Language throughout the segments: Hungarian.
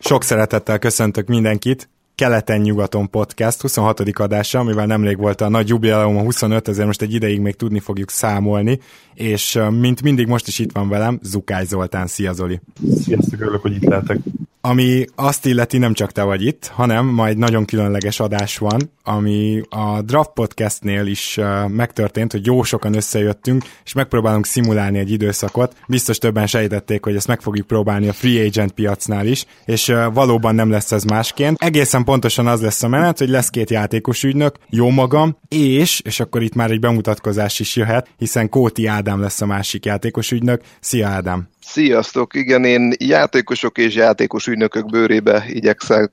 Sok szeretettel köszöntök mindenkit. Keleten-nyugaton podcast 26. adása, mivel nemrég volt a nagy jubileum, a 25, ezért most egy ideig még tudni fogjuk számolni, és mint mindig most is itt van velem Zukály Zoltán. Szia Zoli! Sziasztok, örülök, hogy itt lehetek. Ami azt illeti, nem csak te vagy itt, hanem majd nagyon különleges adás van, ami a Draft Podcastnél is megtörtént, hogy jó sokan összejöttünk, és megpróbálunk szimulálni egy időszakot. Biztos többen sejtették, hogy ezt meg fogjuk próbálni a free agent piacnál is, és valóban nem lesz ez másként. Egészen pontosan az lesz a menet, hogy lesz 2 játékos ügynök, jó magam, és akkor itt már egy bemutatkozás is jöhet, hiszen Kóti Ádám lesz a másik játékos ügynök. Szia Ádám! Sziasztok! Igen, én játékosok és játékos ügynökök bőrébe igyekszek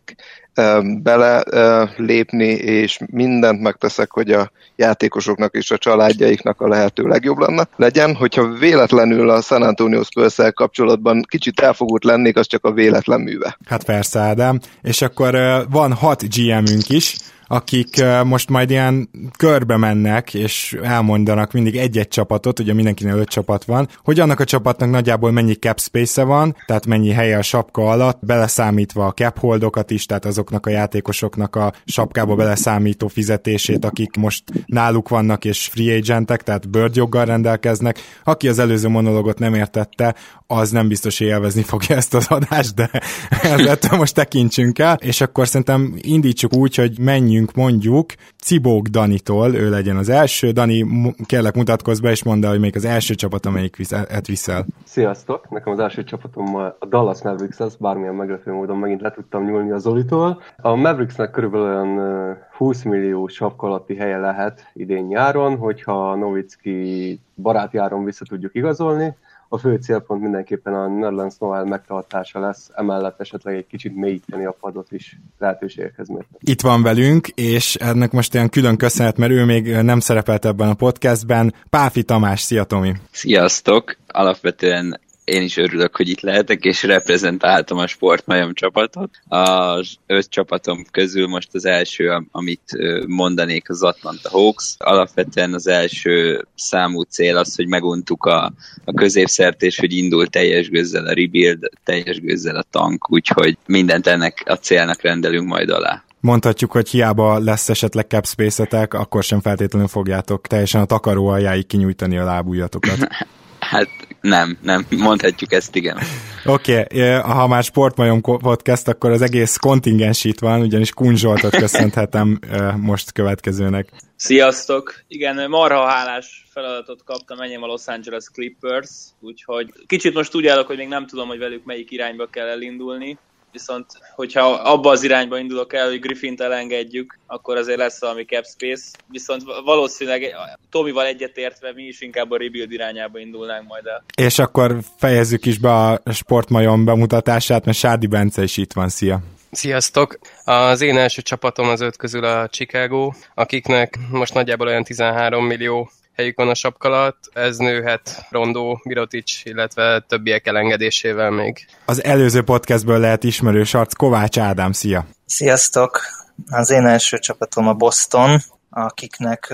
bele lépni, és mindent megteszek, hogy a játékosoknak és a családjaiknak a lehető legjobb legyen. Hogyha véletlenül a San Antonio Spurs-szel kapcsolatban kicsit elfogult lennék, az csak a véletlen műve. Hát persze, Ádám. És akkor van 6 GM-ünk is, akik most majd ilyen körbe mennek, és elmondanak mindig egy-egy csapatot, ugye mindenkinek 5 csapat van, hogy annak a csapatnak nagyjából mennyi cap space-e van, tehát mennyi helye a sapka alatt, beleszámítva a cap holdokat is, tehát azoknak a játékosoknak a sapkába beleszámító fizetését, akik most náluk vannak és free agentek, tehát bird joggal rendelkeznek. Aki az előző monológot nem értette, az nem biztos, hogy élvezni fogja ezt az adást, de ettől most tekintsünk el, és akkor szerintem indítsuk úgy, hogy menjünk mondjuk Cibók Danitól, ő legyen az első. Dani, kérlek mutatkozz be, és mondd el, hogy még az első csapat, amelyik viszel. Sziasztok! Nekem az első csapatom a Dallas Mavericks lesz, bármilyen meglepő módon megint le tudtam nyúlni a Zolitól. A Mavericksnek körülbelül olyan 20 millió sapka alatti helye lehet idén nyáron, hogyha Nowitzki baráti áron vissza tudjuk igazolni. A fő célpont mindenképpen a Nerlens Noel megtartása lesz, emellett esetleg egy kicsit mélyíteni a padot is lehetőségekhez mérten. Itt van velünk, és ennek most ilyen külön köszönet, mert ő még nem szerepelt ebben a podcastben. Páfi Tamás, szia Tomi! Sziasztok! Alapvetően én is örülök, hogy itt lehetek, és reprezentáltam a Sportmajom csapatot. Az 5 csapatom közül most az első, amit mondanék, az Atlanta Hawks. Alapvetően az első számú cél az, hogy meguntuk a középszert, és hogy indul teljes gőzzel a rebuild, teljes gőzzel a tank, úgyhogy mindent ennek a célnak rendelünk majd alá. Mondhatjuk, hogy hiába lesz esetleg cap space-etek, akkor sem feltétlenül fogjátok teljesen a takaró aljáig kinyújtani a lábujjatokat. Hát nem, mondhatjuk ezt, igen. Oké, ha már Sportmajom podcast, akkor az egész kontingens itt van, ugyanis Kun Zsoltot köszönhetem most következőnek. Sziasztok! Igen, marha hálás feladatot kaptam, enyém a Los Angeles Clippers, úgyhogy kicsit most úgy állok, hogy még nem tudom, hogy velük melyik irányba kell elindulni, viszont hogyha abba az irányba indulok el, hogy Griffint elengedjük, akkor azért lesz valami cap space, viszont valószínűleg Tomival egyetértve mi is inkább a rebuild irányába indulnánk majd el. És akkor fejezzük is be a Sportmajom bemutatását, mert Sárdi Bence is itt van, szia! Sziasztok! Az én első csapatom az 5 közül a Chicago, akiknek most nagyjából olyan 13 millió helyük van a sapka alatt, ez nőhet Rondó, Mirotic, illetve többiek elengedésével még. Az előző podcastből lehet ismerős arc, Kovács Ádám, szia! Sziasztok! Az én első csapatom a Boston, akiknek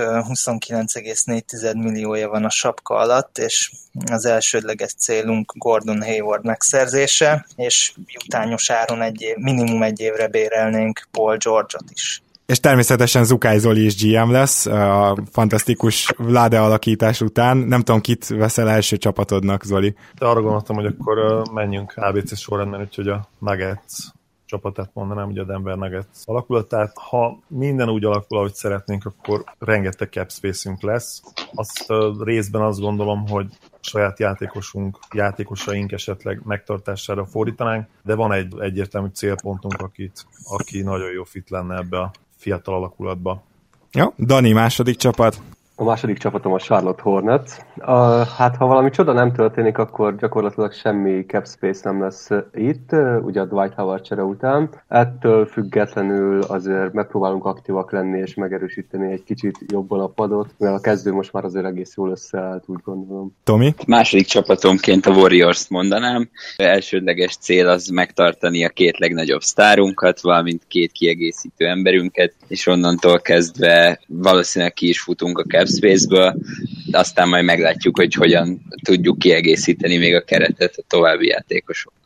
29,4 milliója van a sapka alatt, és az elsődleges célunk Gordon Hayward megszerzése, és jutányos áron minimum egy évre bérelnénk Paul George-ot is. És természetesen Zukály Zoli is GM lesz a fantasztikus Vlade alakítás után. Nem tudom, kit veszel első csapatodnak, Zoli? De arra gondoltam, hogy akkor menjünk ABC sorrendben, úgyhogy a Nuggets csapatát mondanám, ugye a Denver Nuggets alakulatát. Ha minden úgy alakul, ahogy szeretnénk, akkor rengeteg cap space-ünk lesz. Részben azt gondolom, hogy saját játékosaink esetleg megtartására fordítanánk, de van egy egyértelmű célpontunk, aki nagyon jó fit lenne ebbe a fiatal alakulatba. Jó, Dani, második csapat. A második csapatom a Charlotte Hornets. Hát ha valami csoda nem történik, akkor gyakorlatilag semmi cap space nem lesz itt, ugye a Dwight Howard csere után. Ettől függetlenül azért megpróbálunk aktívak lenni és megerősíteni egy kicsit jobban a padot, mert a kezdő most már azért egész jól összeállt, úgy gondolom. Tomi? Második csapatomként a Warriors-t mondanám. Elsődleges cél az megtartani a 2 legnagyobb sztárunkat, valamint 2 kiegészítő emberünket, és onnantól kezdve valószínűleg ki is futunk a cap space-ből, aztán majd meglátjuk, hogy hogyan tudjuk kiegészíteni még a keretet a további játékosokkal.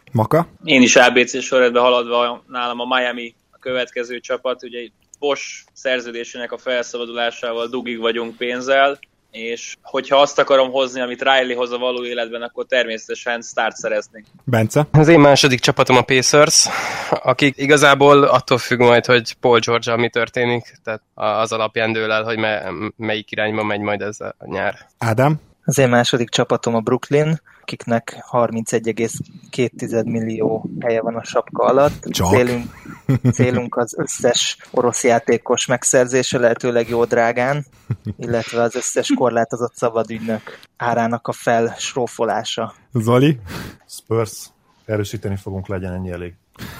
Maka? Én is ABC sorrendben haladva, nálam a Miami a következő csapat, ugye Bosch szerződésének a felszabadulásával dugig vagyunk pénzzel, és hogyha azt akarom hozni, amit Riley hoz a való életben, akkor természetesen Start szerezni. Bence? Az én második csapatom a Pacers, akik igazából attól függ majd, hogy Paul George-al mi történik, tehát az alapján dől el, hogy melyik irányba megy majd ez a nyár. Ádám? Az én második csapatom a Brooklyn, akiknek 31,2 millió helye van a sapka alatt. Célunk az összes orosz játékos megszerzése, lehetőleg jó drágán, illetve az összes korlátozott szabadügynök árának a felsrófolása. Zoli? Spurs. Erősíteni fogunk, legyen ennyi elég.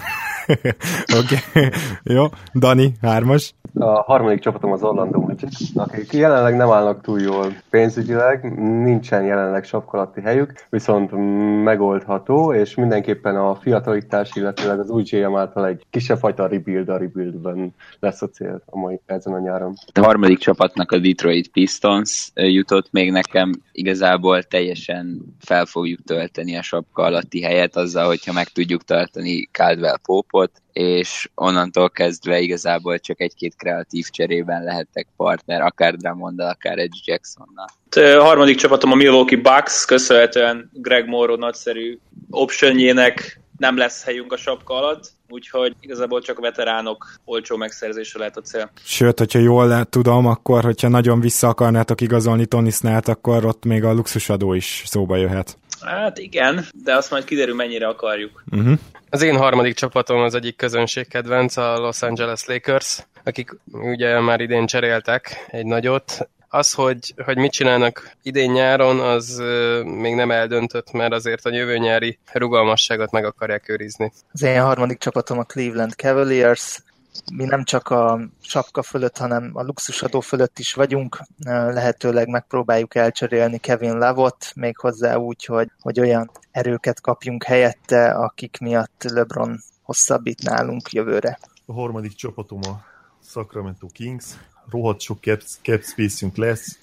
Oké. Jó. Dani, 3-as. A harmadik csapatom az Orlando Magic, akik jelenleg nem állnak túl jól pénzügyileg, nincsen jelenleg sapkalatti helyük, viszont megoldható, és mindenképpen a fiatalítás, illetőleg az új GM által egy kisebb fajta rebuildben lesz a cél ezen a nyáron. A harmadik csapatnak a Detroit Pistons jutott még nekem, igazából teljesen fel fogjuk tölteni a sapka alatti helyet azzal, hogyha meg tudjuk tartani Caldwell Pope-ot, és onnantól kezdve igazából csak egy-két kreatív cserében lehettek partner, akár Drummonddal, akár Edge Jacksonnal. A harmadik csapatom a Milwaukee Bucks, köszönhetően Greg Monroe nagyszerű optionjének nem lesz helyünk a sapka alatt, úgyhogy igazából csak a veteránok olcsó megszerzése lehet a cél. Sőt, hogyha jól tudom, akkor, hogyha nagyon vissza akarnátok igazolni Tony Snellt, akkor ott még a luxusadó is szóba jöhet. Hát igen, de azt majd kiderül, mennyire akarjuk. Az én harmadik csapatom az egyik közönségkedvenc, a Los Angeles Lakers, akik ugye már idén cseréltek egy nagyot. Az, hogy mit csinálnak idén nyáron, az még nem eldöntött, mert azért a jövő nyári rugalmasságot meg akarják őrizni. Az én harmadik csapatom a Cleveland Cavaliers. Mi nem csak a sapka fölött, hanem a luxusadó fölött is vagyunk. Lehetőleg megpróbáljuk elcserélni Kevin Love-ot, méghozzá úgy, hogy olyan erőket kapjunk helyette, akik miatt LeBron hosszabbít nálunk jövőre. A harmadik csapatom a Sacramento Kings. Rohadt sok cap space-ünk lesz.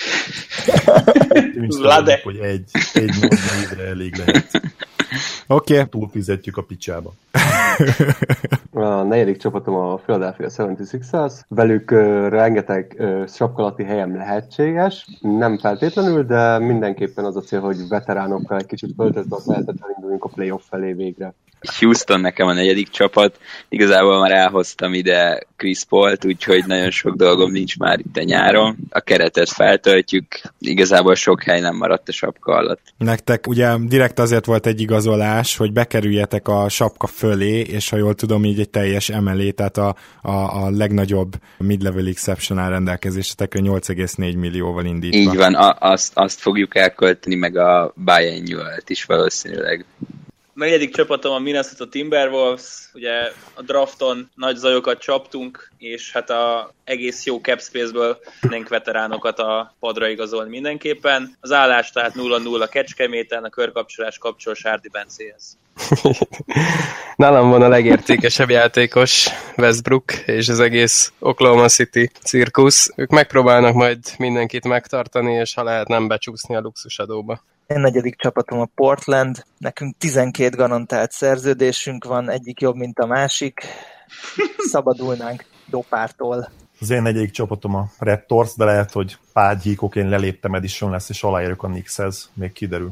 Vlade. Hogy egy nagy névre elég lehet. Oké. Túlfizetjük a picsába. A negyedik csapatom a Philadelphia 76ers. Velük rengeteg sapkalati helyem lehetséges. Nem feltétlenül, de mindenképpen az a cél, hogy veteránokkal egy kicsit föltöltve lehetett elinduljunk a playoff felé végre. Houston nekem a negyedik csapat. Igazából már elhoztam ide Chris Paul-t, úgyhogy nagyon sok dolgom nincs már itt a nyáron. A keretet feltöltjük, igazából sok hely nem maradt a sapka alatt. Nektek ugye direkt azért volt egy igazolás, hogy bekerüljetek a sapka fölé, és ha jól tudom, így egy teljes emelé, tehát a legnagyobb mid-level exception áll rendelkezésetekre 8,4 millióval indítva. Így van, azt fogjuk elkölteni, meg a Bayern Newell-t is valószínűleg. A negyedik csapatom a Minnesota Timberwolves, ugye a drafton nagy zajokat csaptunk, és hát a egész jó cap space-ből mindenk veteránokat a padra igazolni mindenképpen. Az állás tehát 0-0 a Kecskeméten, a körkapcsolás kapcsol Sárdi Bencéhez. Nálam van a legértékesebb játékos, Westbrook, és az egész Oklahoma City cirkusz. Ők megpróbálnak majd mindenkit megtartani, és ha lehet nem becsúszni a luxusadóba. Én negyedik csapatom a Portland, nekünk 12 garantált szerződésünk van, egyik jobb, mint a másik. Szabadulnánk dopártól. Az én negyedik csapatom a Raptors, de lehet, hogy pár gyíkok én leléptem, Edison lesz, és aláérjük a Knickshez. Még kiderül.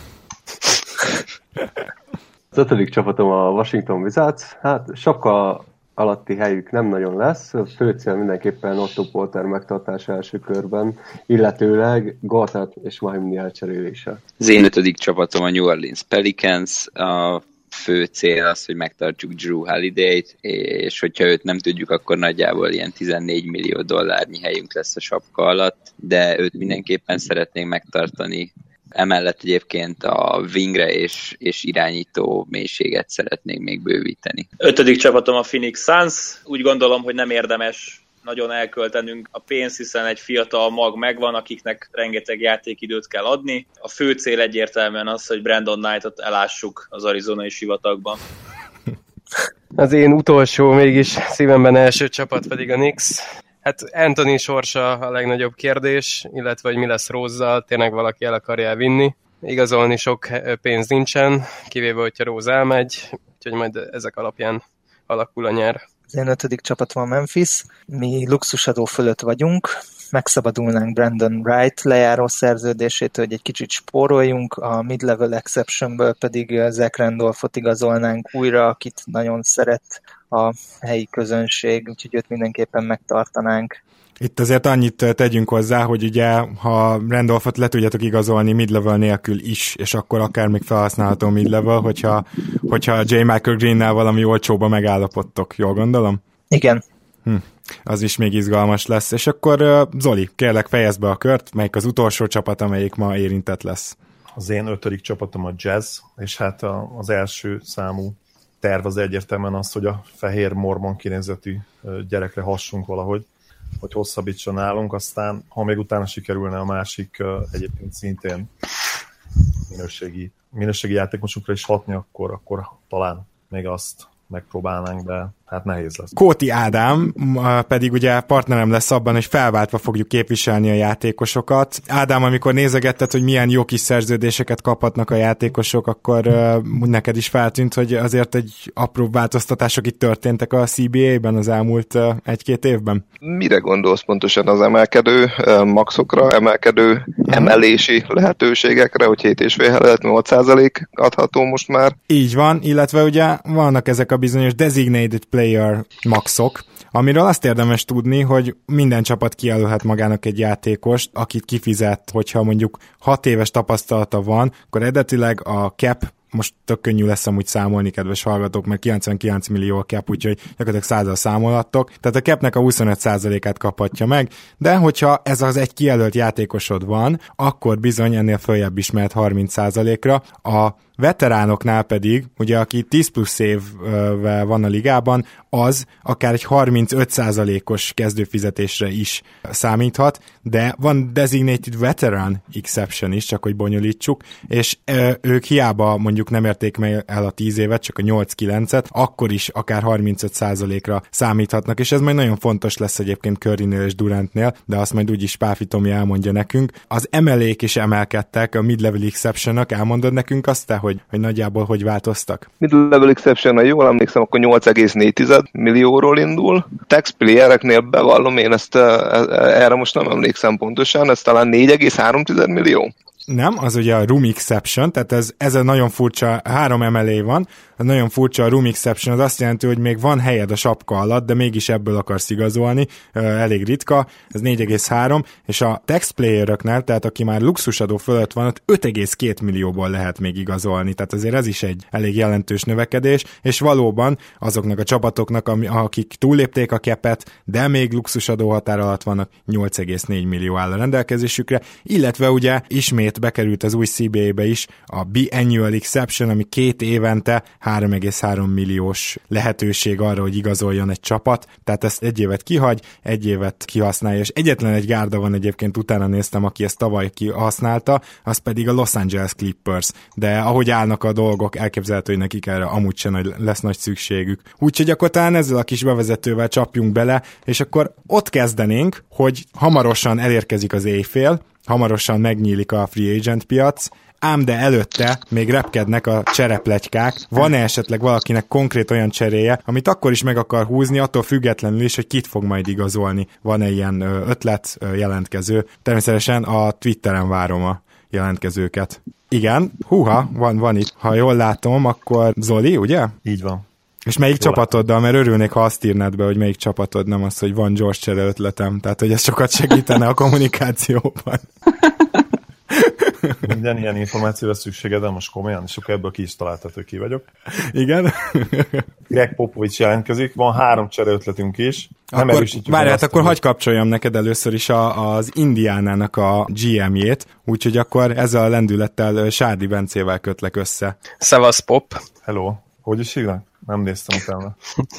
Az ötödik csapatom a Washington Wizards. Hát sapka alatti helyük nem nagyon lesz. A fő cél mindenképpen Otto Porter megtartása első körben, illetőleg Gortat és Mahimni elcserélése. Az én ötödik csapatom a New Orleans Pelicans. A fő cél az, hogy megtartsuk Drew Holiday-t, és hogyha őt nem tudjuk, akkor nagyjából ilyen 14 millió dollárnyi helyünk lesz a sapka alatt, de őt mindenképpen szeretnénk megtartani. Emellett egyébként a wingre és irányító mélységet szeretnénk még bővíteni. Ötödik csapatom a Phoenix Suns. Úgy gondolom, hogy nem érdemes nagyon elköltenünk a pénzt, hiszen egy fiatal mag megvan, akiknek rengeteg játékidőt kell adni. A fő cél egyértelműen az, hogy Brandon Knight-ot elássuk az arizonai sivatagban. Az én utolsó, mégis szívemben első csapat pedig a Knicks. Hát Anthony sorsa a legnagyobb kérdés, illetve hogy mi lesz Rose-zal, tényleg valaki el akarja vinni. igazolni sok pénz nincsen, kivéve, hogyha Rose elmegy, úgyhogy majd ezek alapján alakul a nyár. Az én 5. csapatom a Memphis, mi luxusadó fölött vagyunk, megszabadulnánk Brandon Wright lejáró szerződésétől, hogy egy kicsit spóroljunk, a mid-level exceptionből pedig Zach Randolphot igazolnánk újra, akit nagyon szeret a helyi közönség, úgyhogy őt mindenképpen megtartanánk. Itt azért annyit tegyünk hozzá, hogy ugye, ha Randolphot le tudjátok igazolni mid-level nélkül is, és akkor akár még felhasználható mid-level, hogyha J. Michael Greennel valami olcsóba megállapodtok, jól gondolom? Igen. Az is még izgalmas lesz. És akkor Zoli, kérlek fejezd be a kört, melyik az utolsó csapat, amelyik ma érintett lesz. Az én 5. csapatom a Jazz, és hát az első számú terv az egyértelműen az, hogy a fehér mormon kinézetű gyerekre hassunk valahogy, hogy hosszabbítson nálunk, aztán ha még utána sikerülne a másik egyébként szintén minőségi játékosunkra is hatni, akkor talán még azt megpróbálnánk, de hát nehéz lesz. Kóti Ádám pedig ugye partnerem lesz abban, hogy felváltva fogjuk képviselni a játékosokat. Ádám, amikor nézegetted, hogy milyen jó kis szerződéseket kaphatnak a játékosok, akkor neked is feltűnt, hogy azért egy apró változtatások itt történtek a CBA-ben az elmúlt 1-2 évben. Mire gondolsz pontosan, az emelkedő maxokra, emelkedő emelési lehetőségekre, hogy 7,5-8% adható most már? Így van, illetve ugye vannak ezek a bizonyos designated player maxok, amiről azt érdemes tudni, hogy minden csapat kijelölhet magának egy játékost, akit kifizet, hogyha mondjuk 6 éves tapasztalata van, akkor eredetileg a cap, most tök könnyű lesz amúgy számolni, kedves hallgatók, mert 99 millió a cap, úgyhogy gyakorlatilag 100-al számolhattok. Tehát a capnek a 25%-át kaphatja meg, de hogyha ez az egy kijelölt játékosod van, akkor bizony ennél följebb is mehet 30%-ra. A veteránoknál pedig, ugye aki 10 plusz évvel van a ligában, az akár egy 35%-os kezdőfizetésre is számíthat, de van designated veteran exception is, csak hogy bonyolítsuk, és ők hiába mondjuk nem érték meg el a 10 évet, csak a 8-9-et, akkor is akár 35%-ra számíthatnak, és ez majd nagyon fontos lesz egyébként Currynél és Durantnél, de azt majd úgyis Páfi Tomi elmondja nekünk. Az emelék is emelkedtek, a mid-level exception-nak, elmondod nekünk azt te, hogy nagyjából hogy változtak? Mid-level exception, ha jól emlékszem, akkor 8,4 millióról indul. Taxplayereknél bevallom, én ezt erre most nem emlékszem pontosan, ez talán 4,3 millió. Nem, az ugye a room exception, tehát ez a nagyon furcsa, 3 emelé van, a nagyon furcsa a room exception, az azt jelenti, hogy még van helyed a sapka alatt, de mégis ebből akarsz igazolni, elég ritka, ez 4,3, és a taxplayeröknél, tehát aki már luxusadó fölött van, ott 5,2 millióból lehet még igazolni, tehát azért ez is egy elég jelentős növekedés, és valóban azoknak a csapatoknak, akik túllépték a capet, de még luxusadó határ alatt vannak, 8,4 millió áll a rendelkezésükre, illetve ugye ismét bekerült az új CBA-be is a biannual exception, ami 2 évente 3,3 milliós lehetőség arra, hogy igazoljon egy csapat, tehát ezt 1 évet kihagy, 1 évet kihasználja, és egyetlen egy gárda van egyébként, utána néztem, aki ezt tavaly kihasználta, az pedig a Los Angeles Clippers, de ahogy állnak a dolgok, elképzelhető, hogy nekik erre amúgy sem lesz nagy szükségük. Úgyhogy akkor talán ezzel a kis bevezetővel csapjunk bele, és akkor ott kezdenénk, hogy hamarosan elérkezik az éjfél, hamarosan megnyílik a free agent piac, ám de előtte még repkednek a cserepletykák. Van-e esetleg valakinek konkrét olyan cseréje, amit akkor is meg akar húzni, attól függetlenül is, hogy kit fog majd igazolni? Van-e ilyen ötlet, jelentkező? Természetesen a Twitteren várom a jelentkezőket. Igen, van itt. Ha jól látom, akkor Zoli, ugye? Így van. És melyik csapatoddal, mert örülnék, ha azt írnád be, hogy melyik csapatod, nem az, hogy van gyors csere ötletem. Tehát, hogy ez sokat segítene a kommunikációban. Minden ilyen információra szükséged, de most komolyan, és akkor ebből ki is találtad, hogy ki vagyok. Igen. Greg Popovich jelentkezik, van 3 csereötletünk is. Várját, akkor hagyj kapcsoljam neked először is az Indiánának a GM-jét, úgyhogy akkor ezzel a lendülettel Sárdi Bencével kötlek össze. Szevasz, Pop. Hello. Hogy is hívnak? Nem néztem utána.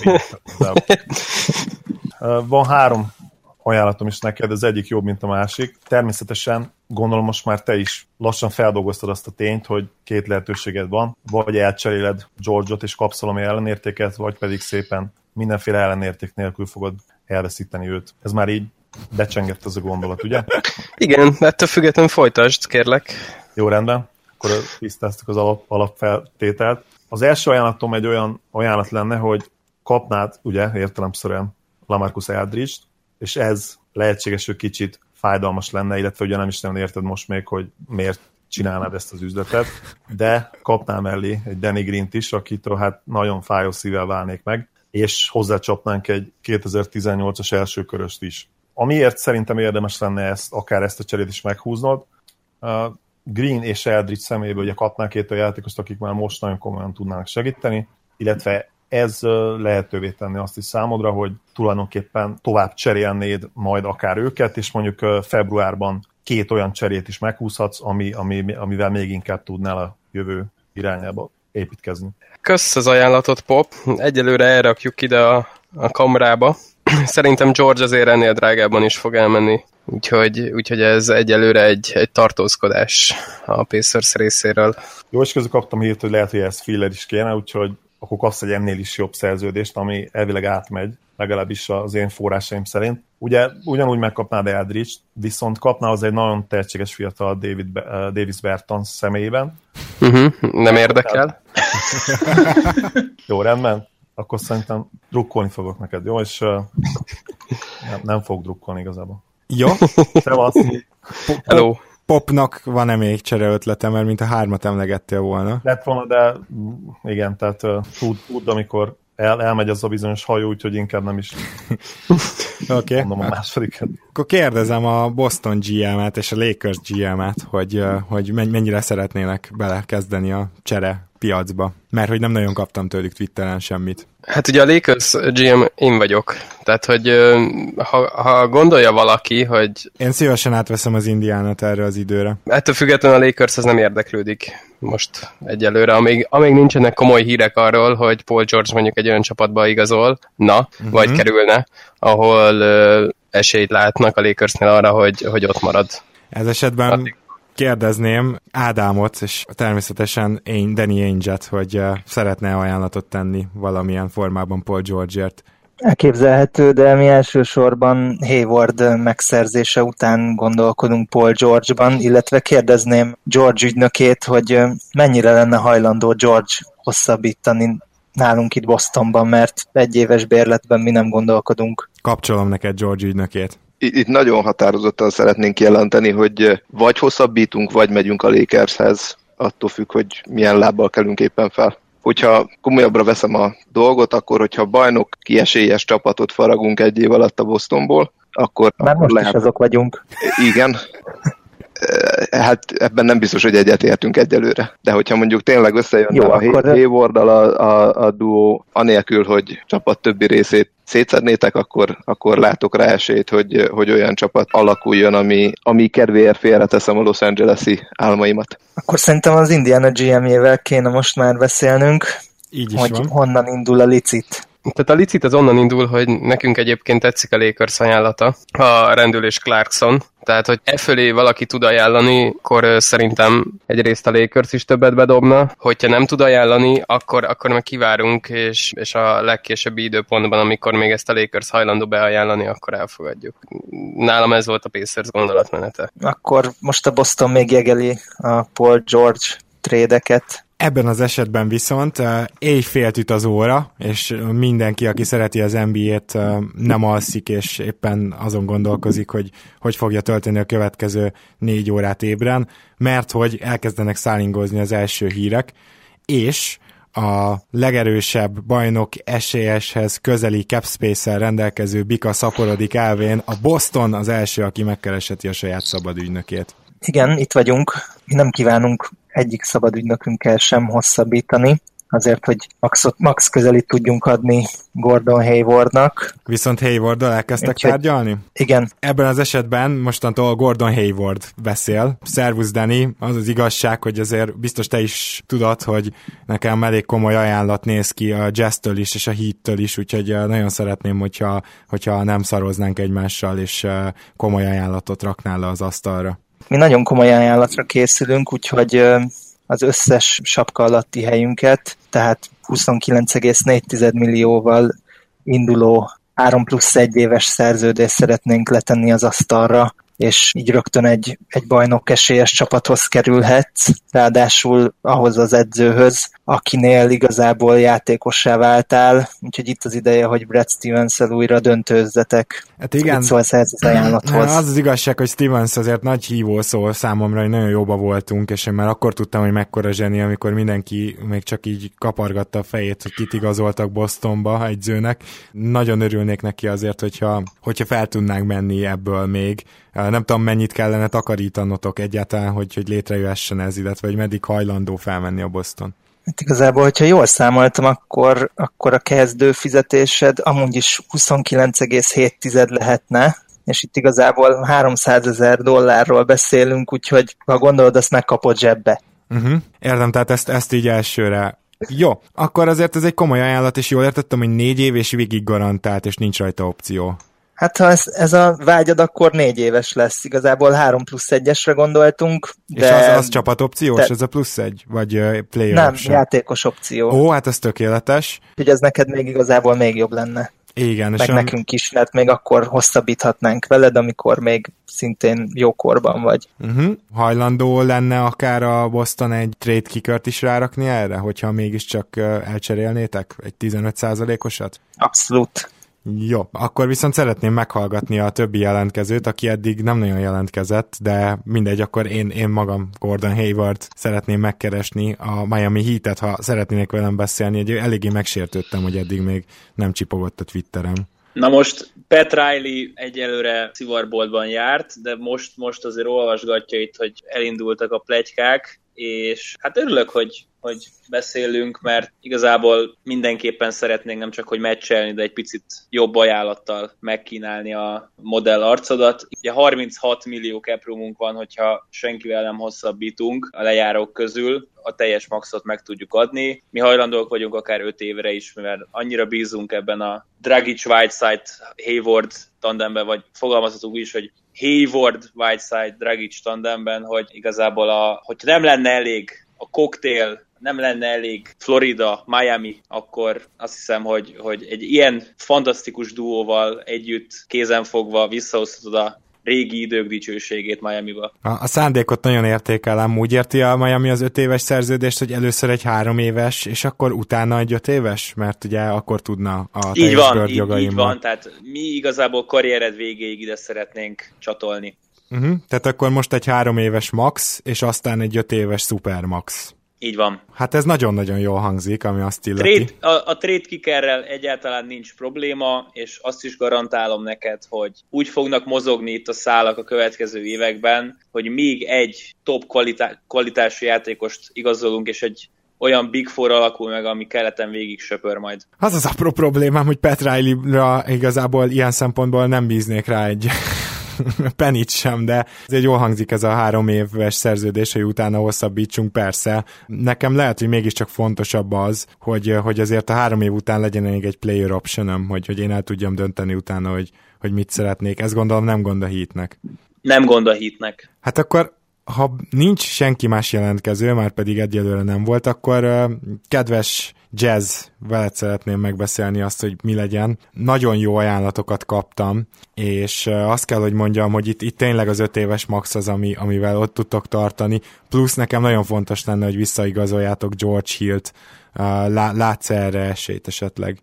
Van 3 ajánlatom is neked, az egyik jobb, mint a másik. Természetesen gondolom most már te is lassan feldolgoztad azt a tényt, hogy 2 lehetőséged van, vagy elcseréled George-ot és kapsz valami ellenértéket, vagy pedig szépen mindenféle ellenérték nélkül fogod elveszíteni őt. Ez már így becsengett ez a gondolat, ugye? Igen, ettől függetlenül folytasd, kérlek. Jó, rendben. akkor tisztáztuk az alapfeltételt. Az első ajánlatom egy olyan ajánlat lenne, hogy kapnád, ugye, értelemszerűen LaMarcus Aldridge-t, és ez lehetséges, hogy kicsit fájdalmas lenne, illetve ugye nem is nem érted most még, hogy miért csinálnád ezt az üzletet, de kapnál mellé egy Danny Green-t is, akitől hát nagyon fájó szívvel válnék meg, és hozzácsapnánk egy 2018-as első köröst is. Amiért szerintem érdemes lenne akár ezt a cserét is meghúznod, Green és Aldridge személyéből ugye kapnál két olyan játékost, akik már most nagyon komolyan tudnának segíteni, illetve ez lehetővé tenni azt is számodra, hogy tulajdonképpen tovább cserélnéd majd akár őket, és mondjuk februárban két olyan cserét is meghúzhatsz, amivel még inkább tudnál a jövő irányába építkezni. Kösz az ajánlatot, Pop. Egyelőre elrakjuk ide a kamrába. Szerintem George azért ennél drágában is fog elmenni. Úgyhogy ez egyelőre egy tartózkodás a Pacers részéről. Jó, és közül kaptam hírt, hogy lehet, hogy ez Filler is kéne, úgyhogy akkor kapsz egy ennél is jobb szerződést, ami elvileg átmegy, legalábbis az én forrásaim szerint. Ugye ugyanúgy megkapnád Aldridge-t, viszont kapnál az egy nagyon tehetséges fiatal Davis Bertans személyében. Nem érdekel. Jó, rendben. Akkor szerintem drukkolni fogok neked, jó? És nem fog drukkolni igazából. Jó. Szevasz. Hello. Popnak van-e még csereötlete, mert mint a 3-at emlegettél volna? Lett volna, de igen, tehát tud amikor elmegy az a bizonyos hajó, úgyhogy inkább nem is Oké. mondom a másodikat. Akkor kérdezem a Boston GM-et és a Lakers GM-et, hogy mennyire szeretnének belekezdeni a csere piacba. Mert hogy nem nagyon kaptam tőlük Twitteren semmit. Hát ugye a Lakers GM én vagyok. Tehát, hogy ha gondolja valaki, hogy... Én szívesen átveszem az Indiánát erre az időre. Ettől függetlenül a Lakers az nem érdeklődik most egyelőre. Amíg nincsenek komoly hírek arról, hogy Paul George mondjuk egy olyan csapatba igazol, vagy kerülne, ahol esélyt látnak a Lakersnél arra, hogy ott marad. Ez esetben kérdezném Ádámot, és természetesen Danny Ainge-et, hogy szeretne ajánlatot tenni valamilyen formában Paul George-ért. Elképzelhető, de mi elsősorban Hayward megszerzése után gondolkodunk Paul George-ban, illetve kérdezném George ügynökét, hogy mennyire lenne hajlandó George hosszabbítani nálunk itt Bostonban, mert egy éves bérletben mi nem gondolkodunk. Kapcsolom neked George ügynökét. Itt nagyon határozottan szeretnénk jelenteni, hogy vagy hosszabbítunk, vagy megyünk a Lakershez, attól függ, hogy milyen lábbal kelünk éppen fel. Hogyha komolyabbra veszem a dolgot, akkor hogyha bajnok kiesélyes csapatot faragunk egy év alatt a Bostonból, akkor... Már most lehet... is azok vagyunk. Igen. Hát ebben nem biztos, hogy egyetértünk egyelőre. De hogyha mondjuk tényleg összejönne a Haywarddal a duó, anélkül, hogy csapat többi részét szétszednétek, akkor látok rá esélyt, hogy olyan csapat alakuljon, ami kedvéért félreteszem a Los Angeles-i álmaimat. Akkor szerintem az Indiana GM-jével kéne most már beszélnünk, így is hogy van. Honnan indul a licit. Tehát a licit az onnan indul, hogy nekünk egyébként tetszik a Lakers ajánlata, a Randall és Clarkson. Tehát, hogy fölé valaki tud ajánlani, akkor szerintem egyrészt a Lakers is többet bedobna. Hogyha nem tud ajánlani, akkor meg kivárunk, és a legkésőbbi időpontban, amikor még ezt a Lakers hajlandó beajánlani, akkor elfogadjuk. Nálam ez volt a Pacers gondolatmenete. Akkor most a Boston még jegeli a Paul George trédeket. Ebben az esetben viszont éjfélt üt az óra, és mindenki, aki szereti az NBA-t, nem alszik, és éppen azon gondolkozik, hogy fogja tölteni a következő 4 órát ébren, mert hogy elkezdenek szállingozni az első hírek, és a legerősebb bajnok esélyeshez közeli capspace-el rendelkező bika szaporodik elvén a Boston az első, aki megkeresheti a saját szabad ügynökét. Igen, itt vagyunk. Mi nem kívánunk egyik szabad ügynökünkkel sem hosszabbítani, azért, hogy max közelit tudjunk adni Gordon Haywardnak. Viszont Haywarddal elkezdtek tárgyalni? Igen. Ebben az esetben mostantól Gordon Hayward beszél. Szervusz, Dani, az az igazság, hogy azért biztos te is tudod, hogy nekem elég komoly ajánlat néz ki a Jazz-től is, és a Heat-től is, úgyhogy nagyon szeretném, hogyha nem szaroznánk egymással, és komoly ajánlatot raknál le az asztalra. Mi nagyon komoly ajánlatra készülünk, úgyhogy az összes sapka alatti helyünket, tehát 29,4 millióval induló 3+1 éves szerződést szeretnénk letenni az asztalra, és így rögtön egy bajnok esélyes csapathoz kerülhetsz, ráadásul ahhoz az edzőhöz, akinél igazából játékossá váltál, úgyhogy itt az ideje, hogy Brad Stevens-el újra döntőzzetek. Hát igen, szóval ez az ajánlathoz. Az az igazság, hogy Stevens azért nagy hívó szól számomra, hogy nagyon jóba voltunk, és én már akkor tudtam, hogy mekkora zseni, amikor mindenki még csak így kapargatta a fejét, hogy kit igazoltak Bostonba edzőnek. Nagyon örülnék neki azért, hogyha fel tudnánk menni ebből még. Nem tudom, mennyit kellene takarítanotok egyáltalán, hogy létrejöhessen ez, illetve hogy meddig hajlandó felmenni a Boston. Hát igazából, hogyha jól számoltam, akkor a kezdő fizetésed amúgy is 29,7 lehetne, és itt igazából $300,000 beszélünk, úgyhogy ha gondolod, azt megkapod zsebbe. Értem, tehát ezt így elsőre. Jó, akkor azért ez egy komoly ajánlat, és jól értettem, hogy 4 év és végig garantált, és nincs rajta opció. Hát ha ez a vágyad, akkor 4 éves lesz. Igazából 3+1-esre gondoltunk. De és az csapatopciós, ez a +1? Vagy player nem, option? játékos opció. Ó, hát ez tökéletes. Úgyhogy ez neked még igazából még jobb lenne. Igen. Meg nekünk is, mert még akkor hosszabbíthatnánk veled, amikor még szintén jó korban vagy. Hajlandó lenne akár a Boston egy trade kickert is rárakni erre, hogyha mégiscsak elcserélnétek egy 15%-osat? Abszolút. Jó, akkor viszont szeretném meghallgatni a többi jelentkezőt, aki eddig nem nagyon jelentkezett, de mindegy, akkor én magam, Gordon Hayward szeretném megkeresni a Miami Heat-et, ha szeretnének velem beszélni, eléggé megsértődtem, hogy eddig még nem csipogott a Twitteren. Na most Pat Riley egyelőre szivarboltban járt, de most azért olvasgatja itt, hogy elindultak a pletykák, és hát örülök, hogy beszélünk, mert igazából mindenképpen szeretnénk nem csak, hogy meccselni, de egy picit jobb ajánlattal megkínálni a modell arcodat. Ugye 36 millió cap roomunk van, hogyha senkivel nem hosszabbítunk a lejárók közül, a teljes maxot meg tudjuk adni. Mi hajlandók vagyunk akár 5 évre is, mivel annyira bízunk ebben a Dragic-Whiteside-Hayward tandemben, vagy fogalmazhatunk is, hogy Hayward-Whiteside-Dragic tandemben, hogy igazából hogyha nem lenne elég a koktél, nem lenne elég Florida, Miami, akkor azt hiszem, hogy egy ilyen fantasztikus duóval együtt kézenfogva visszahozhatod a régi idők dicsőségét Miamiba. A szándékot nagyon értékelem. Úgy érti a Miami az 5 éves szerződést, hogy először egy 3 éves, és akkor utána egy 5 éves? Mert ugye akkor tudna a teljes bőrjogaimmal. Így van, tehát mi igazából karriered végéig ide szeretnénk csatolni. Tehát akkor most egy 3 éves max, és aztán egy 5 éves supermax. Így van. Hát ez nagyon-nagyon jól hangzik, ami azt illeti. A trade kickerrel egyáltalán nincs probléma, és azt is garantálom neked, hogy úgy fognak mozogni itt a szálak a következő években, hogy még egy top kvalitású játékost igazolunk, és egy olyan Big Four alakul meg, ami keleten végig söpör majd. Az apró problémám, hogy Pat Riley-ra igazából ilyen szempontból nem bíznék rá egy penit sem, de azért jól hangzik ez a 3 éves szerződés, hogy utána hosszabbítsunk, persze. Nekem lehet, hogy mégiscsak fontosabb az, hogy azért a 3 év után legyen még egy player optionom, hogy én el tudjam dönteni utána, hogy mit szeretnék. Ezt gondolom nem gond a Heatnek. Nem gond a Heatnek. Hát akkor ha nincs senki más jelentkező, már pedig egyelőre nem volt, akkor kedves Jazz, veled szeretném megbeszélni azt, hogy mi legyen. Nagyon jó ajánlatokat kaptam, és azt kell, hogy mondjam, hogy itt tényleg az 5 éves max az, amivel ott tudtok tartani, plusz nekem nagyon fontos lenne, hogy visszaigazoljátok George Hill-t. Látsz erre esélyt esetleg?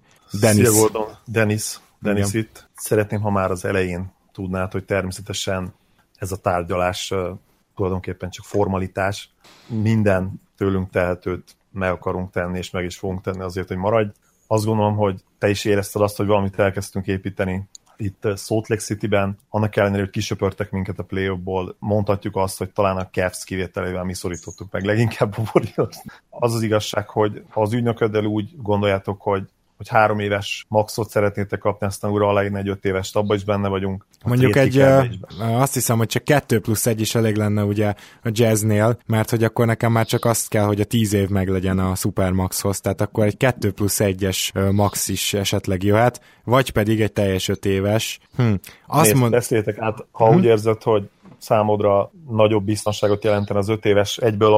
Dennis itt. Szeretném, ha már az elején tudnád, hogy természetesen ez a tárgyalás tulajdonképpen csak formalitás. Minden tőlünk tehetőt meg akarunk tenni, és meg is fogunk tenni azért, hogy maradj. Azt gondolom, hogy te is érezted azt, hogy valamit elkezdtünk építeni itt Salt Lake Cityben. Annak ellenére, hogy kisöpörtek minket a play-offból, mondhatjuk azt, hogy talán a Cavs kivételével mi szorítottuk meg leginkább a Warriors. Az az igazság, hogy ha az ügynököddel úgy gondoljátok, hogy 3 éves maxot szeretnétek kapni, aztán újra aláírni egy 5 éves, abban is benne vagyunk. Mondjuk azt hiszem, hogy csak 2+1 is elég lenne ugye a Jazznél, mert hogy akkor nekem már csak azt kell, hogy a 10 év meg legyen a Supermaxhoz, tehát akkor egy 2+1-es max is esetleg jöhet, vagy pedig egy teljes 5 éves. Beszéljétek át, ha úgy érzed, hogy számodra nagyobb biztonságot jelenten az 5 éves, egyből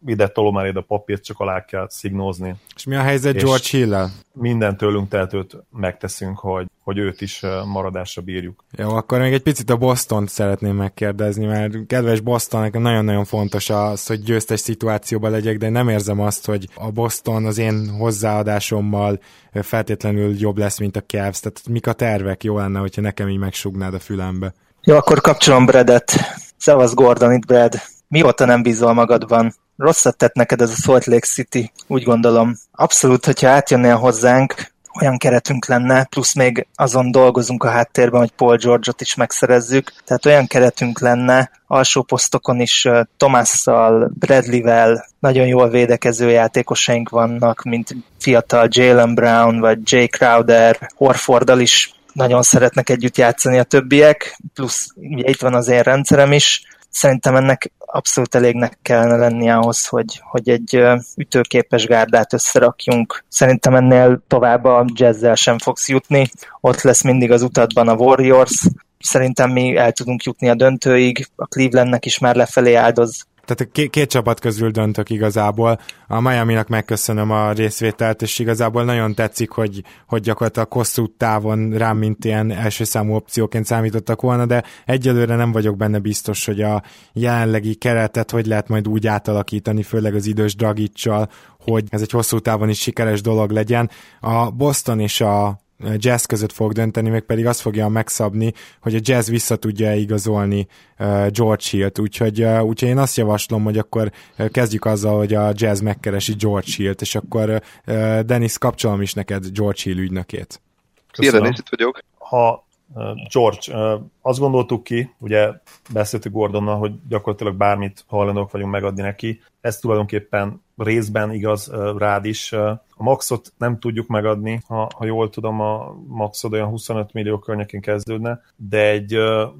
ide tolom eléd a papírt, csak alá kell szignózni. És mi a helyzet George Hill-lel? Minden tőlünk tehetőt megteszünk, hogy őt is maradásra bírjuk. Jó, akkor még egy picit a Bostont szeretném megkérdezni, mert kedves Boston, nekem nagyon-nagyon fontos az, hogy győztes szituációban legyek, de nem érzem azt, hogy a Boston az én hozzáadásommal feltétlenül jobb lesz, mint a Cavs. Tehát mik a tervek? Jó lenne, hogyha nekem így megsugnád a fülembe. Jó, akkor kapcsolom Bradet. Szevasz Gordon, itt Brad. Mióta nem bízol magadban? Rosszat tett neked ez a Salt Lake City, úgy gondolom. Abszolút, hogyha átjönnél hozzánk, olyan keretünk lenne, plusz még azon dolgozunk a háttérben, hogy Paul George-ot is megszerezzük, tehát olyan keretünk lenne, alsó posztokon is Thomasszal, Bradley-vel nagyon jól védekező játékosaink vannak, mint fiatal Jaylen Brown, vagy Jay Crowder, Horforddal is nagyon szeretnek együtt játszani a többiek, plusz ugye itt van az én rendszerem is. Szerintem ennek abszolút elégnek kellene lenni ahhoz, hogy egy ütőképes gárdát összerakjunk. Szerintem ennél tovább a Jazz-zel sem fogsz jutni. Ott lesz mindig az utatban a Warriors. Szerintem mi el tudunk jutni a döntőig. A Clevelandnek is már lefelé áldoz. Tehát két csapat közül döntök igazából. A Miaminak megköszönöm a részvételt, és igazából nagyon tetszik, hogy gyakorlatilag hosszú távon rám mint ilyen első számú opcióként számítottak volna, de egyelőre nem vagyok benne biztos, hogy a jelenlegi keretet hogy lehet majd úgy átalakítani, főleg az idős Dragic-sal, hogy ez egy hosszú távon is sikeres dolog legyen. A Boston és a Jazz között fog dönteni, meg pedig azt fogja megszabni, hogy a Jazz vissza tudja igazolni George Hill-t, úgyhogy én azt javaslom, hogy akkor kezdjük azzal, hogy a Jazz megkeresi George Hill-t, és akkor Dennis, kapcsolom is neked George Hill ügynökét. Köszönöm. Itt vagyok. Ha George, azt gondoltuk ki, ugye beszéltük Gordonnal, hogy gyakorlatilag bármit hajlandók vagyunk megadni neki. Ez tulajdonképpen részben igaz rád is. A maxot nem tudjuk megadni, ha jól tudom, a maxod olyan 25 millió környékén kezdődne, de egy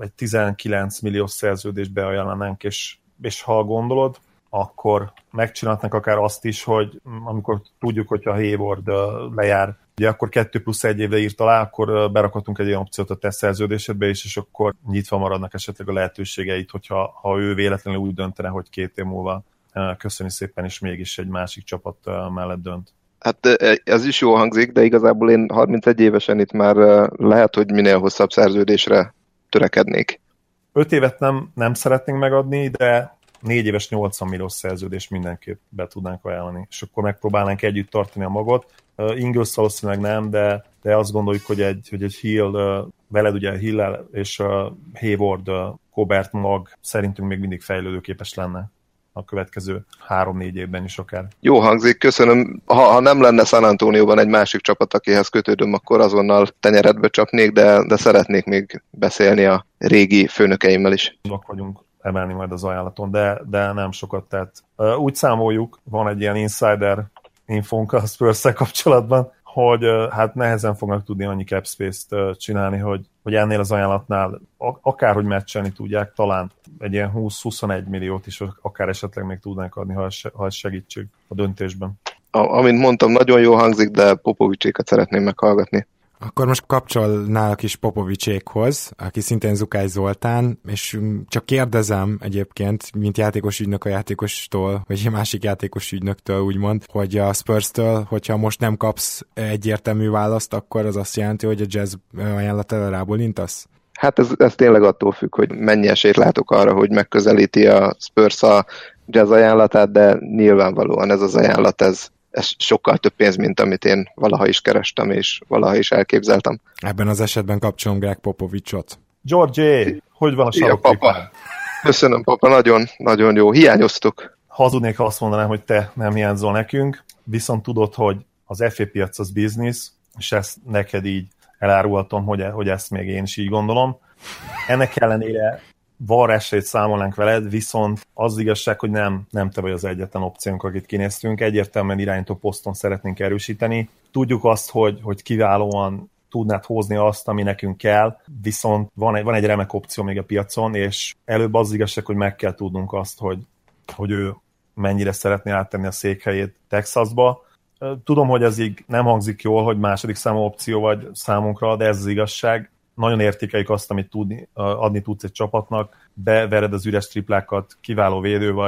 19 milliós szerződést beajánlanánk, és ha gondolod, akkor megcsinálhatnak akár azt is, hogy amikor tudjuk, hogyha Hayward lejár, ugye akkor 2+1 évre írt alá, akkor berakhatunk egy olyan opciót a te szerződésedbe is, és akkor nyitva maradnak esetleg a lehetőségeit, ha ő véletlenül úgy döntene, hogy 2 év múlva köszöni szépen, és mégis egy másik csapat mellett dönt. Hát ez is jól hangzik, de igazából én 31 évesen itt már lehet, hogy minél hosszabb szerződésre törekednék. 5 évet nem szeretnénk megadni, de 4 éves 80 milliós szerződés mindenképp be tudnánk ajánlani, és akkor megpróbálnánk együtt tartani a magot. Ingles valószínűleg nem, de azt gondoljuk, hogy egy Hill, veled ugye Hill-el és Hayward, Gobert mag szerintünk még mindig fejlődőképes lenne a következő 3-4 évben is akár. Jó hangzik, köszönöm. Ha nem lenne San Antonioban egy másik csapat, akihez kötődöm, akkor azonnal tenyeredbe csapnék, de szeretnék még beszélni a régi főnökeimmel is. Vagyunk emelni majd az ajánlaton, de nem sokat. Tehát úgy számoljuk, van egy ilyen insider infónk a Spurs-szel kapcsolatban, hogy hát nehezen fognak tudni annyi cap space-t csinálni, hogy ennél az ajánlatnál akárhogy meccselni tudják, talán egy ilyen 20-21 milliót is akár esetleg még tudnánk adni, ha ez segítség a döntésben. Amint mondtam, nagyon jó hangzik, de Popovicsékat szeretném meghallgatni. Akkor most kapcsolnálok is Popovicsékhoz, aki szintén Zukály Zoltán, és csak kérdezem egyébként, mint játékos ügynök a játékostól, vagy egy másik játékos ügynöktől úgymond, hogy a Spurs-től, hogyha most nem kapsz egyértelmű választ, akkor az azt jelenti, hogy a Jazz ajánlatára rábólintasz? Hát ez tényleg attól függ, hogy mennyi esélyt látok arra, hogy megközelíti a Spurs a Jazz ajánlatát, de nyilvánvalóan ez az ajánlat, ez sokkal több pénz, mint amit én valaha is kerestem, és valaha is elképzeltem. Ebben az esetben kapcsolom Greg Popovicsot. George, hogy van a saroktriplád? Köszönöm, papa, nagyon, nagyon jó. Hiányoztuk. Hazudnék, ha azt mondanám, hogy te nem hiányzol nekünk, viszont tudod, hogy az FA piac az biznisz, és ezt neked így elárulhatom, hogy ezt még én is így gondolom. Ennek ellenére van esélyt számolnánk veled, viszont az igazság, hogy nem te vagy az egyetlen opciónk, akit kinéztünk. Egyértelműen irányító poszton szeretnénk erősíteni. Tudjuk azt, hogy kiválóan tudnád hozni azt, ami nekünk kell, viszont van egy remek opció még a piacon, és előbb az igazság, hogy meg kell tudnunk azt, hogy ő mennyire szeretné áttenni a székhelyét Texasba. Tudom, hogy ez így nem hangzik jól, hogy második számú opció vagy számunkra, de ez az igazság. Nagyon értékeljük azt, amit adni tudsz egy csapatnak, bevered az üres triplákat, kiváló védő vagy,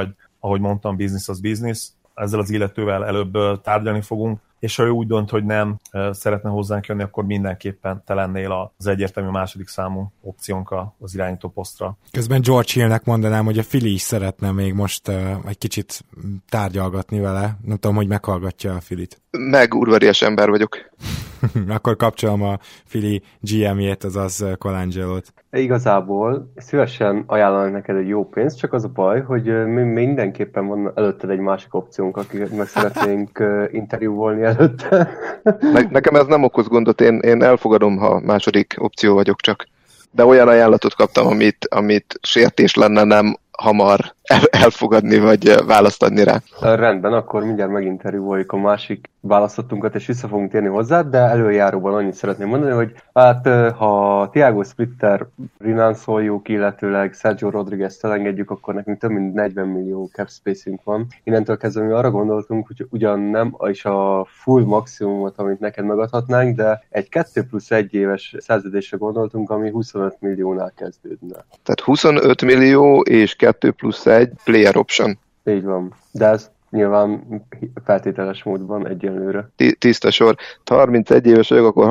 ahogy mondtam, business az business, ezzel az illetővel előbb tárgyalni fogunk, és ha ő úgy dönt, hogy nem szeretne hozzánk jönni, akkor mindenképpen te lennél az egyértelmű második számú opciónk az irányító posztra. Közben George Hillnek mondanám, hogy a Fili is szeretne még most egy kicsit tárgyalgatni vele. Nem tudom, hogy meghallgatja a Filit. Meg udvarias ember vagyok. Akkor kapcsolom a Fili GM-jét, azaz Colangelót. Igazából szívesen ajánlanak neked egy jó pénzt, csak az a baj, hogy mindenképpen van előtted egy másik opciónk, akiket meg szeretnénk interjúvolni előtte. Nekem ez nem okoz gondot, én elfogadom, ha második opció vagyok csak. De olyan ajánlatot kaptam, amit sértés lenne nem hamar elfogadni, vagy választ adni rá. Rendben, akkor mindjárt meginterjúvoljuk a másik választottunkat, és vissza fogunk térni hozzá, de előjáróban annyit szeretném mondani, hogy hát ha Thiago Splitter rinánszoljuk, illetőleg Sergio Rodriguez-t elengedjük, akkor nekünk több mint 40 millió cap spacing van. Innentől kezdve mi arra gondoltunk, hogy ugyan nem is a full maximumot, amit neked megadhatnánk, de egy 2+1 éves szerződésre gondoltunk, ami 25 milliónál kezdődne. Tehát 25 millió és 2+1 player option. Így van, de ez nyilván feltételes módban egyenlőre. Tiszta sor. 31 éves vagyok, akkor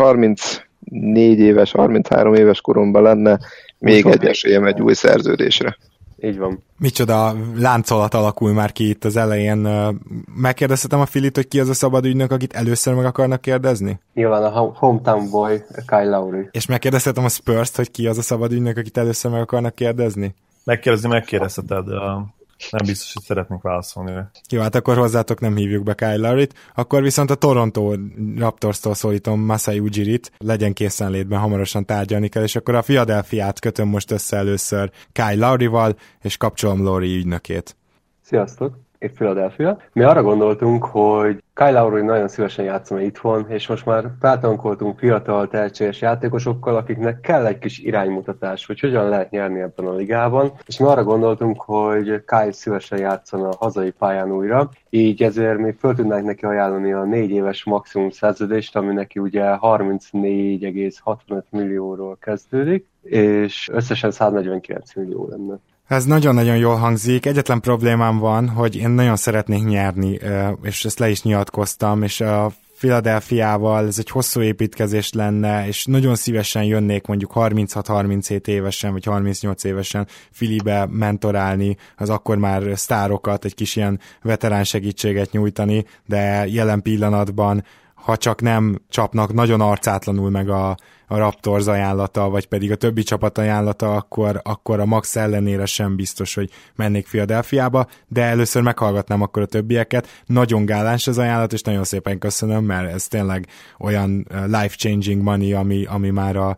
34 éves, 33 éves koromban lenne még egy esélyem egy új szerződésre. Így van. Micsoda láncolat alakul már ki itt az elején. Megkérdeztetem a Filit, hogy ki az a szabad ügynök, akit először meg akarnak kérdezni? Nyilván a hometown boy, Kyle Lowry. És megkérdeztetem a Spurs-t, hogy ki az a szabad ügynök, akit először meg akarnak kérdezni? Megkérdezheted, nem biztos, hogy szeretnénk válaszolni. Jó, hát akkor hozzátok nem hívjuk be Kyle Lowryt. Akkor viszont a Toronto Raptors-tól szólítom Masai Ujirit, legyen készenlétben, hamarosan tárgyalni kell, és akkor a Philadelphiát kötöm most össze először Kyle Lowryval, és kapcsolom Lowry ügynökét. Sziasztok! Itt Philadelphia. Mi arra gondoltunk, hogy Kyle Lowry nagyon szívesen játszom itthon, és most már feltankoltunk fiatal, tehetséges játékosokkal, akiknek kell egy kis iránymutatás, hogy hogyan lehet nyerni ebben a ligában, és mi arra gondoltunk, hogy Kyle szívesen játszana a hazai pályán újra, így ezért mi föl tudnánk neki ajánlani a 4 éves maximum szerződést, ami neki ugye 34,65 millióról kezdődik, és összesen 149 millió lenne. Ez nagyon-nagyon jól hangzik. Egyetlen problémám van, hogy én nagyon szeretnék nyerni, és ezt le is nyilatkoztam, és a Philadelphiával ez egy hosszú építkezés lenne, és nagyon szívesen jönnék mondjuk 36-37 évesen, vagy 38 évesen Phillybe mentorálni, az akkor már sztárokat, egy kis ilyen veterán segítséget nyújtani, de jelen pillanatban, ha csak nem csapnak nagyon arcátlanul meg a Raptors ajánlata, vagy pedig a többi csapat ajánlata, akkor a Max ellenére sem biztos, hogy mennék Philadelphiába, de először meghallgatnám akkor a többieket. Nagyon gáláns az ajánlat, és nagyon szépen köszönöm, mert ez tényleg olyan life-changing money, ami már a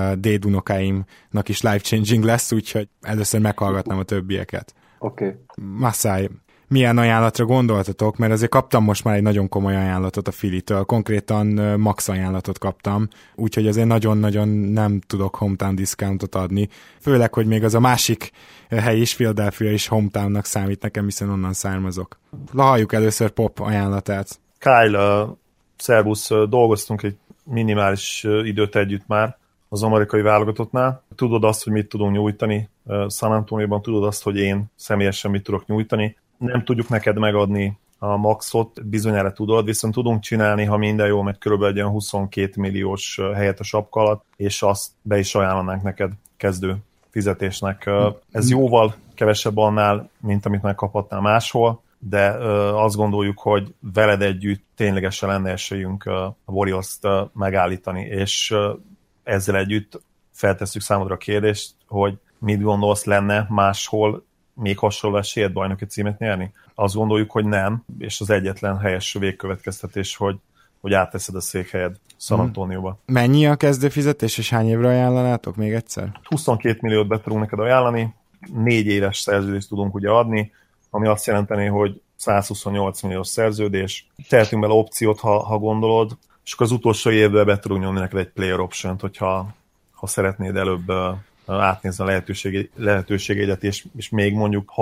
dédunokáimnak is life-changing lesz, úgyhogy először meghallgatnám a többieket. Oké. Masai, milyen ajánlatra gondoltatok, mert azért kaptam most már egy nagyon komoly ajánlatot a Filitől, konkrétan max ajánlatot kaptam, úgyhogy azért nagyon-nagyon nem tudok hometown discountot adni, főleg, hogy még az a másik hely is, Philadelphia is hometownnak számít nekem, hiszen onnan származok. Halljuk először Pop ajánlatát. Kyle, szervusz, dolgoztunk egy minimális időt együtt már az amerikai válogatottnál. Tudod azt, hogy mit tudunk nyújtani San Antonióban, tudod azt, hogy én személyesen mit tudok nyújtani. Nem tudjuk neked megadni a maxot, bizonyára tudod, viszont tudunk csinálni, ha minden jó, mert körülbelül egy 22 milliós helyet a sapka alatt, és azt be is ajánlanánk neked kezdő fizetésnek. Ez jóval kevesebb annál, mint amit megkaphatnál máshol, de azt gondoljuk, hogy veled együtt ténylegesen lenne esélyünk a Warriors-t megállítani, és ezzel együtt feltesszük számodra a kérdést, hogy mit gondolsz, lenne máshol még hasonló esélyed bajnoki címet nyerni? Azt gondoljuk, hogy nem, és az egyetlen helyes végkövetkeztetés, hogy átteszed a székhelyed San Antonióba. Mennyi a kezdőfizetés, és hány évre ajánlanátok még egyszer? 22 milliót be tudunk neked ajánlani, 4 éves szerződést tudunk ugye adni, ami azt jelenteni, hogy 128 milliós szerződés. Tehetünk bele opciót, ha gondolod, és akkor az utolsó évben be tudunk nyomni neked egy player option-t, hogyha szeretnéd előbb átnézni a lehetőségeidet, és még mondjuk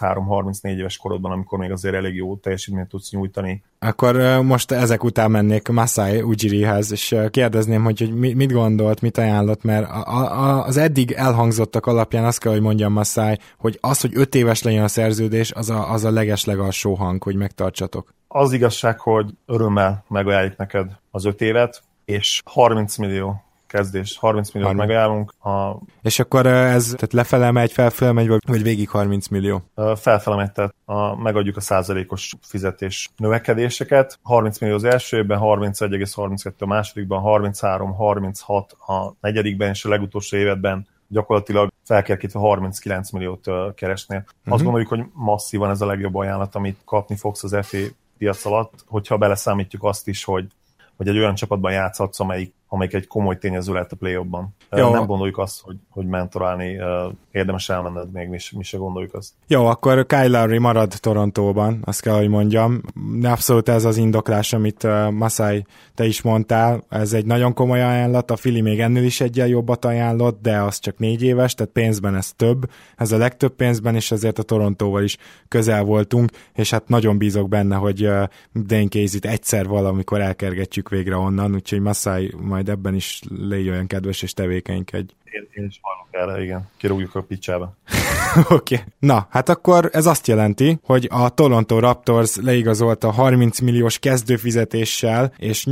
33-34 éves korodban, amikor még azért elég jó teljesítményt tudsz nyújtani. Akkor most ezek után mennék Masai Ujirihez, és kérdezném, hogy mit gondolt, mit ajánlott, mert az eddig elhangzottak alapján azt kell, hogy mondjam Masai, hogy az, hogy 5 éves legyen a szerződés, az a legeslegalsó hang, hogy megtartsatok. Az igazság, hogy örömmel megajánljuk neked az 5 évet, és 30 millió kezdés, 30 milliót megajánlunk. És akkor ez tehát lefele megy, felfele megy, vagy végig 30 millió? Felfele megy, tehát megadjuk a százalékos fizetés növekedéseket. 30 millió az első évben, 31,32 a másodikban, 33, 36 a negyedikben, és a legutolsó évedben gyakorlatilag felkérkítve 39 milliót keresnél. Azt gondoljuk, hogy masszívan ez a legjobb ajánlat, amit kapni fogsz az FA piac alatt, hogyha beleszámítjuk azt is, hogy egy olyan csapatban játszhatsz, amelyik egy komoly tényező lehet a play-offban. Nem gondoljuk azt, hogy mentorálni érdemes elmenned, még mi se gondoljuk azt. Jó, akkor Kyle Lowry marad Torontóban, azt kell, hogy mondjam. De abszolút ez az indoklás, amit Masai, te is mondtál, ez egy nagyon komoly ajánlat, a Philly még ennél is egyen jobbat ajánlott, de az csak 4 éves, tehát pénzben ez több, ez a legtöbb pénzben, és azért a Torontóval is közel voltunk, és hát nagyon bízok benne, hogy Dane Casey-t egyszer valamikor elkergetjük végre onnan, úgyhogy Masai majd ebben is légy olyan kedves és tevékenykedj. Én is hallok erre, igen. Kirúgjuk a picsába. Oké. Na, hát akkor ez azt jelenti, hogy a Toronto Raptors leigazolta 30 milliós kezdőfizetéssel és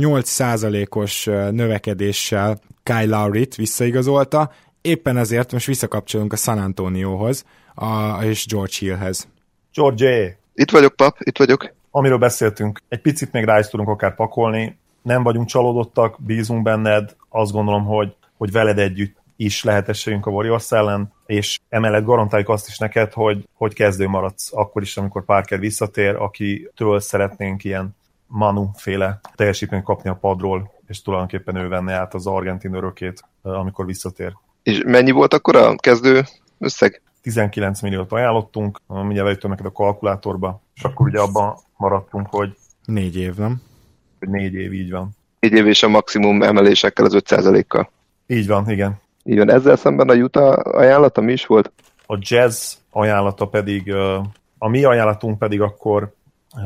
8%-os növekedéssel Kyle Lowryt visszaigazolta. Éppen ezért most visszakapcsolunk a San Antoniohoz és George Hillhez. George! Itt vagyok, pap, itt vagyok. Amiről beszéltünk, egy picit még rá is tudunk akár pakolni. Nem vagyunk csalódottak, bízunk benned, azt gondolom, hogy veled együtt is lehet esélyünk a Warriors ellen, és emellett garantáljuk azt is neked, hogy kezdő maradsz akkor is, amikor Parker visszatér, akitől szeretnénk ilyen Manu-féle teljesítményt kapni a padról, és tulajdonképpen ő venne át az argentin örökét, amikor visszatér. És mennyi volt akkor a kezdő összeg? 19 milliót ajánlottunk, mindjárt beütöm neked a kalkulátorba, és akkor ugye abban maradtunk, hogy 4 év, nem? Hogy 4 év, így van. 4 év és a maximum emelésekkel az 5%-kal. Így van, igen. Így van, ezzel szemben a Utah ajánlata mi is volt? A Jazz ajánlata pedig, a mi ajánlatunk pedig akkor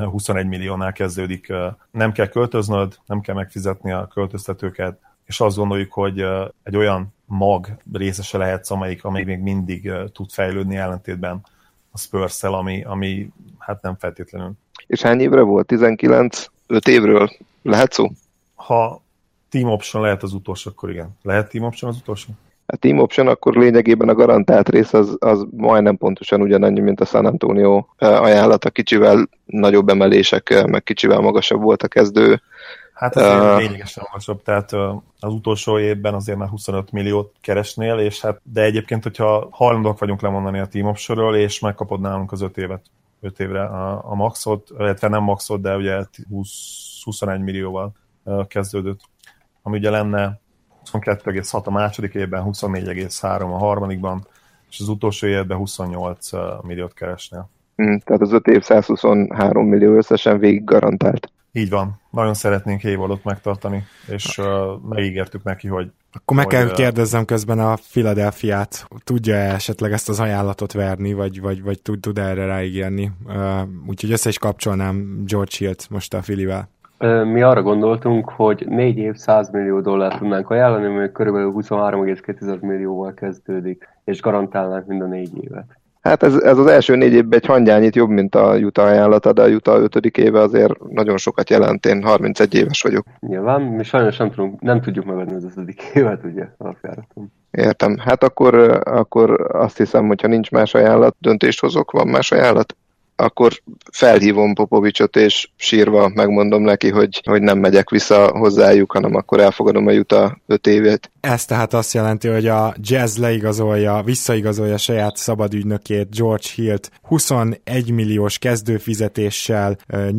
21 milliónál kezdődik. Nem kell költöznöd, nem kell megfizetni a költöztetőket, és azt gondoljuk, hogy egy olyan mag részese lehetsz, amelyik még mindig tud fejlődni ellentétben a Spurs-szel, ami hát nem feltétlenül. És hány évre volt? 19? 5 évről lehet szó? Ha team option lehet az utolsó, akkor igen. Lehet team option az utolsó? A team option akkor lényegében a garantált rész az majdnem pontosan ugyanannyi, mint a San Antonio ajánlata. Kicsivel nagyobb emelések, meg kicsivel magasabb volt a kezdő. Hát azért lényegesen magasabb, tehát az utolsó évben azért már 25 milliót keresnél, és hát, de egyébként, hogyha hajlandóak vagyunk lemondani a team optionről, és megkapod nálunk az 5 évre a maxot, illetve nem maxot, de ugye 21 millióval kezdődött, ami ugye lenne 22,6 a második évben, 24,3 a harmadikban, és az utolsó évben 28 milliót keresnél. Tehát az 5 év 123 millió összesen végig garantált. Így van. Nagyon szeretnénk Haywardot megtartani, és megígértük neki, hogy... Akkor meg kell kérdezzem közben a Philadelphiát, tudja esetleg ezt az ajánlatot verni, vagy tud erre ráígérni. Úgyhogy össze is kapcsolnám George Hill-t most a Phillyvel. Mi arra gondoltunk, hogy 4 év 100 millió dollárt tudnánk ajánlani, ami körülbelül 23,2 millióval kezdődik, és garantálnánk mind a 4 évet. Hát ez az első 4 évben egy hangyányit jobb, mint a Utah ajánlata, de a Utah 5. éve azért nagyon sokat jelent. Én 31 éves vagyok. Nyilván, mi sajnos nem tudjuk megadni az 5. évet, ugye, alapjáraton. Értem. Hát akkor azt hiszem, hogyha nincs más ajánlat, döntést hozok, van más ajánlat, akkor felhívom Popovicsot, és sírva megmondom neki, hogy nem megyek vissza hozzájuk, hanem akkor elfogadom a Utah 5 évet. Ez tehát azt jelenti, hogy a Jazz visszaigazolja saját szabadügynökét, George Hill-t 21 milliós kezdőfizetéssel,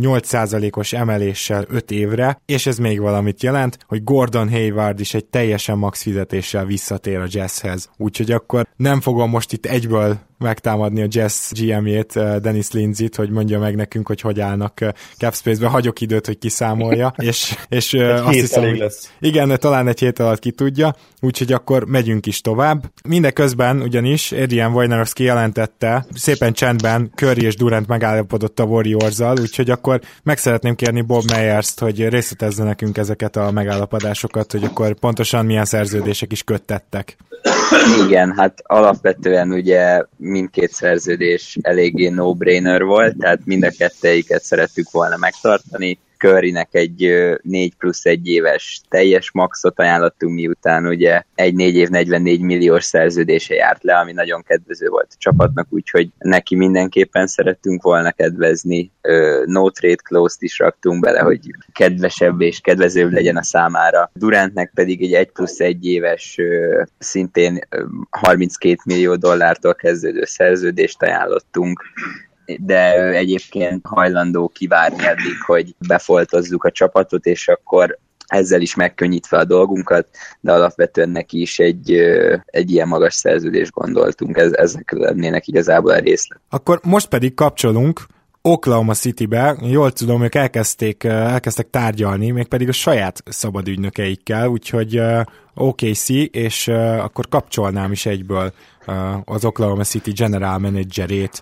8%-os emeléssel 5 évre, és ez még valamit jelent, hogy Gordon Hayward is egy teljesen max fizetéssel visszatér a Jazzhez. Úgyhogy akkor nem fogom most itt egyből megtámadni a Jazz GM-jét, Dennis Lindsay-t, hogy mondja meg nekünk, hogy állnak cap space-be, hagyok időt, hogy kiszámolja, és azt hiszem, hogy igen, talán egy hét alatt ki tudja, úgyhogy akkor megyünk is tovább. Mindeközben ugyanis Adrian Wojnarowski jelentette, szépen csendben Curry és Durant megállapodott a Warriors-zal, úgyhogy akkor meg szeretném kérni Bob Meyers-t, hogy részletezze nekünk ezeket a megállapodásokat, hogy akkor pontosan milyen szerződések is köttettek. Igen, hát alapvetően ugye mindkét szerződés eléggé no-brainer volt, tehát mind a kettőiket szerettük volna megtartani. Currynek egy 4+1 éves teljes maxot ajánlottunk, miután ugye egy 4 év 44 milliós szerződése járt le, ami nagyon kedvező volt a csapatnak, úgyhogy neki mindenképpen szerettünk volna kedvezni. No trade clause-t is raktunk bele, hogy kedvesebb és kedvezőbb legyen a számára. Durantnek pedig egy 1+1 éves, szintén 32 millió dollártól kezdődő szerződést ajánlottunk, de ő egyébként hajlandó kivárni eddig, hogy befoltozzuk a csapatot, és akkor ezzel is megkönnyítve a dolgunkat, de alapvetően neki is egy ilyen magas szerződést gondoltunk, ezek lennének igazából a részlet. Akkor most pedig kapcsolunk Oklahoma Citybe, jól tudom, ők elkezdtek tárgyalni, mégpedig a saját szabad ügynökeikkel, úgyhogy OKC, és akkor kapcsolnám is egyből az Oklahoma City general managerét.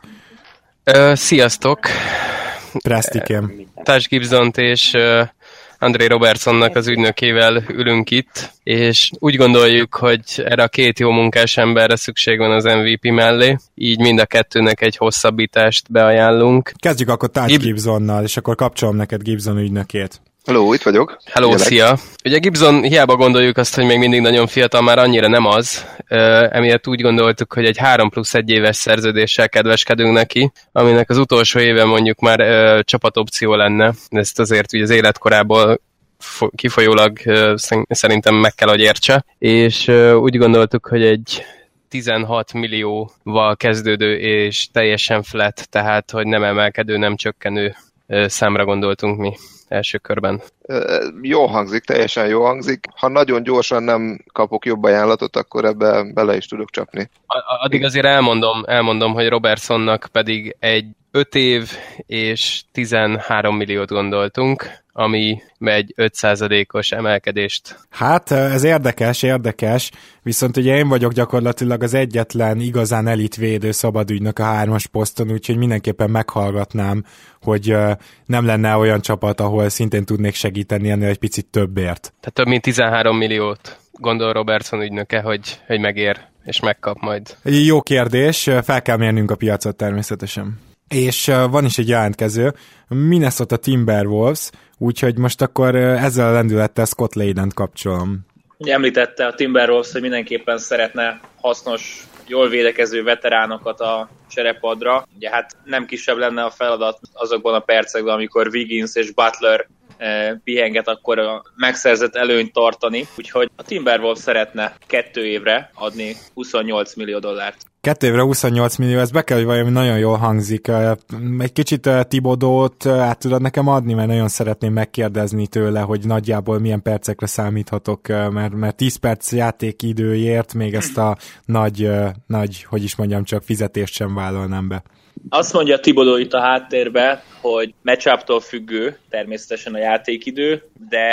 Sziasztok! Prestikém. Taj Gibsont és André Robertsonnak az ügynökével ülünk itt, és úgy gondoljuk, hogy erre a két jó munkás emberre szükség van az MVP mellé, így mind a kettőnek egy hosszabbítást beajánlunk. Kezdjük akkor Taj Gibsonnal, és akkor kapcsolom neked Gibson ügynökét. Hello, itt vagyok. Hello, szia! Ugye Gibson, hiába gondoljuk azt, hogy még mindig nagyon fiatal, már annyira nem az. Emiatt úgy gondoltuk, hogy egy 3+1 éves szerződéssel kedveskedünk neki, aminek az utolsó éve mondjuk már csapatopció lenne. Ezt azért ugye az életkorából kifolyólag szerintem meg kell, hogy értse. És úgy gondoltuk, hogy egy 16 millióval kezdődő és teljesen flat, tehát hogy nem emelkedő, nem csökkenő számra gondoltunk mi első körben. Jó hangzik, teljesen jó hangzik. Ha nagyon gyorsan nem kapok jobb ajánlatot, akkor ebbe bele is tudok csapni. Addig azért elmondom, hogy Robertsonnak pedig egy 5 év és 13 milliót gondoltunk, ami egy 5%-os emelkedést. Hát ez érdekes, viszont ugye én vagyok gyakorlatilag az egyetlen igazán elitvédő szabadügynök a 3-as poszton, úgyhogy mindenképpen meghallgatnám, hogy nem lenne olyan csapat, ahol szintén tudnék segíteni ennél egy picit többért. Tehát több mint 13 milliót gondol Robertson ügynöke, hogy megér és megkap majd. Jó kérdés, fel kell mérnünk a piacot természetesen. És van is egy jelentkező, Minnesota Timberwolves, úgyhogy most akkor ezzel a lendülettel Scott Layden-t kapcsolom. Ugye említette a Timberwolves, hogy mindenképpen szeretne hasznos, jól védekező veteránokat a cserepadra. Ugye hát nem kisebb lenne a feladat azokban a percekben, amikor Wiggins és Butler pihenget, akkor a megszerzett előnyt tartani. Úgyhogy a Timberwolves szeretne 2 évre adni 28 millió dollárt. 2 évre 28 millió, ez be kell, hogy valami nagyon jól hangzik. Egy kicsit Thibodeaut át tudod nekem adni, mert nagyon szeretném megkérdezni tőle, hogy nagyjából milyen percekre számíthatok, mert 10 perc játékidőért még ezt a nagy, hogy is mondjam, csak fizetést sem vállalnám be. Azt mondja Thibodeau itt a háttérbe, hogy matchup-tól függő természetesen a játékidő, de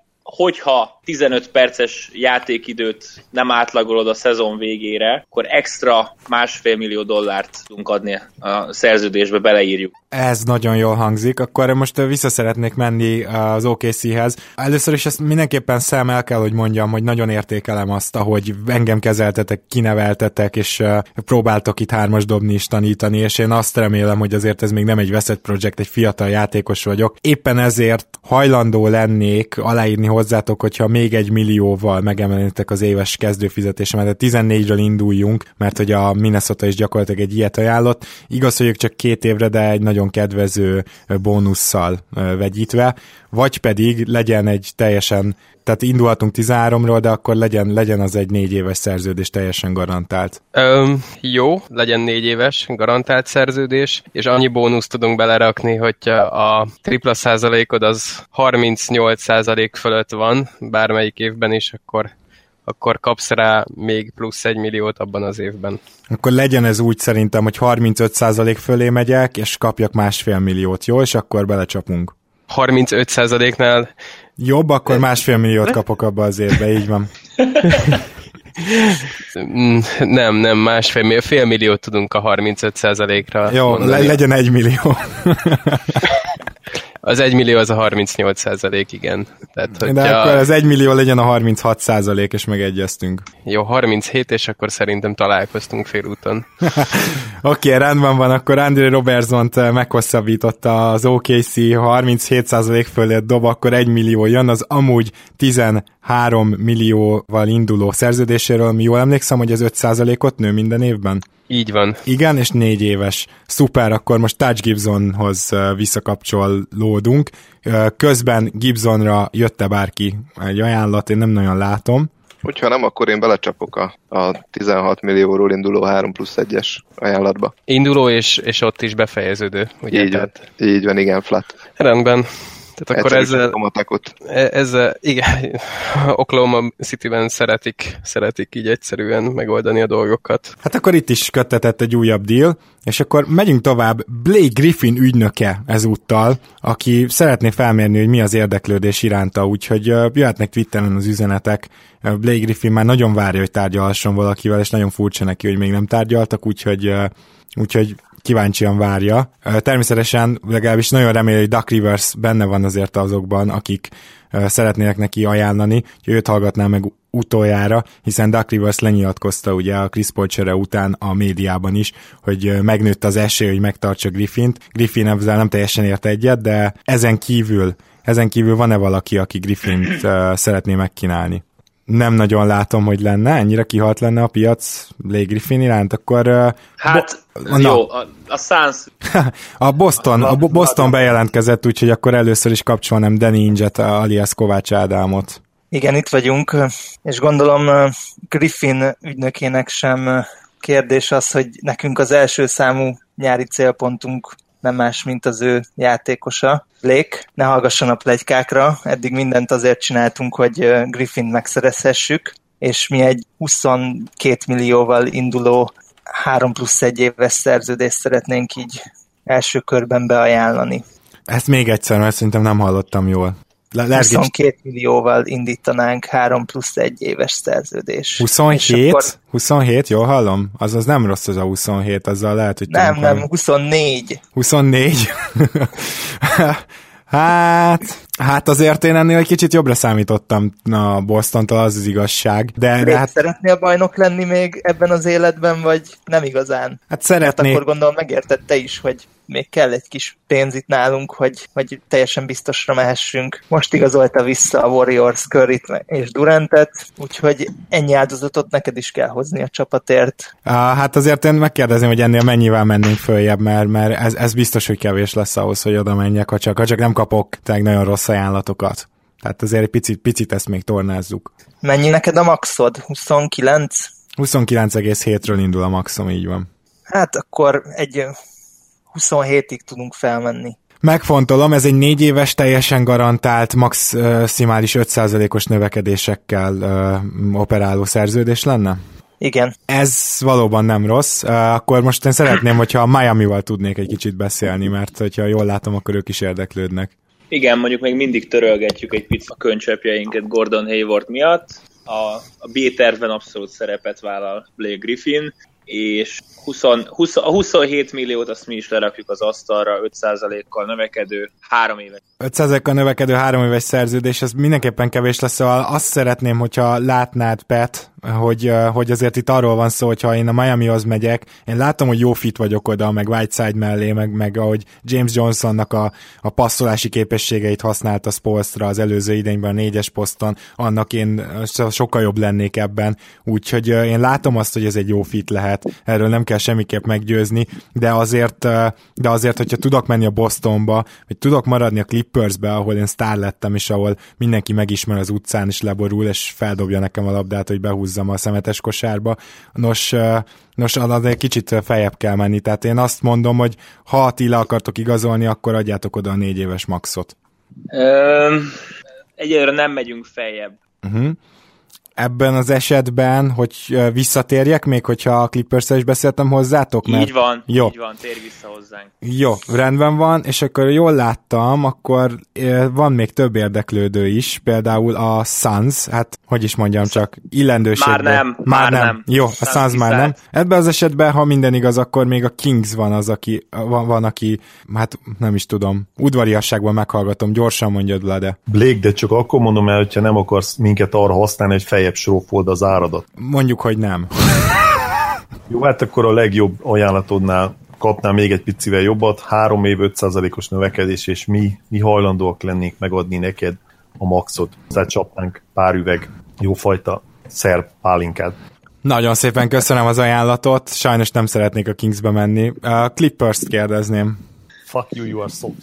hogyha 15 perces játékidőt nem átlagolod a szezon végére, akkor extra $1,5 millió tudunk adni a szerződésbe, beleírjuk. Ez nagyon jól hangzik, akkor most vissza szeretnék menni az OKC-hez. Először is ezt mindenképpen el kell, hogy mondjam, hogy nagyon értékelem azt, ahogy engem kezeltetek, kineveltetek, és próbáltok itt 3-as dobni is tanítani, és én azt remélem, hogy azért ez még nem egy veszett projekt, egy fiatal játékos vagyok. Éppen ezért hajlandó lennék aláírni hozzátok, hogyha még 1 millióval megemelitek az éves kezdőfizetésemet, tehát 14-ről induljunk, mert hogy a Minnesota is gyakorlatilag egy ilyet ajánlott. Igaz, hogy ők csak 2 évre, de egy nagyon kedvező bónusszal vegyítve, vagy pedig legyen egy teljesen, tehát indulhatunk 13-ról, de akkor legyen az egy 4 éves szerződés teljesen garantált. Jó, legyen 4 éves garantált szerződés, és annyi bónuszt tudunk belerakni, hogyha a tripla százalékod az 38% fölött van, bármelyik évben is, akkor kapsz rá még plusz 1 milliót abban az évben. Akkor legyen ez úgy szerintem, hogy 35% fölé megyek, és kapjak $1,5 milliót, jó? És akkor belecsapunk. 35%-nál jobb, akkor $1,5 milliót kapok abba az évbe, így van. Nem, fél milliót tudunk a 35%-ra. Jó, legyen 1 millió. Az 1 millió az a 38%, igen. Tehát, de akkor az 1 millió legyen a 36%, és megegyeztünk. Jó, 37, és akkor szerintem találkoztunk félúton. Oké, rendben van, akkor Andre Robertsont meghosszabbította az OKC, ha 37% fölé dob, akkor 1 millió jön, az amúgy 13 millióval induló szerződéséről, mi jól emlékszem, hogy ez 5%-ot nő minden évben? Így van. Igen, és 4 éves. Szuper, akkor most Taj Gibsonhoz visszakapcsolódunk. Közben Gibsonra jött-e bárki egy ajánlat, én nem nagyon látom. Hogyha nem, akkor én belecsapok a 16 millióról induló 3+1-es ajánlatba. Induló és ott is befejeződő. Ugye? Így van, igen, flat. Rendben. Tehát akkor ezzel igen, Oklahoma Cityben szeretik így egyszerűen megoldani a dolgokat. Hát akkor itt is köttetett egy újabb deal, és akkor megyünk tovább. Blake Griffin ügynöke ezúttal, aki szeretné felmérni, hogy mi az érdeklődés iránta, úgyhogy jöhetnek Twitteren az üzenetek. Blake Griffin már nagyon várja, hogy tárgyalhasson valakivel, és nagyon furcsa neki, hogy még nem tárgyaltak, úgyhogy kíváncsian várja. Természetesen legalábbis nagyon reméli, hogy Doc Rivers benne van azért azokban, akik szeretnének neki ajánlani, hogy őt hallgatná meg utoljára, hiszen Doc Rivers lenyilatkozta ugye a Chris Paul csere után a médiában is, hogy megnőtt az esély, hogy megtartsa Griffint. Griffin ezzel nem teljesen ért egyet, de ezen kívül van-e valaki, aki Griffint szeretné megkínálni? Nem nagyon látom, hogy lenne, ennyire kihalt lenne a piac Blake Griffin iránt, akkor... jó, a Suns... a Boston bejelentkezett, úgyhogy akkor először is kapcsolnám Danny Ainge-et, alias Kovács Ádámot. Igen, itt vagyunk, és gondolom Griffin ügynökének sem kérdés az, hogy nekünk az első számú nyári célpontunk nem más, mint az ő játékosa. Blake, ne hallgasson a pletykákra, eddig mindent azért csináltunk, hogy Griffint megszerezhessük, és mi egy 22 millióval induló 3+1 éves szerződést szeretnénk így első körben beajánlani. Ezt még egyszer, mert szerintem nem hallottam jól. 22 millióval indítanánk 3+1 éves szerződés. 27? Akkor... 27, jól hallom? Azaz nem rossz az a 27, azzal lehet, hogy... Nem, 24. 24? Hát azért én ennél egy kicsit jobbra számítottam a Bostontól, az igazság. De hát... Szeretnél bajnok lenni még ebben az életben, vagy nem igazán? Hát szeretnék. Hát akkor gondolom megérted te is, hogy még kell egy kis pénz itt nálunk, hogy teljesen biztosra mehessünk. Most igazolta vissza a Warriors Curryt és Durantet, úgyhogy ennyi áldozatot neked is kell hozni a csapatért. Hát azért én megkérdezném, hogy ennél mennyivel mennénk följebb, mert ez biztos, hogy kevés lesz ahhoz, hogy oda menjek, ha csak nem kapok nagyon rossz ajánlatokat. Tehát azért egy picit ezt még tornázzuk. Mennyi neked a maxod? 29? 29,7-ről indul a maxom, így van. Hát akkor egy 27-ig tudunk felmenni. Megfontolom, ez egy 4 éves teljesen garantált, maximális 5%-os növekedésekkel operáló szerződés lenne? Igen. Ez valóban nem rossz. Akkor most én szeretném, hogyha a Miamival tudnék egy kicsit beszélni, mert hogyha jól látom, akkor ők is érdeklődnek. Igen, mondjuk még mindig törölgetjük egy picit a könycsepjeinket Gordon Hayward miatt. A B-tervben abszolút szerepet vállal Blake Griffin, és a 27 milliót azt mi is lerakjuk az asztalra, 5%-kal növekedő 3 éves. 5%-kal növekedő 3 éves szerződés, ez mindenképpen kevés lesz, szóval azt szeretném, hogyha látnád, Pet, hogy azért itt arról van szó, hogyha én a Miamihoz megyek, én látom, hogy jó fit vagyok oda, meg Whiteside mellé, meg ahogy James Johnsonnak a passzolási képességeit használta Spolstra az előző idényben a 4-es poszton, annak én sokkal jobb lennék ebben, úgyhogy én látom azt, hogy ez egy jó fit lehet, erről nem kell semmiképp meggyőzni, de azért, hogyha tudok menni a Bostonba, vagy tudok maradni a Clippersbe, ahol én sztár lettem, és ahol mindenki megismer az utcán, és leborul, és feldobja nekem a labdát, hogy behúzzam a szemetes kosárba. Nos, egy kicsit feljebb kell menni, tehát én azt mondom, hogy ha ti le akartok igazolni, akkor adjátok oda a 4 éves maxot. Egyelőre nem megyünk feljebb. ebben az esetben, hogy visszatérjek még, hogyha a Clippers-szel is beszéltem hozzátok? Mert... Így van, jó. Így van, térj vissza hozzánk. Jó, rendben van, és akkor jól láttam, akkor van még több érdeklődő is, például a Suns, hát hogy is mondjam, csak illendőségben. Már nem. Jó, a Suns már nem. Ebben az esetben, ha minden igaz, akkor még a Kings van az, aki, aki hát nem is tudom, udvariasságban meghallgatom, gyorsan mondjad, Vlade. Blake, de csak akkor mondom el, hogyha nem akarsz minket arra használni, hogy feljebb srófold az áradat. Mondjuk, hogy nem. Jó, hát akkor a legjobb ajánlatodnál kapnál még egy picivel jobbat, 3 év 5%-os növekedés, és mi hajlandóak lennénk megadni neked a maxot. Tehát csapnánk pár üveg jófajta szerb pálinkát. Nagyon szépen köszönöm az ajánlatot, sajnos nem szeretnék a Kingsbe menni. A Clippers-t kérdezném. Fuck you, you are soft.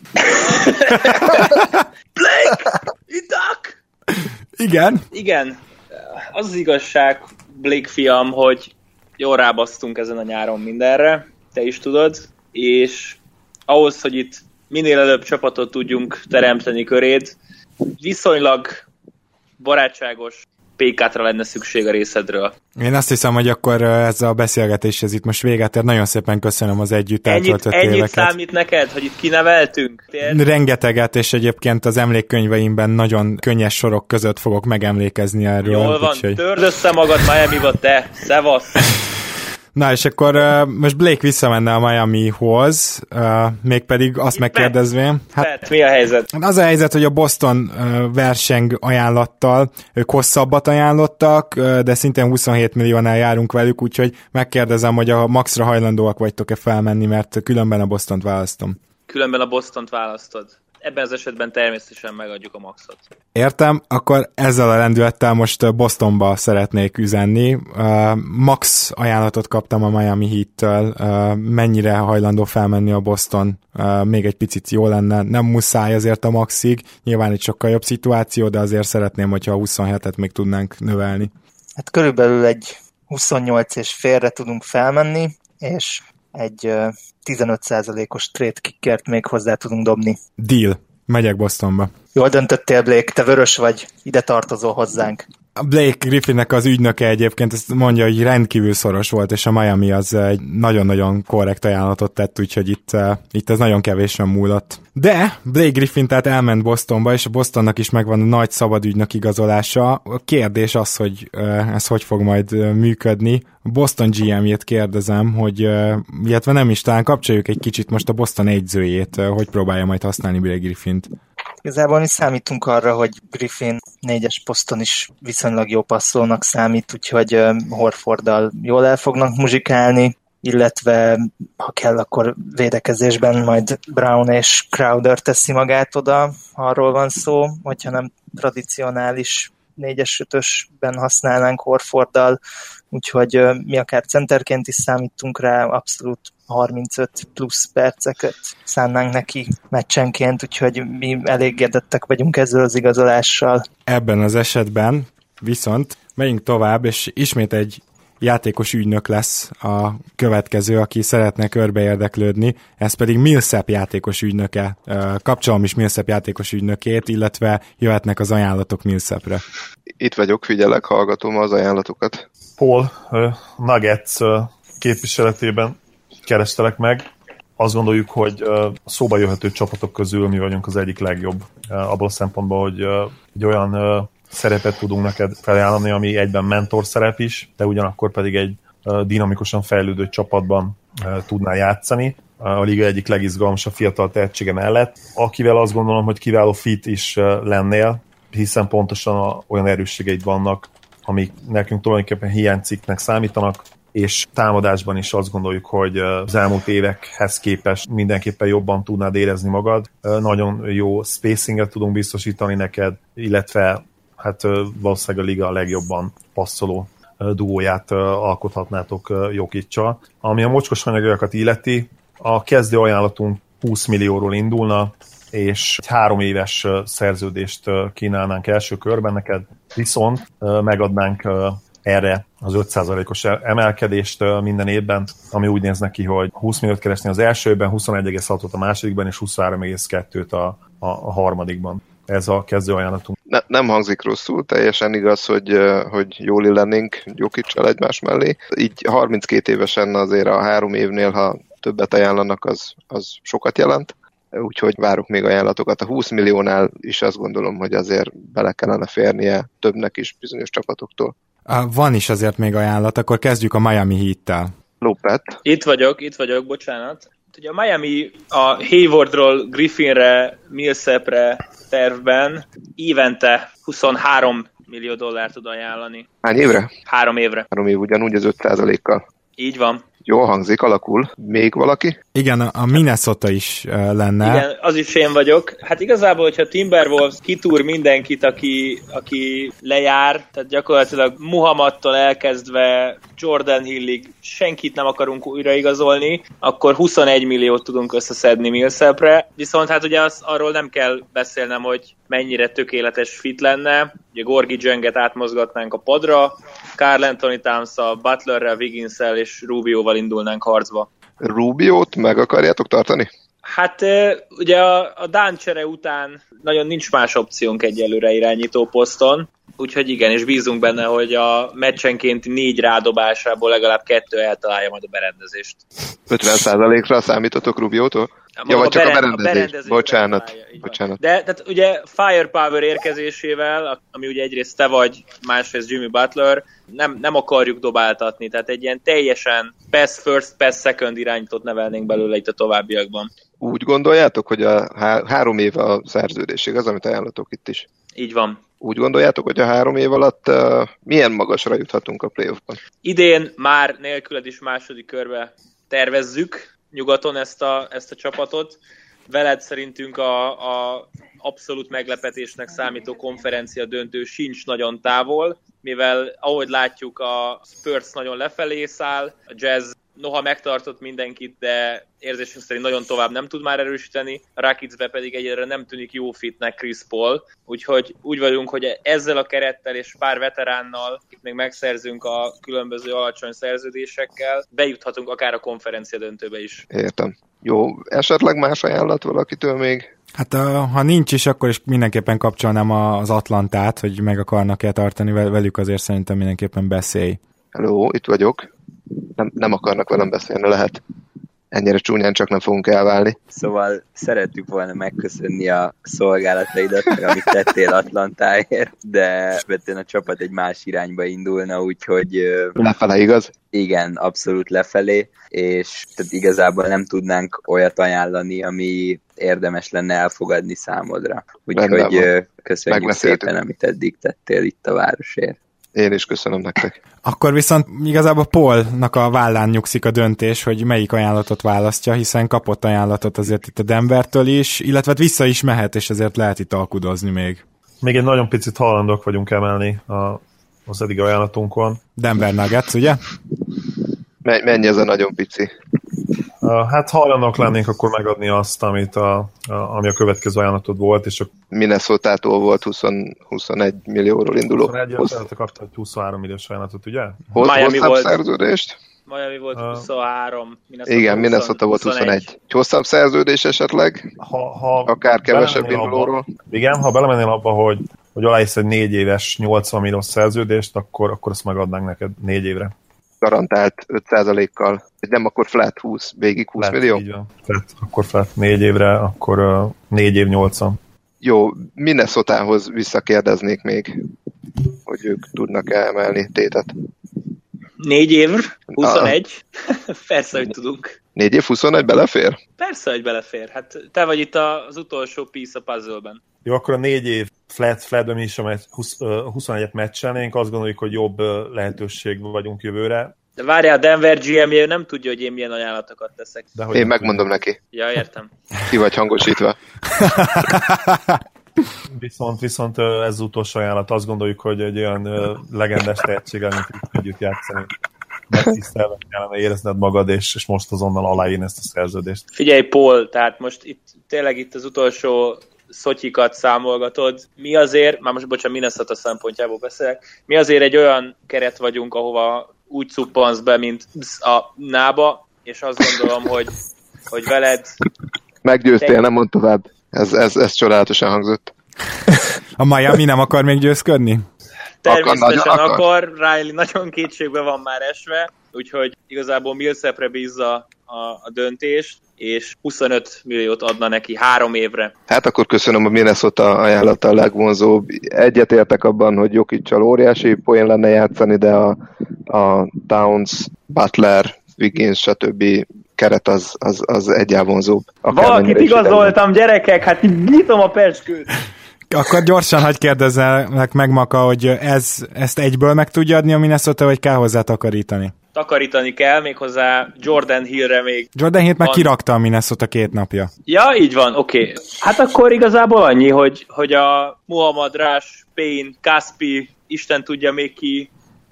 Blake! Idak! Igen? Igen. Az igazság, Blake fiam, hogy jól rábasztunk ezen a nyáron mindenre, te is tudod, és ahhoz, hogy itt minél előbb csapatot tudjunk teremteni köréd, viszonylag barátságos PK-tra lenne szükség a részedről. Én azt hiszem, hogy akkor ez a beszélgetéshez itt most véget ér. Nagyon szépen köszönöm az együtt eltöltött éveket. Ennyit számít neked, hogy itt kineveltünk? Rengeteget, és egyébként az emlékkönyveimben nagyon könnyes sorok között fogok megemlékezni erről. Jól van, úgyhogy... törd össze magad Miami-ba, te! Szevasz! Na, és akkor most Blake visszamenne a Miamihoz, mégpedig azt megkérdezvén. Hát, mi a helyzet? Az a helyzet, hogy a Boston verseng ajánlattal, ők hosszabbat ajánlottak, de szintén 27 milliónál járunk velük, úgyhogy megkérdezem, hogy a maxra hajlandóak vagytok-e felmenni, mert különben a Bostont választom. Különben a Bostont választod. Ebben az esetben természetesen megadjuk a maxot. Értem, akkor ezzel a lendülettel most Bostonba szeretnék üzenni. Max ajánlatot kaptam a Miami Heat-től. Mennyire hajlandó felmenni a Boston? Még egy picit jó lenne. Nem muszáj azért a maxig. Nyilván egy sokkal jobb szituáció, de azért szeretném, hogyha a 27-et még tudnánk növelni. Hát körülbelül egy 28 és félre tudunk felmenni, és egy 15%-os trade kickert még hozzá tudunk dobni. Deal. Megyek Bostonba. Jól döntöttél, Blake, te vörös vagy, ide tartozol hozzánk. A Blake Griffinnek az ügynöke egyébként ezt mondja, hogy rendkívül szoros volt, és a Miami az egy nagyon-nagyon korrekt ajánlatot tett, úgyhogy itt ez nagyon kevésen múlott. De Blake Griffin tehát elment Bostonba, és a Bostonnak is megvan a nagy szabadügynök igazolása. A kérdés az, hogy ez hogy fog majd működni. A Boston GM-jét kérdezem, hogy illetve nem is, talán kapcsoljuk egy kicsit most a Boston egyzőjét, hogy próbálja majd használni Blake Griffint. Igazából mi számítunk arra, hogy Griffin 4-es poszton is viszonylag jó passzolnak számít, úgyhogy Horforddal jól el fognak muzsikálni, illetve ha kell, akkor védekezésben majd Brown és Crowder teszi magát oda, arról van szó, hogyha nem tradicionális 4-es 5-ösben használnánk Horforddal, úgyhogy mi akár centerként is számítunk rá, abszolút 35 plusz perceket szánnánk neki meccsenként, úgyhogy mi elégedettek vagyunk ezzel az igazolással. Ebben az esetben viszont megyünk tovább, és ismét egy játékos ügynök lesz a következő, aki szeretne körbe érdeklődni, ez pedig Millsap játékos ügynöke. Kapcsolom is Millsap játékos ügynökét, illetve jöhetnek az ajánlatok Millsapre. Itt vagyok, figyelek, hallgatom az ajánlatokat. Paul, Nuggets képviseletében kerestelek meg. Azt gondoljuk, hogy szóba jöhető csapatok közül mi vagyunk az egyik legjobb. Abban a szempontból, hogy egy olyan szerepet tudunk neked felajánlani, ami egyben mentor szerep is, de ugyanakkor pedig egy dinamikusan fejlődő csapatban tudnál játszani. A liga egyik legizgalmasabb fiatal tehetsége mellett, akivel azt gondolom, hogy kiváló fit is lennél, hiszen pontosan olyan erősségeid vannak, amik nekünk tulajdonképpen hiánycikknek számítanak, és támadásban is azt gondoljuk, hogy az elmúlt évekhez képest mindenképpen jobban tudnád érezni magad. Nagyon jó spacinget tudunk biztosítani neked, illetve hát valószínűleg a liga a legjobban passzoló duóját alkothatnátok Jokic-csal. Ami a mocskos anyagjakat illeti, a kezdő ajánlatunk 20 millióról indulna, és egy 3 éves szerződést kínálnánk első körben neked, viszont megadnánk erre az 5%-os emelkedést minden évben, ami úgy néz neki, hogy 20 milliót keresni az elsőben, 21,6-ot a másodikban, és 23,2-t a harmadikban. ez a kezdő ajánlatunk. Nem hangzik rosszul, teljesen igaz, hogy jól lennénk Jokic-sal egymás mellé. Így 32 évesen azért a 3 évnél, ha többet ajánlanak, az sokat jelent. Úgyhogy várok még ajánlatokat. A 20 milliónál is azt gondolom, hogy azért bele kellene férnie többnek is bizonyos csapatoktól. Van is azért még ajánlat, akkor kezdjük a Miami Heat-tel. Lópet. Itt vagyok, bocsánat. Ugye a Miami a Haywardról, Griffinre, Millsapre tervben évente 23 millió dollárt tud ajánlani. Hány évre? 3 évre. 3 év ugyanúgy az 5%-kal. Így van. Jó hangzik, alakul. Még valaki? Igen, a Minnesota is lenne. Igen, az is én vagyok. Hát igazából, hogyha Timberwolves kitúr mindenkit, aki lejár, tehát gyakorlatilag Muhammadtól elkezdve Jordan Hillig senkit nem akarunk újraigazolni, akkor 21 milliót tudunk összeszedni Millsapre. Viszont hát ugye arról nem kell beszélnem, hogy mennyire tökéletes fit lenne. Ugye Gorgui Dienget átmozgatnánk a padra, Karl Anthony Towns-szal, Butlerrel, Wigginssel és Rubioval indulnánk harcba. Rubiót meg akarjátok tartani? Hát ugye a Dán csere után nagyon nincs más opciónk egyelőre irányító poszton, úgyhogy igen, és bízunk benne, hogy a meccsenként 4 rádobásából legalább 2 eltalálja majd a berendezést. 50%-ra számítotok Rubiótól? Ja, vagy csak a berendezés. Bocsánat. De tehát ugye Firepower érkezésével, ami ugye egyrészt te vagy, másrészt Jimmy Butler, nem akarjuk dobáltatni, tehát egy ilyen teljesen pass first, pass second irányítót nevelnénk belőle itt a továbbiakban. Úgy gondoljátok, hogy a 3 év a szerződésig, az, amit ajánlatok itt is? Így van. Úgy gondoljátok, hogy a 3 év alatt milyen magasra juthatunk a playoffban? Idén már nélküled is második körbe tervezzük nyugaton ezt a csapatot. Veled szerintünk a abszolút meglepetésnek számító konferencia döntő sincs nagyon távol, mivel ahogy látjuk, a Spurs nagyon lefelé száll, a Jazz noha megtartott mindenkit, de érzésünk szerint nagyon tovább nem tud már erősíteni, a Rocketsbe pedig egyre nem tűnik jó fitnek Chris Paul, úgyhogy úgy vagyunk, hogy ezzel a kerettel és pár veteránnal, itt még megszerzünk a különböző alacsony szerződésekkel, bejuthatunk akár a konferencia döntőbe is. Értem. Jó, esetleg más ajánlat valakitől még? Hát ha nincs is, akkor is mindenképpen kapcsolnám az Atlantát, hogy meg akarnak-e tartani velük, azért szerintem mindenképpen beszélj. Hello, itt vagyok. Nem akarnak velem beszélni, lehet. Ennyire csúnyán csak nem fogunk elválni. Szóval szerettük volna megköszönni a szolgálataidat, amit tettél Atlantáért, de vetően a csapat egy más irányba indulna, úgyhogy... Lefele, igaz? Igen, abszolút lefelé, és tehát igazából nem tudnánk olyat ajánlani, ami érdemes lenne elfogadni számodra. Úgyhogy köszönjük szépen, amit eddig tettél itt a városért. Én is köszönöm nektek. Akkor viszont igazából Paulnak a vállán nyugszik a döntés, hogy melyik ajánlatot választja, hiszen kapott ajánlatot azért itt a Denvertől is, illetve vissza is mehet, és ezért lehet itt alkudozni még. Még egy nagyon picit hajlandók vagyunk emelni az eddig ajánlatunkon. Denver Nuggets, ugye? Mennyi ez a nagyon pici? Hát hajlandók lennénk akkor megadni azt, ami a következő ajánlatod volt, és Minnesota-tól volt 21 millióról induló. 21 kapta egy 23 milliós ajánlatot, ugye? Hosszabb szerződést? Miami volt 23. Igen, Minnesota volt 21. Hosszabb szerződés esetleg? Akár kevesebb indulóról? Igen, ha belemennél abba, hogy aláírsz egy 4 éves 80 milliós szerződést, akkor azt megadnánk neked 4 évre. Garantált 5%-kal. Nem, akkor flat 20, végig 20 flat, millió? Így van. Akkor flat 4 évre, akkor 4 év 80. Jó, Minnesotához visszakérdeznék még, hogy ők tudnak emelni tétet. 4 év, 21? Persze, hogy tudunk. 4 év, 21 belefér? Persze, hogy belefér. Hát te vagy itt az utolsó piece a puzzle-ben. Jó, akkor a 4 év flatben mi is, amely 21-et meccselnénk, azt gondoljuk, hogy jobb lehetőség vagyunk jövőre. De várjál, Denver GM-je nem tudja, hogy én milyen ajánlatokat teszek. Én megmondom neki. Ja, értem. Ki vagy hangosítva. Viszont ez az utolsó ajánlat, azt gondoljuk, hogy egy olyan legendás tehetséggel, mint együtt játszani. Megtisztelve kellene érezned magad, és most azonnal aláírni ezt a szerződést. Figyelj, Paul, tehát most itt az utolsó szotyikat számolgatod. Mi azért, már most bocsánat, Minnesota szempontjából beszélek, mi azért egy olyan keret vagyunk, ahova úgy cuppansz be, mint a nába, és azt gondolom, hogy veled... Meggyőztél, nem mondd tovább. Ez csodálatosan hangzott. A Miami nem akar még győzködni? Természetesen akar, Riley nagyon kétségbe van már esve, úgyhogy igazából Millsapre bízza a döntést, és 25 milliót adna neki 3 évre. Hát akkor köszönöm, a Minnesota ajánlata a legvonzóbb. Egyetértek abban, hogy Jokic-sal óriási poén lenne játszani, de a Towns, Butler, Wiggins, stb. Keret az egyáltalán vonzóbb. Valakit igazoltam, gyerekek, hát nyitom a pecskőt. Akkor gyorsan hagyj kérdezzelek meg, Maka, hogy ezt egyből meg tudja adni a Minnesota, vagy kell hozzá takarítani? Takarítani kell, méghozzá Jordan Hillre még. Jordan Hillt már kirakta a Minnesota 2 napja. Ja, így van, oké. Hát akkor igazából annyi, hogy a Muhammad, Rush, Payne, Caspi, Isten tudja még ki,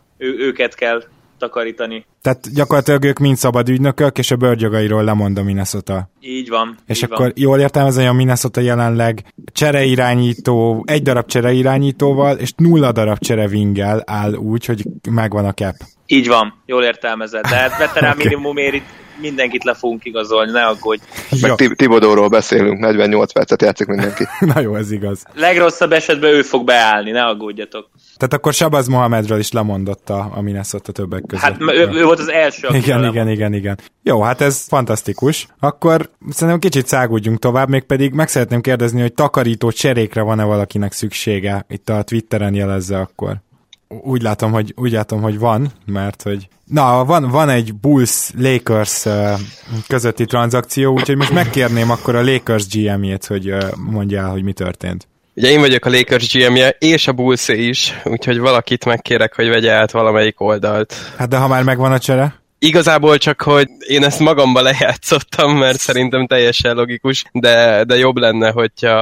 őket kell takarítani. Tehát gyakorlatilag ők mind szabad ügynökök, és a bőrgyogairól lemond a Minnesota. Így van. És így akkor van. Jól értelmezem, hogy a Minnesota jelenleg csereirányító, 1 darab csereirányítóval, és 0 darab cserewinggel áll úgy, hogy megvan a cap. Így van, jól értelmezed. De hát veterán minimumért itt mindenkit le fogunk igazolni, ne aggódj. Meg Thibodeauról beszélünk, 48 percet játszik mindenki. Na jó, ez igaz. Legrosszabb esetben ő fog beállni, ne aggódjatok. Tehát akkor Shabazz Mohamedről is lemondott a Minnesota többek között. Hát ő volt az első, aki igen. Jó, hát ez fantasztikus. Akkor szerintem kicsit szágudjunk tovább, mégpedig meg szeretném kérdezni, hogy takarító cserékre van-e valakinek szüksége? Itt a Twitteren jelezze akkor. Úgy látom, hogy van, mert hogy... Na, van egy Bulls-Lakers közötti tranzakció, úgyhogy most megkérném akkor a Lakers GM-jét, hogy mondja el, hogy mi történt. Ugye én vagyok a Lakers GM-je, és a Bulls-é is, úgyhogy valakit megkérek, hogy vegye át valamelyik oldalt. Hát de ha már megvan a csere? Igazából csak, hogy én ezt magamba lejátszottam, mert szerintem teljesen logikus, de jobb lenne,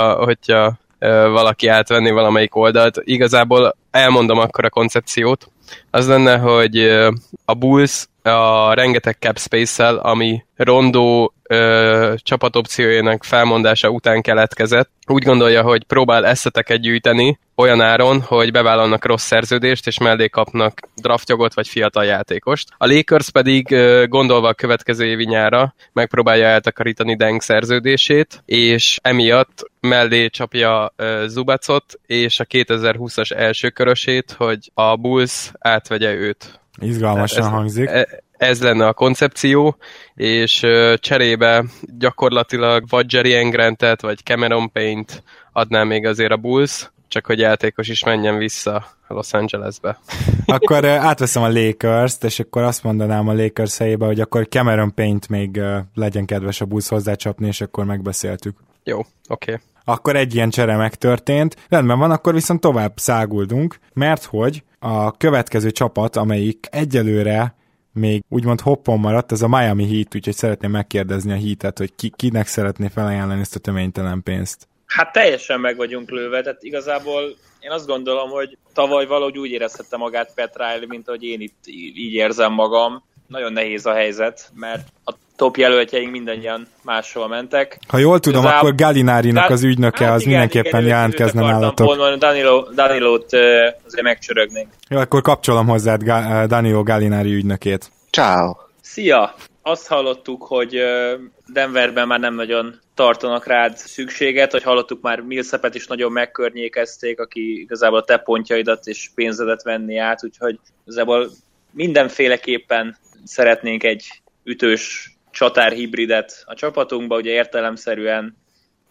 hogyha valaki átvenni valamelyik oldalt. Igazából elmondom akkor a koncepciót. Az lenne, hogy a Bulls a rengeteg cap space-szel, ami Rondo csapatopciójának felmondása után keletkezett, úgy gondolja, hogy próbál eszeteket gyűjteni olyan áron, hogy bevállalnak rossz szerződést, és mellé kapnak draftjogot vagy fiatal játékost. A Lakers pedig gondolva a következő évi nyára megpróbálja eltakarítani Deng szerződését, és emiatt mellé csapja Zubacot és a 2020-as első körösét, hogy a Bulls átvegye őt. Izgalmasan hangzik. Ez lenne a koncepció, és cserébe gyakorlatilag vagy Jerry Grantet, vagy Cameron Payne-t adná még azért a Bulls, csak hogy játékos is menjen vissza a Los Angelesbe. Akkor átveszem a Lakers-t, és akkor azt mondanám a Lakers helyébe, hogy akkor Cameron Payne-t még legyen kedves a Bulls hozzácsapni, és akkor megbeszéltük. Jó, oké. Akkor egy ilyen csere megtörtént. Rendben van, akkor viszont tovább száguldunk, mert hogy a következő csapat, amelyik egyelőre még úgymond hoppon maradt, az a Miami Heat, úgyhogy szeretném megkérdezni a Heatet, hogy kinek szeretné felajánlani ezt a töménytelen pénzt. Hát teljesen meg vagyunk lőve, tehát igazából én azt gondolom, hogy tavaly valahogy úgy érezhette magát Pat Riley, mint ahogy én itt így érzem magam. Nagyon nehéz a helyzet, mert a top jelöltjeink mindannyian máshol mentek. Ha jól tudom, akkor Gallinarinak az ügynöke hát az igen, mindenképpen jelentkezne nálatok. Danilót azért megcsörögnénk. Jó, akkor kapcsolom hozzád Danilo Gallinari ügynökét. Ciao. Szia! Azt hallottuk, hogy Denverben már nem nagyon tartanak rád szükséget, hogy hallottuk már Millsapet is nagyon megkörnyékezték, aki igazából a te pontjaidat és pénzedet venni át, úgyhogy igazából mindenféleképpen szeretnénk egy ütős csatár hibridet a csapatunkba, ugye értelemszerűen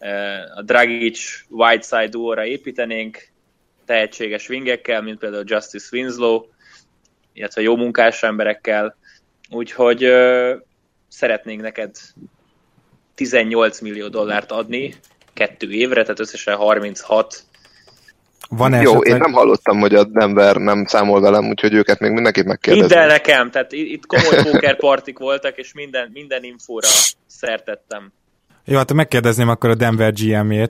a Dragic-Whiteside duóra építenénk, tehetséges wingekkel, mint például Justice Winslow, illetve jó munkás emberekkel, úgyhogy szeretnénk neked $18 millió adni 2 évre, tehát összesen 36. Jó, én nem hallottam, hogy a Denver nem számol velem, úgyhogy őket még mindenképp megkérdezem. Hidd el nekem, tehát itt komoly pókerpartik voltak, és minden infóra szertettem. Jó, hát megkérdezném akkor a Denver GM-jét,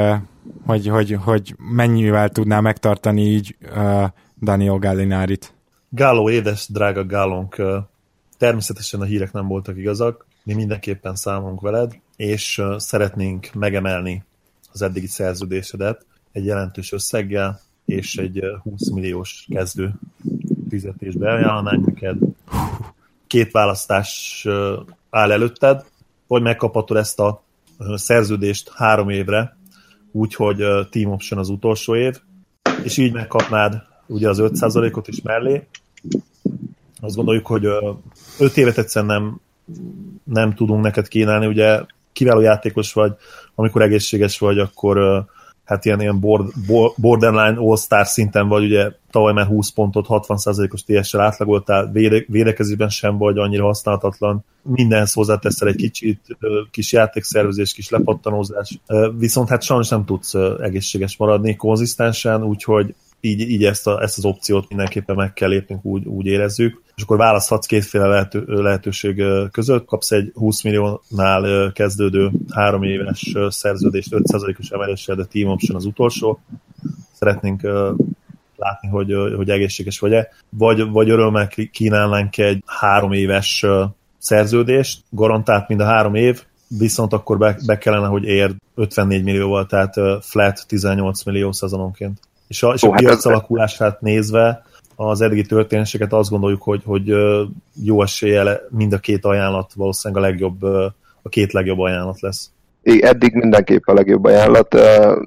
hogy mennyivel tudná megtartani így Danilo Gallinarit. Gáló, édes, drága Gálónk, természetesen a hírek nem voltak igazak, mi mindenképpen számolunk veled, és szeretnénk megemelni az eddigi szerződésedet egy jelentős összeggel, és egy 20 milliós kezdő fizetésbe ajánlanánk neked. 2 választás áll előtted, vagy megkaphatod ezt a szerződést 3 évre, úgyhogy team option az utolsó év, és így megkapnád ugye az 5%-ot is mellé. Azt gondoljuk, hogy 5 évet egyszerűen nem tudunk neked kínálni, ugye kiváló játékos vagy, amikor egészséges vagy, akkor hát ilyen borderline all-star szinten vagy, ugye tavaly már 20 pontot, 60%-os TS-sel átlagoltál, védekezésben sem vagy annyira használhatatlan, mindenhez hozzáteszel egy kis játékszervezés, kis lepattanózás, viszont hát sajnos nem tudsz egészséges maradni konzisztensen, úgyhogy így ezt az opciót mindenképpen meg kell lépnünk, úgy érezzük, és akkor választhatsz kétféle lehetőség között, kapsz egy 20 milliónál kezdődő 3 éves szerződést 5%-os emeléssel, de team option az utolsó. Szeretnénk látni, hogy egészséges vagy-e, vagy örömmel kínálnánk egy 3 éves szerződést, garantált mind a 3 év, viszont akkor be kellene, hogy érd 54 millióval, tehát flat 18 millió szezononként. És a piac alakulását nézve, az eddigi történéseket azt gondoljuk, hogy jó eséllyel mind a két ajánlat valószínűleg a két legjobb ajánlat lesz. Eddig mindenképp a legjobb ajánlat.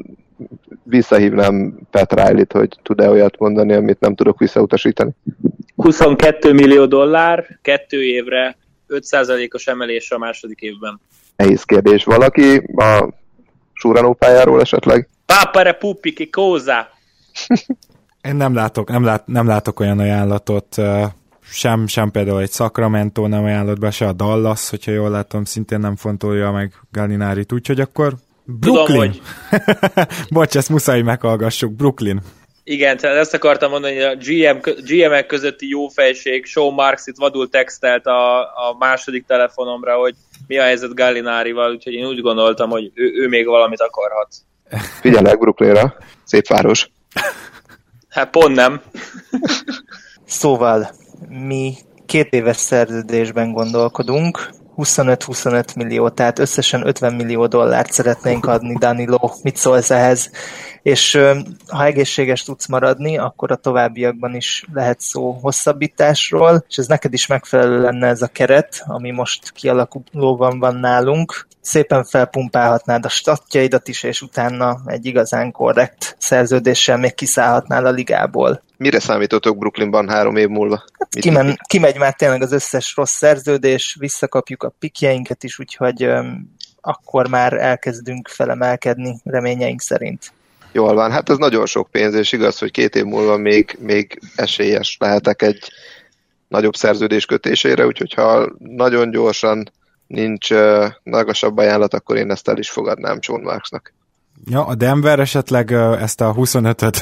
Visszahívnám Pat Riley-t, hogy tud-e olyat mondani, amit nem tudok visszautasítani. 22 millió dollár, 2 évre, 5%-os emelés a második évben. Nehéz kérdés. Valaki a Surano pályáról esetleg? Papare pupi che cosa? Én nem látok olyan ajánlatot, sem például egy Sacramento nem ajánlott be, se a Dallas, hogyha jól látom, szintén nem fontolja meg Gallinárit, úgyhogy akkor Brooklyn. Tudom, hogy... Bocs, ezt muszáj meghallgassuk, Brooklyn. Igen, tehát ezt akartam mondani, hogy a GM-ek közötti jófejség, Sean Marks itt vadul textelt a második telefonomra, hogy mi a helyzet Gallinárival, úgyhogy én úgy gondoltam, hogy ő még valamit akarhat. Figyelek Brooklynra, szép város. Hát pont nem. Szóval mi 2 éves szerződésben gondolkodunk, 25-25 millió, tehát összesen 50 millió dollárt szeretnénk adni, Danilo. Mit szólsz ehhez? És ha egészséges tudsz maradni, akkor a továbbiakban is lehet szó hosszabbításról, és ez neked is megfelelő lenne ez a keret, ami most kialakulóban van nálunk. Szépen felpumpálhatnád a statjaidat is, és utána egy igazán korrekt szerződéssel még kiszállhatnál a ligából. Mire számítotok Brooklynban 3 év múlva? Hát kimegy már tényleg az összes rossz szerződés, visszakapjuk a pikjeinket is, úgyhogy akkor már elkezdünk felemelkedni reményeink szerint. Jól van, hát ez nagyon sok pénz, és igaz, hogy 2 év múlva még esélyes lehetek egy nagyobb szerződés kötésére, úgyhogy ha nagyon gyorsan nincs magasabb ajánlat, akkor én ezt el is fogadnám Sean Marksnak. Ja, a Denver esetleg ezt a 25-öt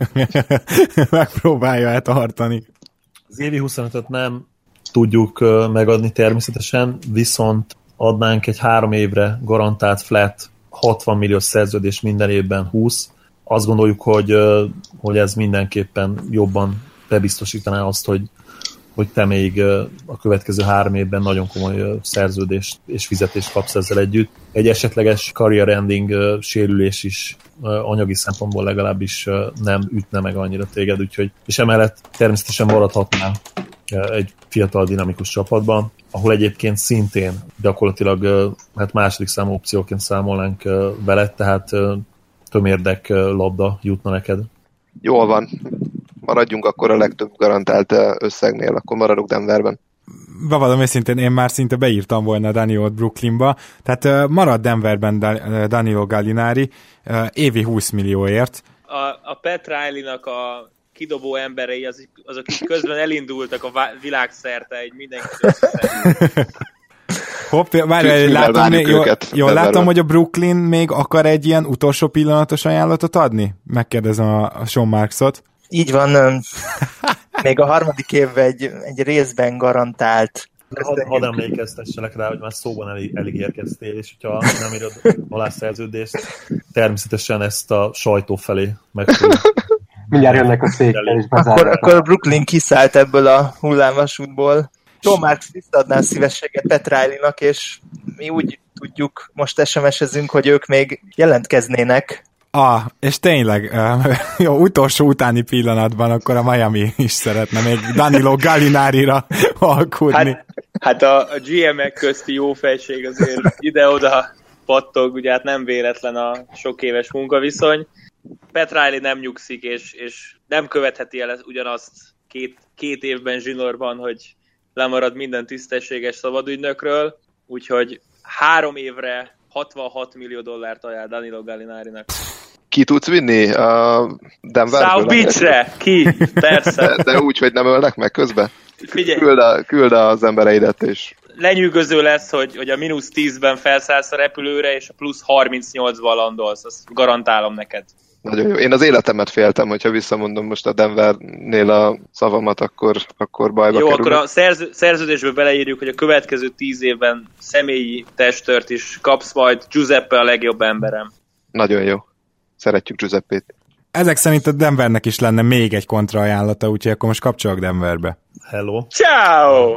megpróbálja eltartani. Az évi 25-öt nem tudjuk megadni természetesen, viszont adnánk egy 3 évre garantált flat 60 milliós szerződés minden évben 20. Azt gondoljuk, hogy ez mindenképpen jobban bebiztosítaná azt, hogy te még a következő 3 évben nagyon komoly szerződést és fizetést kapsz ezzel együtt. Egy esetleges career ending sérülés is anyagi szempontból legalábbis nem ütne meg annyira téged, úgyhogy, és emellett természetesen maradhatnál egy fiatal dinamikus csapatban, ahol egyébként szintén gyakorlatilag hát második számú opcióként számolnánk veled, tehát tömérdek labda jutna neked. Jól van. Maradjunk akkor a legtöbb garantált összegnél, akkor maradok Denverben. Bevallom őszintén, én már szinte beírtam volna Danilót Brooklynba, tehát marad Denverben Danilo Gallinari évi 20 millióért. A Pat Riley-nak a kidobó emberei, azok közben elindultak a világszerte egy mindenki. Jól látom, hogy a Brooklyn még akar egy ilyen utolsó pillanatos ajánlatot adni? Megkérdezem a Sean Marksot. Így van, még a harmadik évben egy részben garantált. Hadd emlékeztesselek rá, hogy már szóban elég érkeztél, és hogyha nem írod alá szerződést, természetesen ezt a sajtó felé megfogjuk. Mindjárt jönnek a székkel, és akkor Brooklyn kiszállt ebből a hullámvasútból. Sean Marks visszaadná a szívességet Pat Riley-nak, és mi úgy tudjuk, most SMS-ezünk, hogy ők még jelentkeznének. És tényleg, jó, utolsó utáni pillanatban akkor a Miami is szeretne még Danilo Gallinarira alkudni. Hát a GM-ek közti jó fejség azért ide-oda pattog, ugye hát nem véletlen a sok éves munkaviszony. Pat Riley nem nyugszik, és nem követheti el ugyanazt két évben zsinórban, hogy lemarad minden tisztességes szabadügynökről, úgyhogy 3 évre $66 millió ajánl Danilo Gallinarinak. Ki tudsz vinni a Denverből? South Beachre! Ki? Persze. De úgy, hogy nem ölnek meg közben? Figyelj! Küld az embereidet, és... Lenyűgöző lesz, hogy a -10-ben felszállsz a repülőre, és a +38-ban landolsz. Azt garantálom neked. Nagyon jó. Én az életemet féltem, hogyha visszamondom most a Denvernél a szavamat, akkor bajba jó, kerül. akkor a szerződésből beleírjuk, hogy a következő 10 évben személyi testőrt is kapsz, majd Giuseppe a legjobb emberem. Nagyon jó. Szeretjük Giuseppét. Ezek szerint a Denvernek is lenne még egy kontraajánlata, úgyhogy akkor most kapcsolok Denverbe. Hello. Ciao!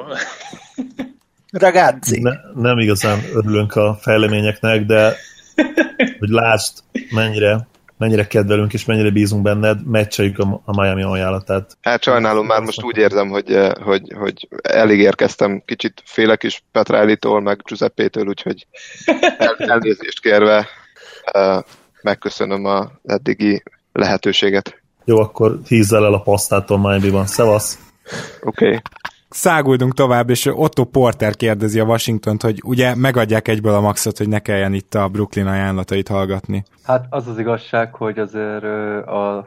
Ragazzi! Nem igazán örülünk a fejleményeknek, de hogy lásd, mennyire kedvelünk és mennyire bízunk benned, meccseljük a Miami ajánlatát. Hát sajnálom, már most úgy érzem, hogy elég érkeztem. Kicsit félek is Pat Riley-tól, meg Giuseppétől, úgyhogy elnézést kérve megköszönöm az eddigi lehetőséget. Jó, akkor hízzel el a pasztától Miami-ban. Szevasz! Oké. Száguldunk tovább, és Otto Porter kérdezi a Washingtont, hogy ugye megadják egyből a maxot, hogy ne kelljen itt a Brooklyn ajánlatait hallgatni. Hát az az igazság, hogy azért a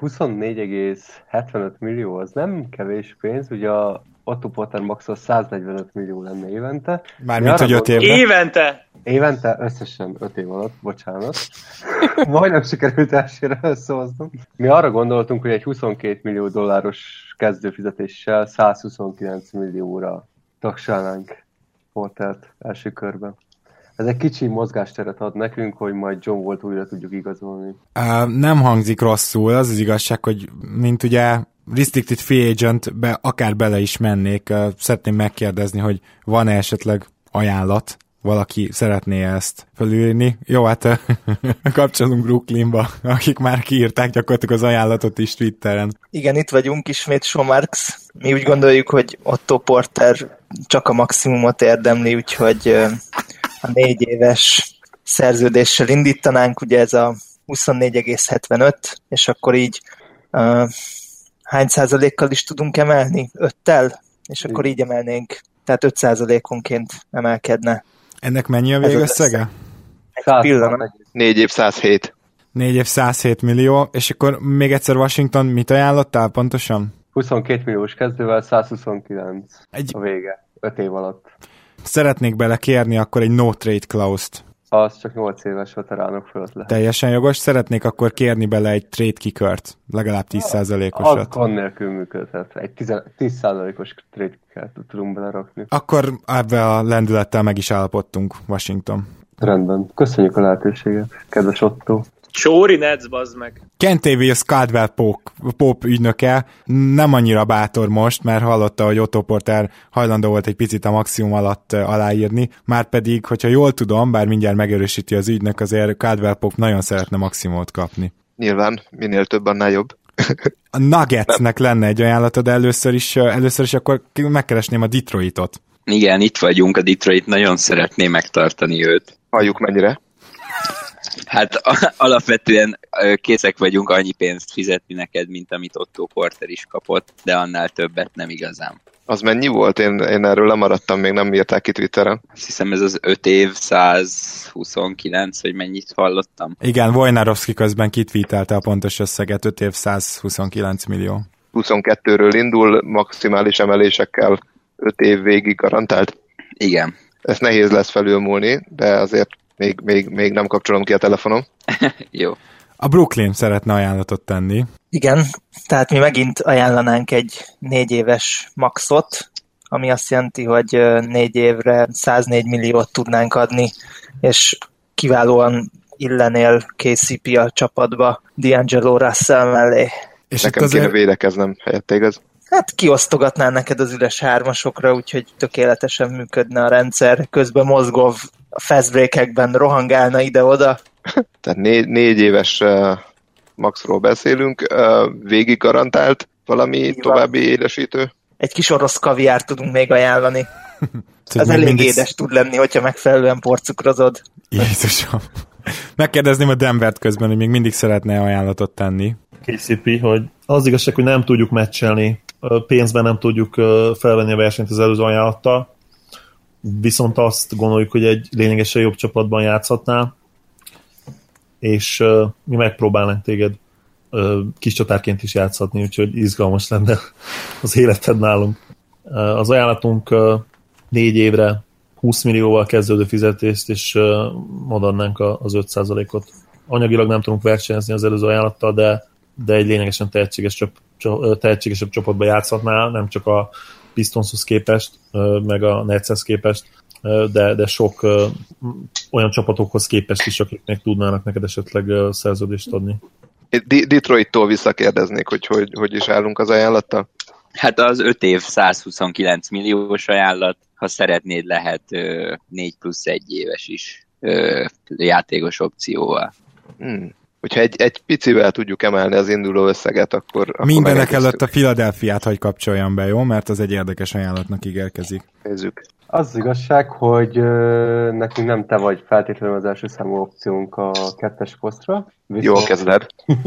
24,75 millió az nem kevés pénz, ugye a Otto Porter maxa 145 millió lenne évente. Mármint, hogy 5 évben. Évente? Évente összesen 5 év alatt, bocsánat. Majdnem sikerült elsőre összehoznom. Mi arra gondoltunk, hogy egy 22 millió dolláros kezdőfizetéssel 129 millióra tagsálnánk Portert első körben. Ez egy kicsi mozgásteret ad nekünk, hogy majd John Wall-t újra tudjuk igazolni. Nem hangzik rosszul, az az igazság, hogy mint ugye restricted free agent-be akár bele is mennék, szeretném megkérdezni, hogy van-e esetleg ajánlat, valaki szeretné ezt felülírni. Jó, hát kapcsolunk Brooklynba, akik már kiírták gyakorlatilag az ajánlatot is Twitteren. Igen, itt vagyunk ismét, Somarks. Mi úgy gondoljuk, hogy Otto Porter csak a maximumot érdemli, úgyhogy a 4 éves szerződéssel indítanánk, ugye ez a 24,75, és akkor így hány százalékkal is tudunk emelni? 5-tel? És akkor így emelnénk. Tehát 5%-onként emelkedne. Ennek mennyi a végösszege? 4 év 107. 4 év 107 millió, és akkor még egyszer Washington mit ajánlottál pontosan? 22 milliós kezdővel 129 a vége, 5 év alatt. Szeretnék bele kérni akkor egy no trade clause-t. Az csak 8 éves veteránok fölött lehet. Teljesen jogos. Szeretnék akkor kérni bele egy trade kickert, legalább 10%-osat. Az gond nélkül működhet. Egy 10%-os trade kickert tudunk belerakni. Akkor ebbe a lendülettel meg is állapodtunk, Washington. Rendben. Köszönjük a lehetőséget, kedves Otto. Csóri Nets, bazd meg. Kentavious Caldwell Pope ügynöke nem annyira bátor most, mert hallotta, hogy Otto Porter hajlandó volt egy picit a maximum alatt aláírni, márpedig, hogyha jól tudom, bár mindjárt megerősíti az ügynök, azért Caldwell Pope nagyon szeretne maximumot kapni. Nyilván, minél több, annál jobb. A Nuggetsnek lenne egy ajánlata, de először is akkor megkeresném a Detroitot. Igen, itt vagyunk, a Detroit nagyon szeretné megtartani őt. Halljuk mennyire. Hát alapvetően készek vagyunk annyi pénzt fizetni neked, mint amit Otto Porter is kapott, de annál többet nem igazán. Az mennyi volt? Én erről lemaradtam, még nem írták ki Twitteren. Azt hiszem ez az 5 év 129, hogy mennyit hallottam. Igen, Wojnarowski közben kitweetelte a pontos összeget, 5 év 129 millió. 22-ről indul, maximális emelésekkel 5 év végig garantált. Igen. Ezt nehéz lesz felülmúlni, de azért még nem kapcsolom ki a telefonom. Jó. A Brooklyn szeretne ajánlatot tenni. Igen, tehát mi megint ajánlanánk egy 4 éves maxot, ami azt jelenti, hogy 4 évre 104 milliót tudnánk adni, és kiválóan illenél KCP a csapatba D'Angelo Russell mellé. És nekem kéne védekeznem helyette, igaz? Hát kiosztogatnál neked az üres hármasokra, úgyhogy tökéletesen működne a rendszer. Közben Mozgov a fast break-ekben rohangálna ide-oda. Tehát 4 éves maxról beszélünk, végig garantált valami további édesítő? Egy kis orosz kaviárt tudunk még ajánlani. Ez elég édes tud lenni, hogyha megfelelően porcukrozod. Jézusom. Megkérdezném a Denvert közben, hogy még mindig szeretne ajánlatot tenni. KCP, hogy az igazság, hogy nem tudjuk meccselni, pénzben nem tudjuk felvenni a versenyt az előző ajánlattal, viszont azt gondoljuk, hogy egy lényegesen jobb csapatban játszhatnál, és mi megpróbálnánk téged kis csatárként is játszhatni, úgyhogy izgalmas lenne az életed nálunk. Az ajánlatunk 4 évre 20 millióval kezdődő fizetést, és adnánk az 5%-ot. Anyagilag nem tudunk versenyezni az előző ajánlattal, de egy lényegesen tehetségesebb csapatba játszhatnál, nem csak a Pistonshoz képest, meg a Netshez képest, de sok olyan csapatokhoz képest is, akiknek tudnának neked esetleg szerződést adni. Detroittól visszakérdeznék, hogy is állunk az ajánlattal? Hát az 5 év 129 milliós ajánlat, ha szeretnéd, lehet 4 plusz 1 éves is játékos opcióval. Hogyha egy picivel tudjuk emelni az induló összeget, akkor mindenek előtt a Philadelphiát hagy kapcsoljam be, jó? Mert az egy érdekes ajánlatnak ígérkezik. Nézzük. Az igazság, hogy nekünk nem te vagy feltétlenül az első számú opciónk a 2-es posztra. Jól kezded.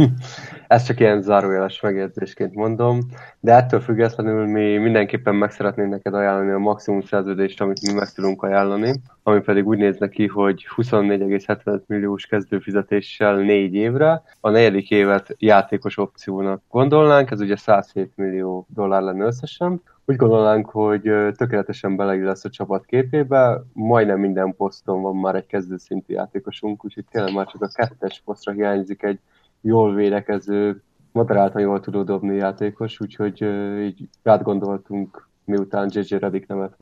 Ezt csak ilyen zárójeles megjegyzésként mondom, de ettől függetlenül mi mindenképpen meg szeretnénk neked ajánlani a maximum szerződést, amit mi meg tudunk ajánlani, ami pedig úgy néz neki, hogy 24,75 milliós kezdőfizetéssel 4 évre, a 4. évet játékos opciónak gondolnánk, ez ugye $107 millió lenne összesen. Úgy gondolnánk, hogy tökéletesen beleillesz a csapat képébe, majdnem minden poszton van már egy kezdőszintű játékosunk, úgyhogy tényleg már csak a 2-es posztra hiányzik egy jól védekező, moderáltan jól tudó dobni játékos, úgyhogy így átgondoltunk, miután JJ Redick nemet.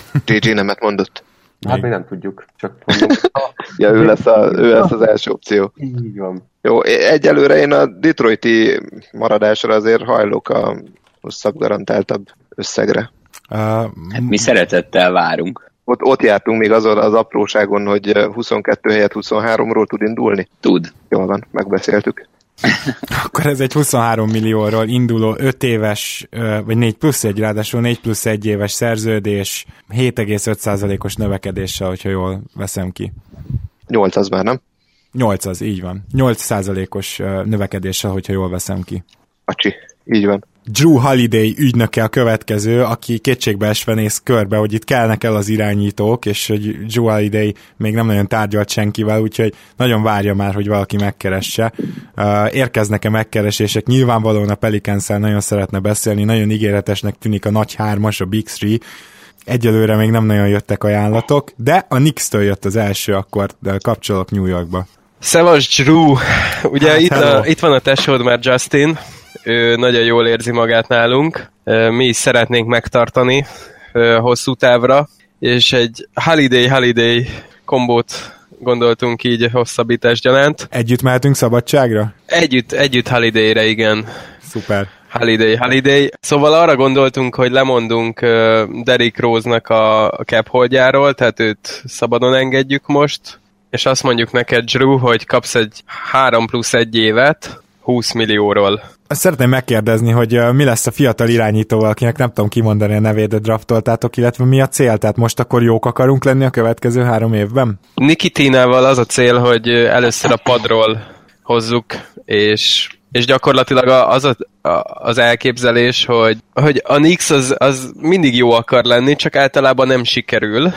JJ nemet mondott? Hát még nem tudjuk, csak mondom. Ja, ő lesz az első opció. Így van. Jó, egyelőre én a detroiti maradásra azért hajlok a hosszabb garantáltabb összegre. Hát mi szeretettel várunk. Ott jártunk még azon az apróságon, hogy 22 helyett 23-ról tud indulni? Tud. Jól van, megbeszéltük. Akkor ez egy 23 millióról induló 5 éves, vagy 4 plusz 1, ráadásul 4 plusz 1 éves szerződés, 7,5%-os növekedéssel, hogyha jól veszem ki. 8 az már, nem? 8 az, így van. 8%-os növekedéssel, hogyha jól veszem ki. Acsi, így van. Drew Holiday ügynöke a következő, aki kétségbeesve néz körbe, hogy itt kellnek el az irányítók, és hogy Drew Holiday még nem nagyon tárgyalt senkivel, úgyhogy nagyon várja már, hogy valaki megkeresse. Érkeznek-e megkeresések? Nyilvánvalóan a Pelicans-szel nagyon szeretne beszélni, nagyon ígéretesnek tűnik a nagy 3-as, a Big 3. Egyelőre még nem nagyon jöttek ajánlatok, de a Knicks-től jött az első, akkor kapcsolok New Yorkba. Szevas Drew! Ugye Hát, itt van a tesód már, Justin. Ő nagyon jól érzi magát nálunk. Mi is szeretnénk megtartani hosszú távra, és egy Holiday kombót gondoltunk így hosszabbítás gyanánt. Együtt mehetünk szabadságra? Együtt Holidayre, igen. Szuper. Holiday. Szóval arra gondoltunk, hogy lemondunk Derrick Rose-nak a cap holdjáról, tehát őt szabadon engedjük most, és azt mondjuk neked, Drew, hogy kapsz egy 3 plusz 1 évet 20 millióról. Azt szeretném megkérdezni, hogy mi lesz a fiatal irányítóval, akinek nem tudom kimondani a nevét, de draftoltátok, illetve mi a cél? Tehát most akkor jók akarunk lenni a következő 3 évben? Nikitinával az a cél, hogy először a padról hozzuk, és gyakorlatilag az elképzelés, hogy a Knicks az mindig jó akar lenni, csak általában nem sikerül,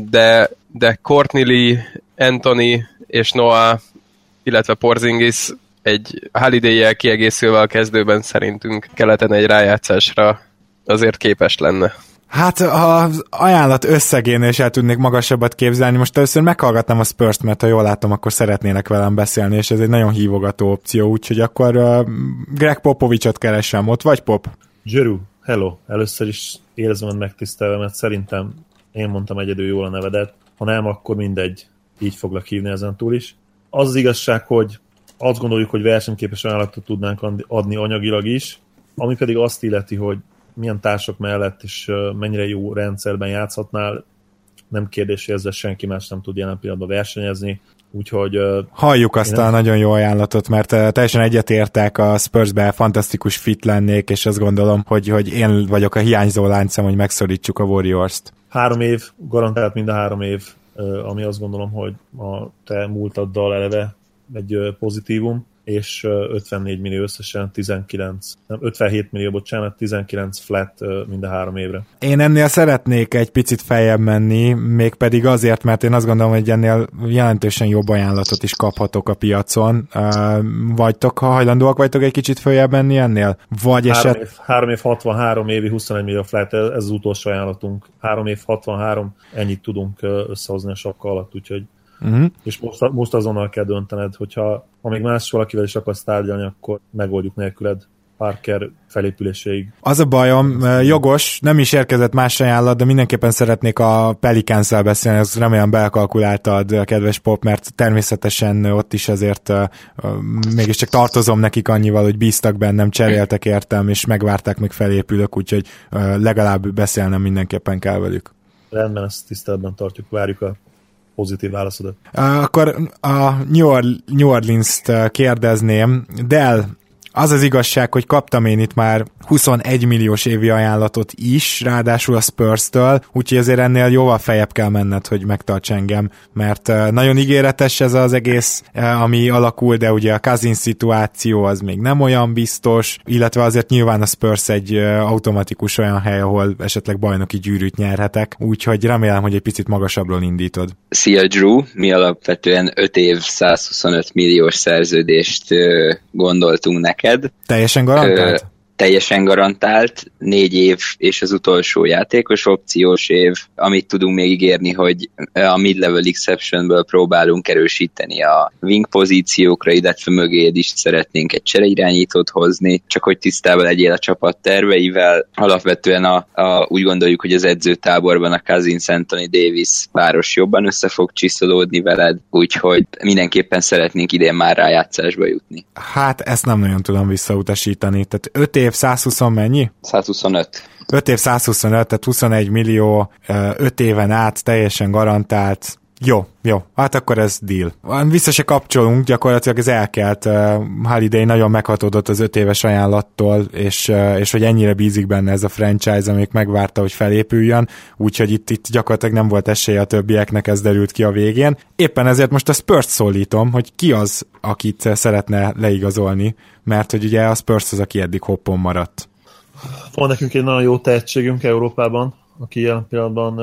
de Courtney Lee, Anthony és Noah, illetve Porzingis egy Holiday-jel kiegészülve a kezdőben szerintünk keleten egy rájátszásra azért képes lenne. Hát az ajánlat összegénél is el tudnék magasabbat képzelni. Most először meghallgatnám a Spurs-t, mert ha jól látom, akkor szeretnének velem beszélni, és ez egy nagyon hívogató opció, úgyhogy akkor Greg Popovicsot keresem. Ott vagy, Pop? Zsörú, hello. Először is érzem megtisztelve, mert szerintem én mondtam egyedül jól a nevedet. Ha nem, akkor mindegy. Így foglak hívni ezen túl is. Az igazság, hogy azt gondoljuk, hogy versenyképes ajánlatot tudnánk adni anyagilag is, ami pedig azt illeti, hogy milyen társak mellett és mennyire jó rendszerben játszhatnál, nem kérdés, hogy ezzel senki más nem tud jelen pillanatban versenyezni, úgyhogy... Halljuk azt a nagyon jó ajánlatot, mert teljesen egyetértek, a Spursbe fantasztikus fit lennék, és azt gondolom, hogy én vagyok a hiányzó láncszem, hogy megszorítsuk a Warriors-t. 3 év, garantált mind a 3 év, ami azt gondolom, hogy a te múltaddal eleve egy pozitívum, és 54 millió összesen, 57 millió, bocsánat, 19 flat mind a 3 évre. Én ennél szeretnék egy picit feljebb menni, mégpedig azért, mert én azt gondolom, hogy ennél jelentősen jobb ajánlatot is kaphatok a piacon. Ha hajlandóak vagytok egy kicsit feljebb menni ennél? Vagy 3 év 63 évi 21 millió flat, ez az utolsó ajánlatunk. 3 év 63, ennyit tudunk összehozni a sapka alatt, úgyhogy és most azonnal kell döntened, hogyha még más valakivel is akarsz tárgyalni, akkor megoldjuk nélküled Parker felépüléséig. Az a bajom, jogos, nem is érkezett más ajánlat, de mindenképpen szeretnék a Pelicans-szel beszélni, ezt remélem belkalkuláltad, kedves Pop, mert természetesen ott is azért mégiscsak tartozom nekik annyival, hogy bíztak bennem, cseréltek értem, és megvárták, még felépülök, úgyhogy legalább beszélnem mindenképpen kell velük. Rendben, ezt tiszteletben tartjuk, várjuk a pozitív válaszodat. Akkor a New Orleans-t kérdezném. Del, az az igazság, hogy kaptam én itt már 21 milliós évi ajánlatot is, ráadásul a Spurs-től, úgyhogy azért ennél jóval feljebb kell menned, hogy megtarts engem, mert nagyon ígéretes ez az egész, ami alakul, de ugye a Cousins szituáció az még nem olyan biztos, illetve azért nyilván a Spurs egy automatikus olyan hely, ahol esetleg bajnoki gyűrűt nyerhetek, úgyhogy remélem, hogy egy picit magasabbról indítod. Szia Drew, mi alapvetően 5 év 125 milliós szerződést gondoltunk neked. Teljesen garantált? Teljesen garantált, 4 év és az utolsó játékos opciós év. Amit tudunk még ígérni, hogy a mid-level exceptionből próbálunk erősíteni a wing pozíciókra, illetve mögéd is szeretnénk egy csereirányítót hozni, csak hogy tisztában legyél a csapat terveivel. Alapvetően úgy gondoljuk, hogy az edzőtáborban a Cousins Anthony Davis páros jobban össze fog csiszolódni veled, úgyhogy mindenképpen szeretnénk idén már rájátszásba jutni. Hát ezt nem nagyon tudom visszautasítani, tehát 5 év 120 mennyi? 125. 5 év 125, tehát 21 millió, 5 éven át, teljesen garantált. Jó, hát akkor ez deal. Vissza se kapcsolunk, gyakorlatilag ez elkelt. Holiday nagyon meghatódott az 5 éves ajánlattól, és hogy ennyire bízik benne ez a franchise, amik megvárta, hogy felépüljön, úgyhogy itt gyakorlatilag nem volt esélye a többieknek, ez derült ki a végén. Éppen ezért most a Spurs-t szólítom, hogy ki az, akit szeretne leigazolni, mert hogy ugye a Spurs az, aki eddig hoppon maradt. Van nekünk egy nagyon jó tehetségünk Európában, aki jelen pillanatban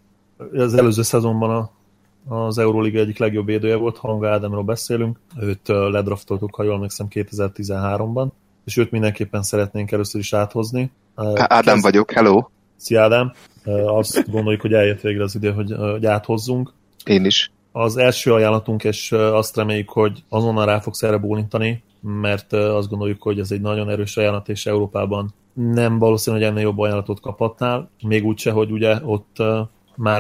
az előző szezonban az Euróliga egyik legjobb védője volt, Hanga Ádámról beszélünk. Őt ledraftoltuk, ha jól emlékszem, 2013-ban, és őt mindenképpen szeretnénk először is áthozni. Ádám vagyok, hello! Szia Ádám! Azt gondoljuk, hogy eljött végre az idő, hogy áthozzunk. Én is. Az első ajánlatunk, és azt reméljük, hogy azonnal rá fogsz erre bólintani, mert azt gondoljuk, hogy ez egy nagyon erős ajánlat, és Európában nem valószínű, hogy ennél jobb ajánlatot kaphatnál. Még úgyse, hogy ugye ott már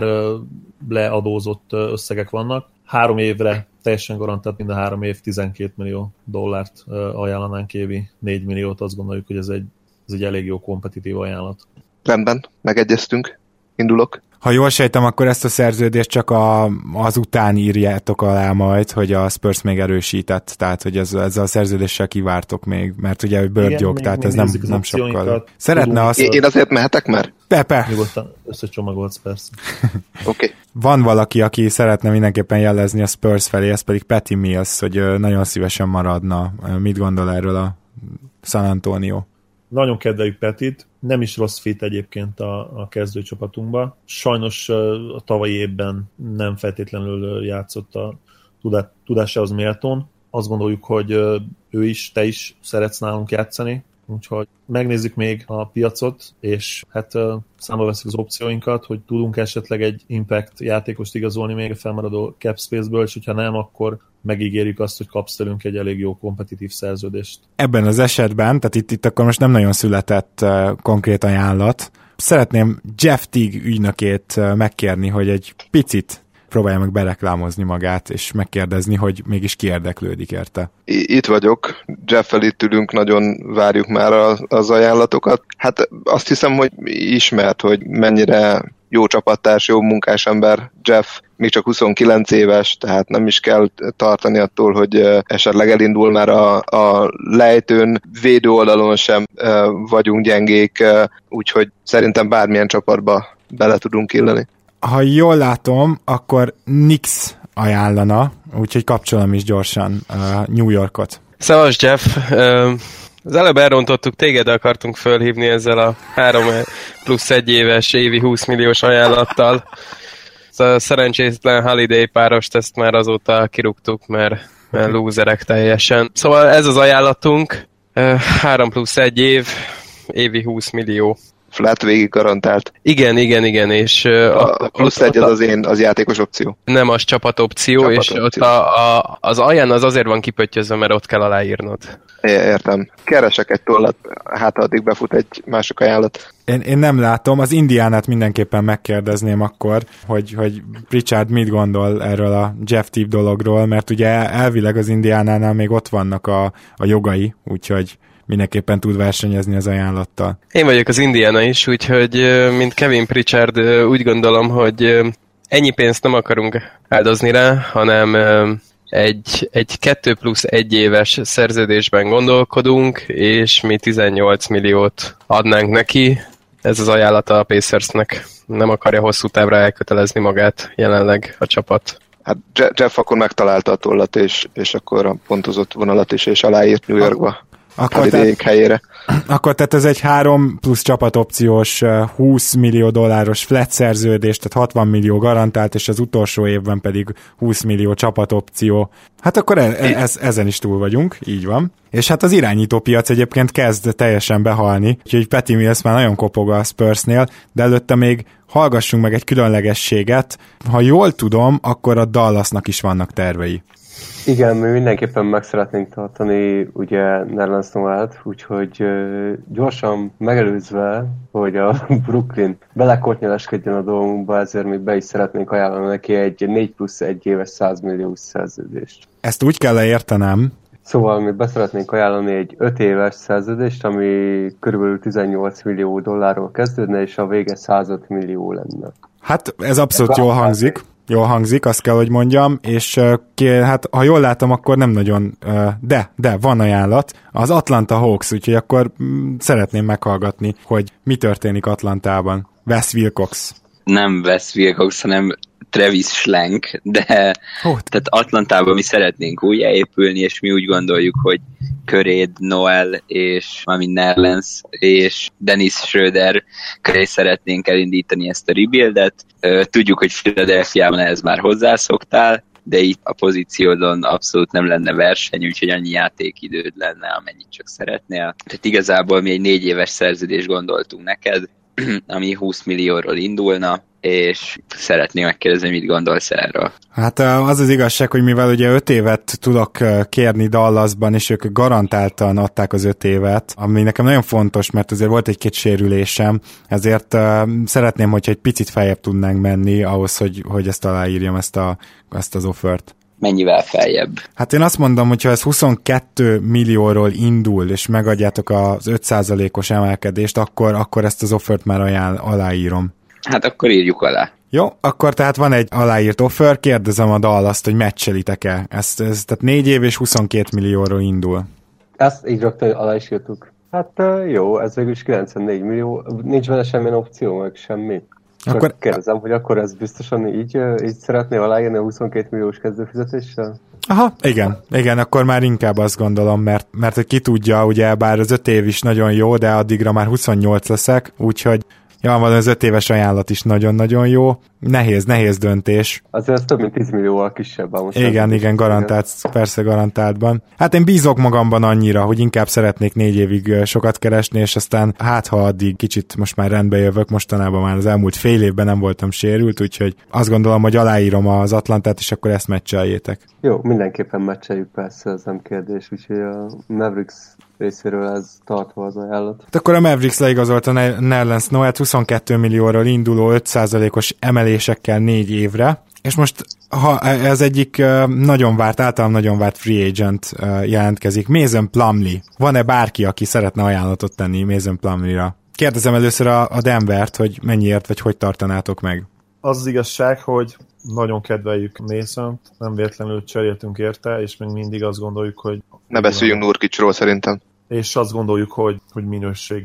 leadózott összegek vannak. 3 évre teljesen garantált, mind a 3 év, 12 millió dollárt ajánlanánk évi, 4 milliót, azt gondoljuk, hogy ez egy elég jó kompetitív ajánlat. Rendben, megegyeztünk, indulok. Ha jól sejtem, akkor ezt a szerződést csak az után írjátok alá majd, hogy a Spurs még erősített, tehát hogy ezzel a szerződéssel kivártok még, mert ugye hogy bőrgyog, tehát ez nem sokkal. Szeretne azt... Én azért mehetek már? Pepe! Nyugodtan összecsomagolsz, persze. Oké. Van valaki, aki szeretne mindenképpen jelezni a Spurs felé, ez pedig Patty Mills, hogy nagyon szívesen maradna. Mit gondol erről a San Antonio? Nagyon kedveljük Petit, nem is rossz fit egyébként a kezdőcsapatunkba. Sajnos a tavalyi évben nem feltétlenül játszott a tudásához méltón. Azt gondoljuk, hogy ő is, te is szeretsz nálunk játszani, úgyhogy megnézzük még a piacot, és hát számba veszük az opcióinkat, hogy tudunk esetleg egy impact játékost igazolni még a felmaradó cap space-ből, és hogyha nem, akkor megígérjük azt, hogy kapsz tőlünk egy elég jó kompetitív szerződést. Ebben az esetben, tehát itt akkor most nem nagyon született konkrét ajánlat. Szeretném Jeff Teague ügynökét megkérni, hogy egy picit próbálja meg bereklámozni magát, és megkérdezni, hogy mégis ki érdeklődik érte. Itt vagyok, Jeff-fel itt ülünk, nagyon várjuk már az ajánlatokat. Hát azt hiszem, hogy ismert, hogy mennyire jó csapattárs, jó munkásember Jeff, még csak 29 éves, tehát nem is kell tartani attól, hogy esetleg elindul már a lejtőn, védő oldalon sem vagyunk gyengék, úgyhogy szerintem bármilyen csapatba bele tudunk illeni. Ha jól akkor Nix ajánlana, úgyhogy kapcsolom is gyorsan New Yorkot. Szavas Jeff, az előbb elrontottuk, téged akartunk fölhívni ezzel a 3+1 éves évi 20 milliós ajánlattal. A szerencsétlen Holiday párost ezt már azóta kirúgtuk, mert lúzerek teljesen. Szóval ez az ajánlatunk, 3+1 év, évi 20 millió. Flat végig garantált. Igen, és a plusz egy az játékos opció. Nem, az csapatopció, és ott az ajánl az azért van kipöttyözve, mert ott kell aláírnod. Értem. Keresek egy tollat, hát addig befut egy másik ajánlat. Én nem látom, az Indiánát mindenképpen megkérdezném akkor, hogy Pritchard mit gondol erről a Jeff Teague dologról, mert ugye elvileg az Indiánánál még ott vannak a jogai, úgyhogy mindenképpen tud versenyezni az ajánlattal. Én vagyok az Indiana is, úgyhogy mint Kevin Pritchard úgy gondolom, hogy ennyi pénzt nem akarunk áldozni rá, hanem egy 2+1 éves szerződésben gondolkodunk, és mi 18 milliót adnánk neki. Ez az ajánlata a Pacersnek. Nem akarja hosszú távra elkötelezni magát jelenleg a csapat. Hát Jeff akkor megtalálta a tollat, és akkor a pontozott vonalat is, és aláírt New Yorkba. Akkor tehát ez egy 3 plusz csapatopciós $20 millió flat szerződés, tehát 60 millió garantált, és az utolsó évben pedig 20 millió csapatopció. Hát akkor ezen is túl vagyunk, így van. És hát az irányítópiac egyébként kezd teljesen behalni, úgyhogy Patty Mills már nagyon kopog a Spursnél, de előtte még hallgassunk meg egy különlegességet. Ha jól tudom, akkor a Dallasnak is vannak tervei. Igen, mi mindenképpen meg szeretnénk tartani ugye Nerlens Noelt, úgyhogy gyorsan megelőzve, hogy a Brooklyn belekortnyeleskedjen a dolgunkba, ezért mi be is szeretnénk ajánlani neki egy 4+1 éves 100 milliós szerződést. Ezt úgy kell értenem. Szóval mi be szeretnénk ajánlani egy 5 éves szerződést, ami körülbelül 18 millió dollárról kezdődne, és a vége 105 millió lenne. Hát ez abszolút jól hangzik. Jól hangzik, azt kell, hogy mondjam, és hát ha jól látom, akkor nem nagyon, de van ajánlat. Az Atlanta Hawks, úgyhogy akkor szeretném meghallgatni, hogy mi történik Atlantában. Wes Wilcox. Nem Wes Wilcox, hanem Travis Schlenk, de tehát Atlantában mi szeretnénk újjáépülni, és mi úgy gondoljuk, hogy Köréd, Noel és Mami Nerlens és Dennis Schröder köré szeretnénk elindítani ezt a rebuildet. Tudjuk, hogy Philadelphiában ehhez már hozzászoktál, de itt a pozíciódon abszolút nem lenne verseny, úgyhogy annyi játékidőd lenne, amennyit csak szeretnél. Tehát igazából mi egy 4 éves szerződést gondoltunk neked, ami 20 millióról indulna, és szeretném megkérdezni, mit gondolsz erről. Hát az az igazság, hogy mivel ugye 5 évet tudok kérni Dallasban, és ők garantáltan adták az 5 évet, ami nekem nagyon fontos, mert azért volt egy-két sérülésem, ezért szeretném, hogyha egy picit feljebb tudnánk menni ahhoz, hogy ezt aláírjam, ezt az offert. Mennyivel feljebb? Hát én azt mondom, hogy ha ez 22 millióról indul, és megadjátok az 5%-os emelkedést, akkor ezt az offert már aláírom. Hát akkor írjuk alá. Jó, akkor tehát van egy aláírt offer, kérdezem a Dallast, hogy meccselitek-e. Ez tehát 4 év és 22 millióról indul. Ezt így rögtön alá is írtuk. Hát jó, ez végül is 94 millió, nincs benne semmilyen opció, meg semmi. Csak akkor kérdezem, hogy akkor ez biztosan így szeretné aláírni a 22 milliós kezdőfizetéssel? Aha, igen, akkor már inkább azt gondolom, mert hogy ki tudja, ugye bár az 5 év is nagyon jó, de addigra már 28 leszek, úgyhogy van az 5 éves ajánlat is nagyon-nagyon jó. Nehéz döntés. Azért ez több mint 10 millióval kisebb. Igen, garantált, persze garantáltban. Hát én bízok magamban annyira, hogy inkább szeretnék 4 évig sokat keresni, és aztán hát ha addig kicsit most már rendbe jövök, mostanában már az elmúlt fél évben nem voltam sérült, úgyhogy azt gondolom, hogy aláírom az Atlantát, és akkor ezt meccseljétek. Jó, mindenképpen meccseljük, persze, ez nem kérdés, úgyhogy a Mavericks részéről ez tartva az ajánlat. Akkor a Mavericks leigazolta Nerlens Noelt 22 millióról induló 5%-os emelésekkel 4 évre, és most ha ez egyik általam nagyon várt free agent jelentkezik, Mason Plumlee. Van-e bárki, aki szeretne ajánlatot tenni Mason Plumlee-ra? Kérdezem először a Denvert, hogy mennyiért, vagy hogy tartanátok meg? Az igazság, hogy nagyon kedveljük Masont, nem véletlenül cseréltünk érte, és még mindig azt gondoljuk, hogy... Ne beszéljünk Nurkicsról szerintem. És azt gondoljuk, hogy minőségi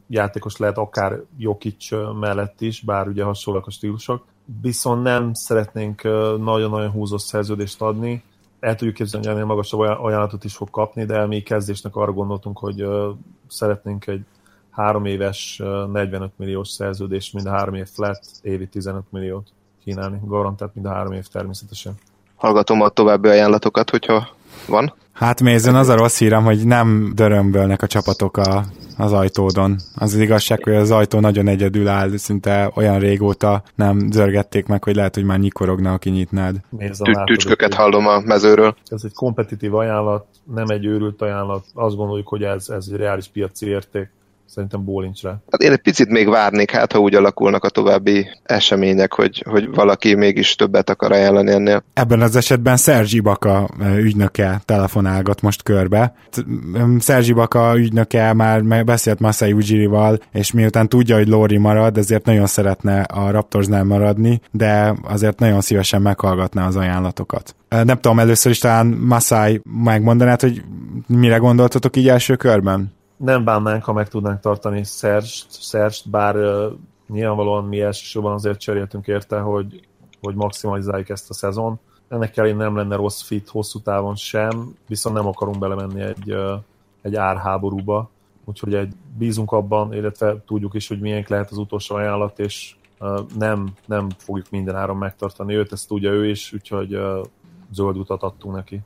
játékos lehet akár Jokic mellett is, bár ugye hasonlóak a stílusok. Viszont nem szeretnénk nagyon-nagyon húzós szerződést adni. El tudjuk képzelni, hogy ennél magasabb ajánlatot is fog kapni, de mi kezdésnek arra gondoltunk, hogy szeretnénk egy 3 éves 45 milliós szerződést, mind a 3 év flat, évi 15 milliót kínálni. Garantált mind a 3 év természetesen. Hallgatom a további ajánlatokat, hogyha van. Hát Mézen, az a rossz hírem, hogy nem dörömbölnek a csapatok az ajtódon. Az igazság, hogy az ajtó nagyon egyedül áll, szinte olyan régóta nem zörgették meg, hogy lehet, hogy már nyikorogna, aki nyitnád. Tücsköket hallom a mezőről. Ez egy kompetitív ajánlat, nem egy őrült ajánlat. Azt gondoljuk, hogy ez egy reális piaci érték. Szerintem bólincs rá. Hát én egy picit még várnék, hát ha úgy alakulnak a további események, hogy valaki mégis többet akar ajánlani ennél. Ebben az esetben Serge Ibaka ügynöke telefonálgat most körbe. Serge Ibaka ügynöke már beszélt Masai Ujirival, és miután tudja, hogy Lauri marad, ezért nagyon szeretne a Raptorsnál maradni, de azért nagyon szívesen meghallgatná az ajánlatokat. Nem tudom, először is talán Masai megmondanád, hogy mire gondoltatok így első körben? Nem bánnánk, ha meg tudnánk tartani Serge-t, bár nyilvánvalóan mi elsősorban azért cseréltünk érte, hogy maximalizáljuk ezt a szezon. Ennek elég nem lenne rossz fit hosszú távon sem, viszont nem akarunk belemenni egy árháborúba, úgyhogy bízunk abban, illetve tudjuk is, hogy milyen lehet az utolsó ajánlat, és nem fogjuk minden áron megtartani őt, ezt tudja ő is, úgyhogy zöld utat adtunk neki.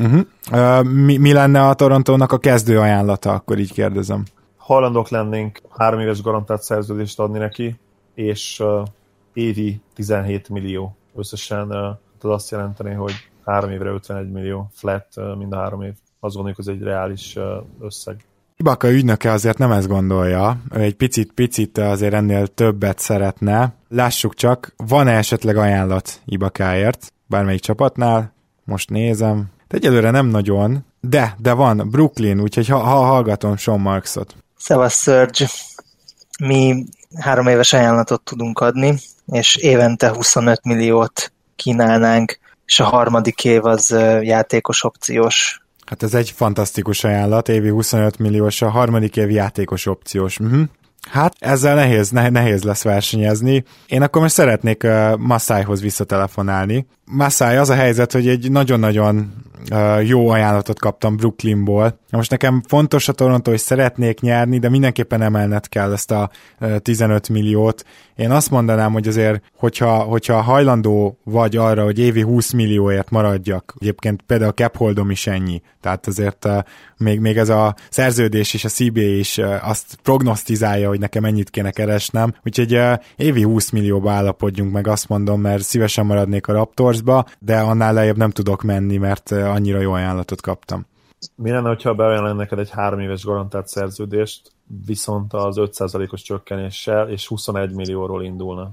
Mi lenne a Torontónak a kezdő ajánlata, akkor így kérdezem? Hajlandók lennénk 3 éves garantált szerződést adni neki, és évi 17 millió összesen. Ez azt jelenteni, hogy 3 évre 51 millió flat mind a 3 év. Azt gondoljuk, hogy ez egy reális összeg. Ibaka ügynöke azért nem ezt gondolja, ő egy picit azért ennél többet szeretne. Lássuk csak, van-e esetleg ajánlat Ibakáért bármelyik csapatnál? Most nézem. Egyelőre nem nagyon, de van Brooklyn, úgyhogy hallgatom Sean Marksot. Szevasz, Serge. Mi 3 éves ajánlatot tudunk adni, és évente 25 milliót kínálnánk, és a harmadik év az játékos opciós. Hát ez egy fantasztikus ajánlat, évi 25 milliós, a harmadik év játékos opciós. Hát ezzel nehéz lesz versenyezni. Én akkor most szeretnék Masaihoz visszatelefonálni. Masai, az a helyzet, hogy egy nagyon-nagyon jó ajánlatot kaptam Brooklynból. Most nekem fontos a Toronto, hogy szeretnék nyerni, de mindenképpen emelned kell ezt a 15 milliót. Én azt mondanám, hogy azért, hogyha hajlandó vagy arra, hogy évi 20 millióért maradjak, egyébként például a cap holdom is ennyi, tehát azért még ez a szerződés és a CBA is azt prognosztizálja, hogy nekem ennyit kéne keresnem, úgyhogy évi 20 millióba állapodjunk meg, azt mondom, mert szívesen maradnék a Raptorsba, de annál lejjebb nem tudok menni, mert annyira jó ajánlatot kaptam. Mi lenne, hogyha beajánlani neked egy 3 éves garantált szerződést, viszont az 5%-os csökkenéssel, és 21 millióról indulna?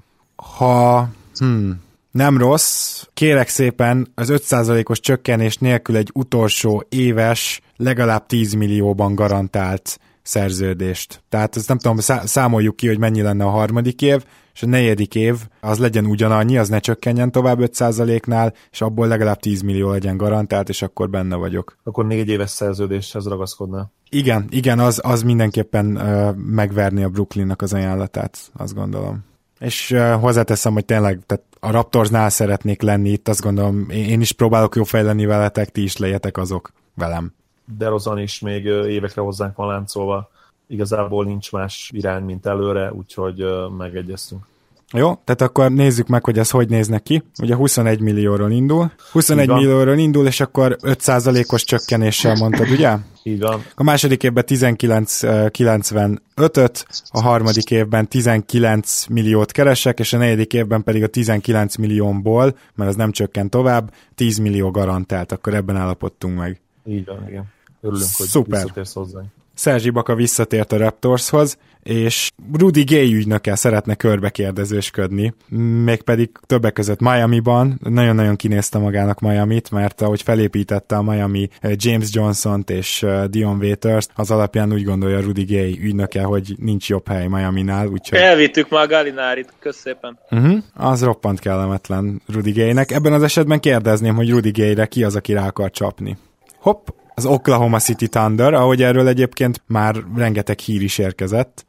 Nem rossz. Kérek szépen az 5%-os csökkenés nélkül egy utolsó éves, legalább 10 millióban garantált szerződést. Tehát ezt nem tudom, számoljuk ki, hogy mennyi lenne a harmadik év, és a negyedik év az legyen ugyanannyi, az ne csökkenjen tovább 5%-nál, és abból legalább 10 millió legyen garantált, és akkor benne vagyok. Akkor 4 éves szerződéshez ragaszkodnál. Igen, az mindenképpen megverni a Brooklynnak az ajánlatát, azt gondolom. És hozzáteszem, hogy tényleg tehát a Raptorsnál szeretnék lenni itt, azt gondolom, én is próbálok jó fejleni veletek, ti is legyetek azok velem. DeRozan is még évekre hozzánk van láncolva. Igazából nincs más irány, mint előre, úgyhogy megegyeztünk. Jó, tehát akkor nézzük meg, hogy ez hogy néz neki. Ugye 21 millióról indul. 21 millióról indul, és akkor 5%-os csökkenéssel mondtad, ugye? Így van. A második évben 19,95-öt, a harmadik évben 19 milliót keresek, és a negyedik évben pedig a 19 milliómból, mert az nem csökken tovább, 10 millió garantált, akkor ebben állapodtunk meg. Így van, igen. Örülünk, hogy visszatérsz hozzánk. Serge Ibaka visszatért a Raptorshoz, és Rudy Gay ügynökkel szeretne körbekérdezősködni, mégpedig többek között Miamiban. Nagyon-nagyon kinézte magának Miamit, mert ahogy felépítette a Miami James Johnson-t és Dion Waiters, az alapján úgy gondolja Rudy Gay ügynöke, hogy nincs jobb hely Miaminál. Úgyhogy... Elvittük már Gallinárit, kösz szépen. Az roppant kellemetlen Rudy Gaynek. Ebben az esetben kérdezném, hogy Rudy Gayre ki az, aki rá akar csapni. Hopp! Az Oklahoma City Thunder, ahogy erről egyébként már rengeteg hír is érkezett.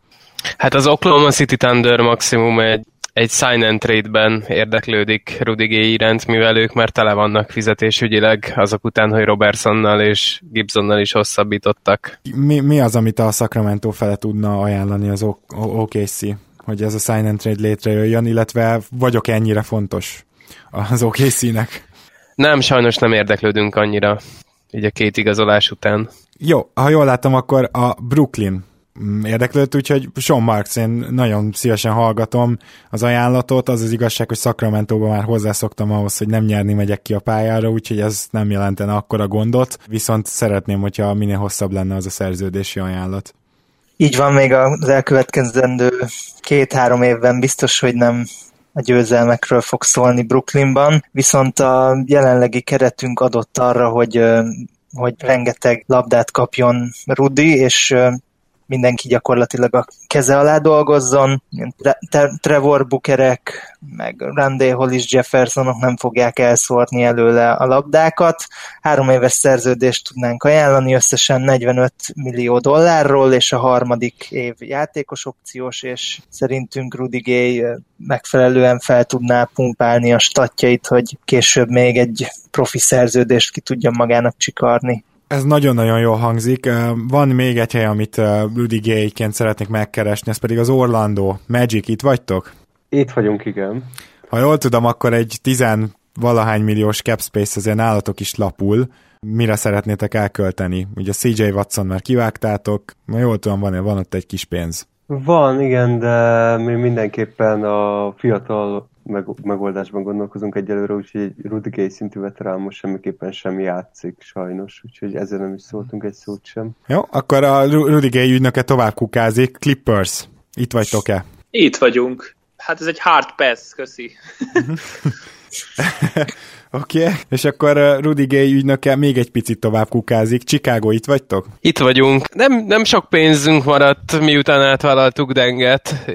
Hát az Oklahoma City Thunder maximum egy sign and trade-ben érdeklődik Rudy Gay iránt, mivel ők már tele vannak fizetésügyileg azok után, hogy Robertsonnal és Gibsonnal is hosszabbítottak. Mi az, amit a Sacramento fele tudna ajánlani az OKC, hogy ez a sign and trade létrejöjjön, illetve vagyok ennyire fontos az OKC-nek? Nem, sajnos nem érdeklődünk annyira, így a 2 igazolás után. Jó, ha jól láttam, akkor a Brooklyn érdeklődött, úgyhogy Sean Marks, én nagyon szívesen hallgatom az ajánlatot. Az igazság, hogy Sacramento-ban már hozzászoktam ahhoz, hogy nem nyerni megyek ki a pályára, úgyhogy ez nem jelentene akkora gondot, viszont szeretném, hogyha minél hosszabb lenne az a szerződési ajánlat. Így van, még az elkövetkezendő 2-3 évben biztos, hogy nem a győzelmekről fog szólni Brooklynban, viszont a jelenlegi keretünk adott arra, hogy rengeteg labdát kapjon Rudy, és mindenki gyakorlatilag a keze alá dolgozzon. Trevor Bookerek, meg Randall Hollis Jeffersonok nem fogják elszórni előle a labdákat. 3 éves szerződést tudnánk ajánlani, összesen $45 millió, és a harmadik év játékos opciós, és szerintünk Rudy Gay megfelelően fel tudná pumpálni a statjait, hogy később még egy profi szerződést ki tudjon magának csikarni. Ez nagyon-nagyon jól hangzik. Van még egy hely, amit Rudy Gay-ként szeretnék megkeresni, ez pedig az Orlando Magic. Itt vagytok? Itt vagyunk, igen. Ha jól tudom, akkor egy 10-valahány milliós cap space azért nálatok is lapul. Mire szeretnétek elkölteni? Ugye a CJ Watson már kivágtátok, ma jól tudom, van ott egy kis pénz. Van, igen, de mi mindenképpen a fiatal megoldásban gondolkozunk egyelőre, úgyhogy egy Rudy Gay szintű veterán most semmiképpen sem játszik, sajnos, úgyhogy ezzel nem is szóltunk egy szót sem. Jó, akkor a Rudy Gay ügynöke tovább kukázik. Clippers, itt vagytok-e? Itt vagyunk. Hát ez egy hard pass, köszi. Oké, és akkor Rudy Gay ügynöke még egy picit tovább kukázik. Chicago, itt vagytok? Itt vagyunk. Nem sok pénzünk maradt, miután átvállaltuk Denget.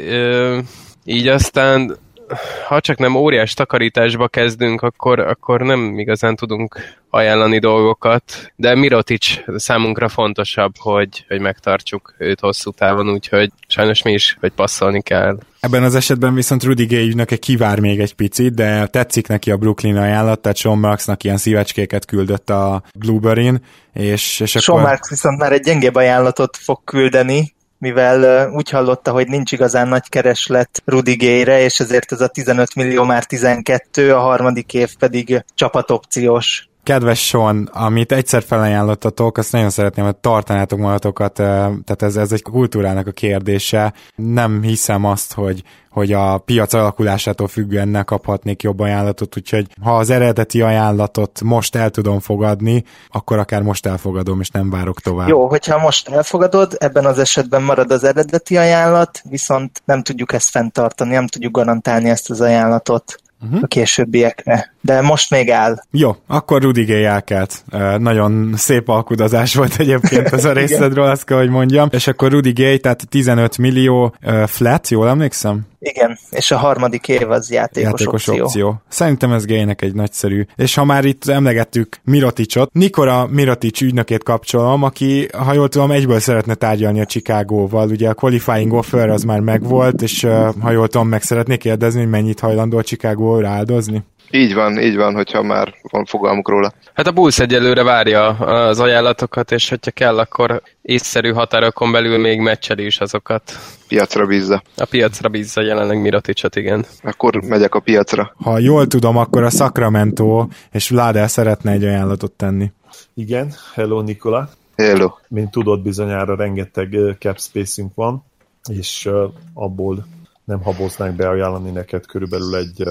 Így aztán, ha csak nem óriás takarításba kezdünk, akkor nem igazán tudunk ajánlani dolgokat, de Mirotic számunkra fontosabb, hogy megtartsuk őt hosszú távon, úgyhogy sajnos mi is, hogy passzolni kell. Ebben az esetben viszont Rudy Gay ügynöke kivár még egy picit, de tetszik neki a Brooklyn ajánlat, tehát Sean Marksnak ilyen szívecskéket küldött a Blueberry-n, és akkor... Sean Marks viszont már egy gyengébb ajánlatot fog küldeni, mivel úgy hallotta, hogy nincs igazán nagy kereslet Rudy Gay-re, és ezért ez a 15 millió már 12, a harmadik év pedig csapatopciós. Kedves Sean, amit egyszer felajánlottatok, azt nagyon szeretném, hogy tartanátok magatokat, tehát ez egy kultúrának a kérdése. Nem hiszem azt, hogy a piac alakulásától függően ne kaphatnék jobb ajánlatot, úgyhogy ha az eredeti ajánlatot most el tudom fogadni, akkor akár most elfogadom, és nem várok tovább. Jó, hogyha most elfogadod, ebben az esetben marad az eredeti ajánlat, viszont nem tudjuk ezt fenntartani, nem tudjuk garantálni ezt az ajánlatot a későbbiekre. De most még áll. Jó, akkor Rudy Gay elkelt. Nagyon szép alkudozás volt egyébként az a részedről, azt kell, hogy mondjam. És akkor Rudy Gay, tehát 15 millió flat, jól emlékszem? Igen, és a harmadik év az játékos opció. Szerintem ez Gaynek egy nagyszerű. És ha már itt emlegettük Miroticot, Nikola Mirotic ügynökét kapcsolom, aki, ha jól tudom, egyből szeretne tárgyalni a Chicagóval. Ugye a qualifying offer az már megvolt, és ha jól tudom, meg szeretnék kérdezni, hogy mennyit hajlandó a Chicago rááldozni? Így van, hogyha már van fogalmuk róla. Hát a Bulls egyelőre várja az ajánlatokat, és hogyha kell, akkor észszerű határokon belül még meccseli is azokat. Piacra bízza. A piacra bízza jelenleg Miroticot, igen. Akkor megyek a piacra. Ha jól tudom, akkor a Sacramento és Vlad szeretne egy ajánlatot tenni. Igen, hello Nikola. Hello. Mint tudod, bizonyára rengeteg cap space-ünk van, és abból nem haboznánk beajánlani neked körülbelül egy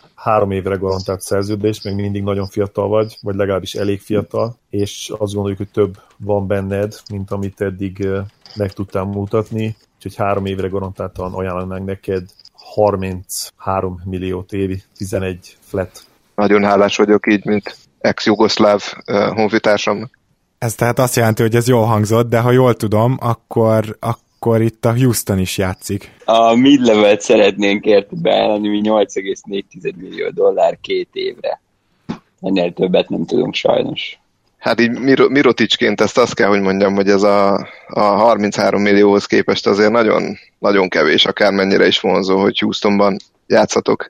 3 évre garantált szerződés, még mindig nagyon fiatal vagy legalábbis elég fiatal, és azt gondoljuk, hogy több van benned, mint amit eddig meg tudtál mutatni, úgyhogy 3 évre garantáltan ajánlanánk neked 33 milliót évi, 11 flat. Nagyon hálás vagyok így, mint ex-jugoszláv honfitársamnak. Ez tehát azt jelenti, hogy ez jól hangzott, de ha jól tudom, akkor itt a Houston is játszik. A mid-level-t szeretnénk érte beállni, mi $8,4 millió 2 évre. Ennél többet nem tudunk sajnos. Hát így Miroticsként ezt azt kell, hogy mondjam, hogy ez a 33 millióhoz képest azért nagyon, nagyon kevés, akármennyire is vonzó, hogy Houstonban játszhatok.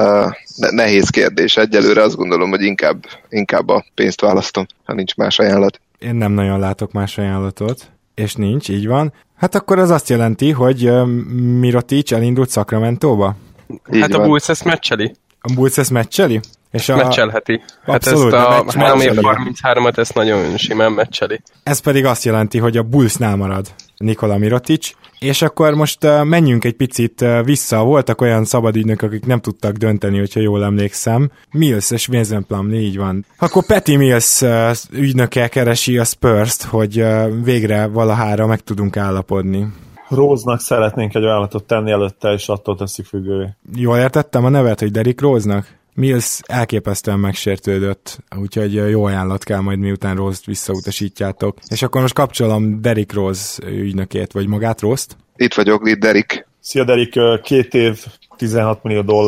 Nehéz kérdés. Egyelőre azt gondolom, hogy inkább a pénzt választom, ha nincs más ajánlat. Én nem nagyon látok más ajánlatot, és nincs, így van. Hát akkor az azt jelenti, hogy Mirotic elindult Sacramento-ba? Hát a Bulls ezt meccseli. A Bulls ezt meccseli? És meccselheti. Hát abszolút, ezt a 3-33-at ezt nagyon simán meccseli. Ez pedig azt jelenti, hogy a Bullsnál marad Nikola Mirotic, és akkor most menjünk egy picit vissza. Voltak olyan szabadügynök, akik nem tudtak dönteni, hogyha jól emlékszem. Mills és Mason Plumlee, így van. Akkor Patty Mills ügynöke keresi a Spurs-t, hogy végre valahára meg tudunk állapodni. Rose-nak szeretnénk egy ajánlatot tenni előtte, és attól teszik függővé. Jól értettem a nevet, hogy Derrick Rose-nak? Mills elképesztően megsértődött, úgyhogy jó ajánlat kell majd, miután Rose-t visszautasítjátok. És akkor most kapcsolom Derrick Rose ügynökét, vagy magát Rose-t? Itt vagyok, itt Derrick. Szia Derrick, 2 év, $16 millió,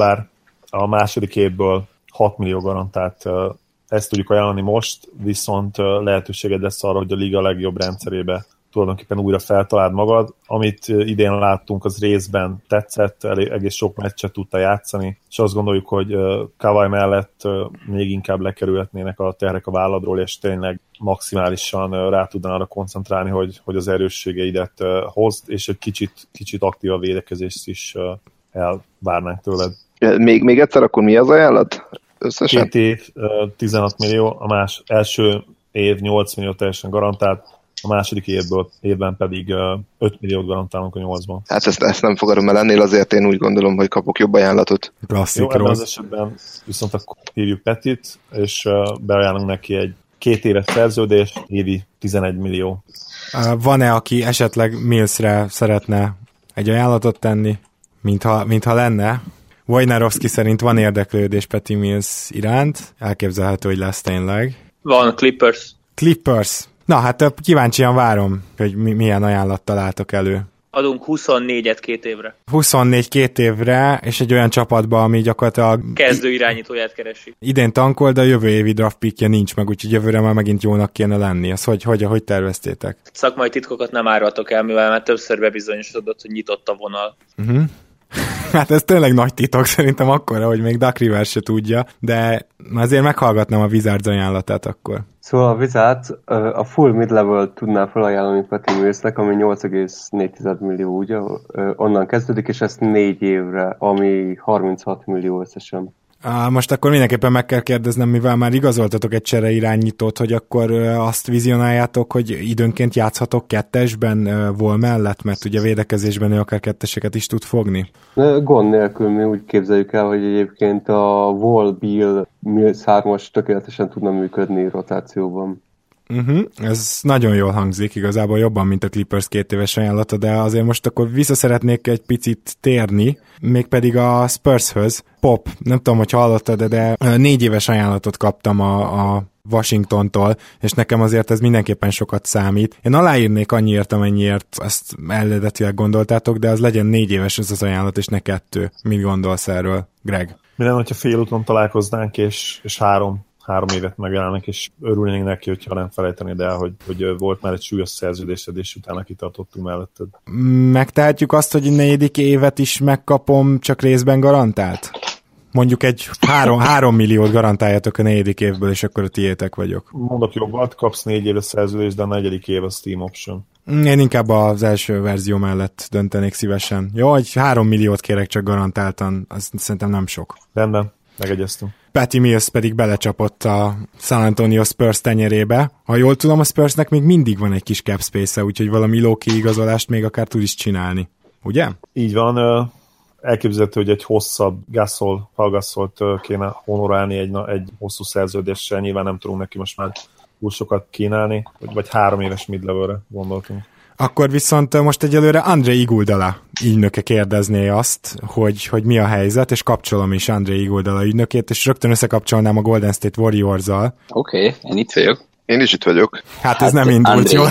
a második évből 6 millió garantált. Ezt tudjuk ajánlani most, viszont lehetőséged lesz arra, hogy a liga legjobb rendszerébe tulajdonképpen újra feltaláld magad. Amit idén láttunk, az részben tetszett, egész sok meccset tudta játszani, és azt gondoljuk, hogy Kawhi mellett még inkább lekerülhetnének a terhek a válladról, és tényleg maximálisan rá tudnál arra koncentrálni, hogy az erősségeidet hozd, és egy kicsit aktívabb védekezést is elvárnánk tőled. Még egyszer, akkor mi az ajánlat? Összesen? 2 év, 16 millió, első év 8 millió teljesen garantált, a második évben pedig 5 milliót garantálunk a 8-ban. Hát ezt nem fogadom el ennél, azért én úgy gondolom, hogy kapok jobb ajánlatot. Klasszik. Jó, ebben az esetben viszont akkor hívjuk Petit, és beajánlunk neki egy 2 éves szerződés, évi 11 millió. Van-e, aki esetleg Millsre szeretne egy ajánlatot tenni, mintha lenne? Wojnarowski szerint van érdeklődés Patty Mills iránt, elképzelhető, hogy lesz tényleg. Van, Clippers. Na hát kíváncsian várom, hogy milyen ajánlattal álltok elő. Adunk 24-et 2 évre. 24 2 évre, és egy olyan csapatba, ami gyakorlatilag kezdő irányítóját keresi. Idén tankol, de a jövő évi draft pickje nincs meg, úgyhogy jövőre már megint jónak kéne lenni. Ezt hogy terveztétek? Szakmai titkokat nem árultok el, mivel már többször bebizonyosodott, hogy nyitott a vonal. Hát ez tényleg nagy titok, szerintem akkora, hogy még Duck Rivers se tudja, de azért meghallgatnam a Wizards ajánlatát akkor. Szóval a Wizards a full mid-level tudná felajánlani Patty Millsnek, ami 8,4 millió, ugye? Onnan kezdődik, és ezt 4 évre, ami 36 millió összesen. Most akkor mindenképpen meg kell kérdeznem, mivel már igazoltatok egy csere irányítót, hogy akkor azt vizionáljátok, hogy időnként játszhatok kettesben Wall mellett, mert ugye védekezésben ő akár ketteseket is tud fogni. Gond nélkül mi úgy képzeljük el, hogy egyébként a Wall, Bill, Mills 3-as tökéletesen tudna működni rotációban. Ez nagyon jól hangzik, igazából jobban, mint a Clippers 2 éves ajánlata, de azért most akkor vissza szeretnék egy picit térni, mégpedig a Spurshöz. Pop, nem tudom, hogy hallottad, de 4 éves ajánlatot kaptam a Washingtontól, és nekem azért ez mindenképpen sokat számít. Én aláírnék annyiért, amennyiért ezt eredetileg gondoltátok, de az legyen 4 éves ez az ajánlat, és ne 2. Mit gondolsz erről, Greg? Mi lenne, hogyha félúton találkoznánk, és 3 évet megjelenik, és örülnénk neki, hogyha nem felejtenéd el, hogy volt már egy súlyos szerződésed, és utána kitartottunk melletted. Megtehetjük azt, hogy 4. évet is megkapom, csak részben garantált? Mondjuk egy 3 milliót garantáljatok a 4. évből, és akkor a tiétek vagyok. Mondok jobbat, kapsz 4 éves szerződést, de a 4. év az team option. Én inkább az első verzió mellett döntenék szívesen. Jó, hogy 3 milliót kérek csak garantáltan, az szerintem nem sok. Rendben, megegyeztünk. Patty Mills pedig belecsapott a San Antonio Spurs tenyerébe. Ha jól tudom, a Spursnek még mindig van egy kis cap space-e, úgyhogy valami low-key igazolást még akár tud is csinálni. Ugye? Így van. Elképzelhető, hogy egy hosszabb Pau Gasolt kéne honorálni egy hosszú szerződéssel. Nyilván nem tudunk neki most már túl sokat kínálni, vagy 3 éves mid-levelre gondoltunk. Akkor viszont most egyelőre André Iguodala ügynöke kérdezné azt, hogy mi a helyzet, és kapcsolom is André Iguodala ügynökét, és rögtön összekapcsolnám a Golden State Warriors-zal. Oké, én itt vagyok. Én is itt vagyok. Hát ez nem indult jól.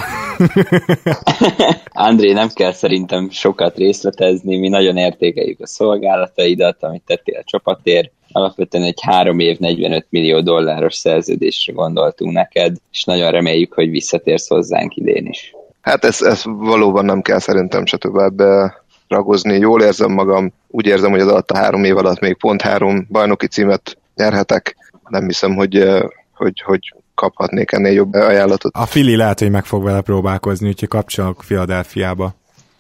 André, nem kell szerintem sokat részletezni, mi nagyon értékeljük a szolgálataidat, amit tettél a csapatért, alapvetően egy 3 év 45 millió dolláros szerződésre gondoltunk neked, és nagyon reméljük, hogy visszatérsz hozzánk idén is. Hát ez valóban nem kell szerintem se tovább ragozni. Jól érzem magam, úgy érzem, hogy az alatt a 3 év alatt még pont 3 bajnoki címet nyerhetek. Nem hiszem, hogy kaphatnék ennél jobb ajánlatot. A Philly lehet, hogy meg fog vele próbálkozni, úgyhogy kapcsolok Philadelphiába.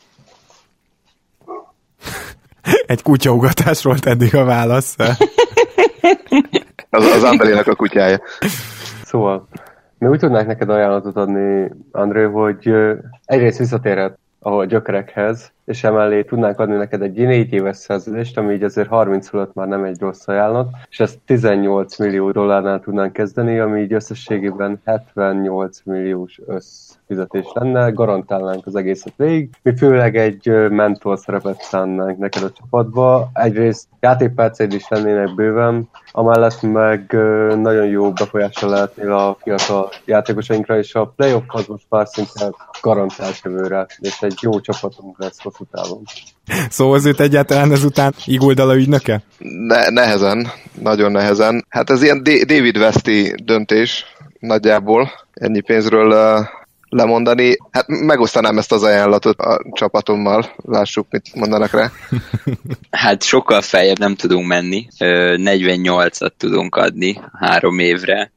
Egy kutyaugatás volt eddig a válasz. Az Andrének a kutyája. Szóval, mi úgy tudnánk neked ajánlatot adni, André, hogy egyrészt visszatérhet a gyökerekhez, és emellé tudnánk adni neked egy 4 éves szerződést, ami így azért 30 fölött már nem egy rossz ajánlat, és ezt 18 millió dollárnál tudnánk kezdeni, ami így összességében 78 milliós összfizetés lenne, garantálnánk az egészet végig. Mi főleg egy mentor szerepet szánnánk neked a csapatba. Egyrészt játékperceid is lennének bőven, amellett meg nagyon jó befolyással lehetnél a fiatal játékosainkra, és a playoff-hoz most már szinte garantált jövőre, és egy jó csapatunk lesz hosszú távon. Szóval őt egyáltalán ezután Iguodala ügynöke? Nehezen, nagyon nehezen. Hát ez ilyen David Westi döntés nagyjából, ennyi pénzről lemondani. Hát megosztanám ezt az ajánlatot a csapatommal, lássuk, mit mondanak rá. Hát sokkal feljebb nem tudunk menni, 48-at tudunk adni 3 évre,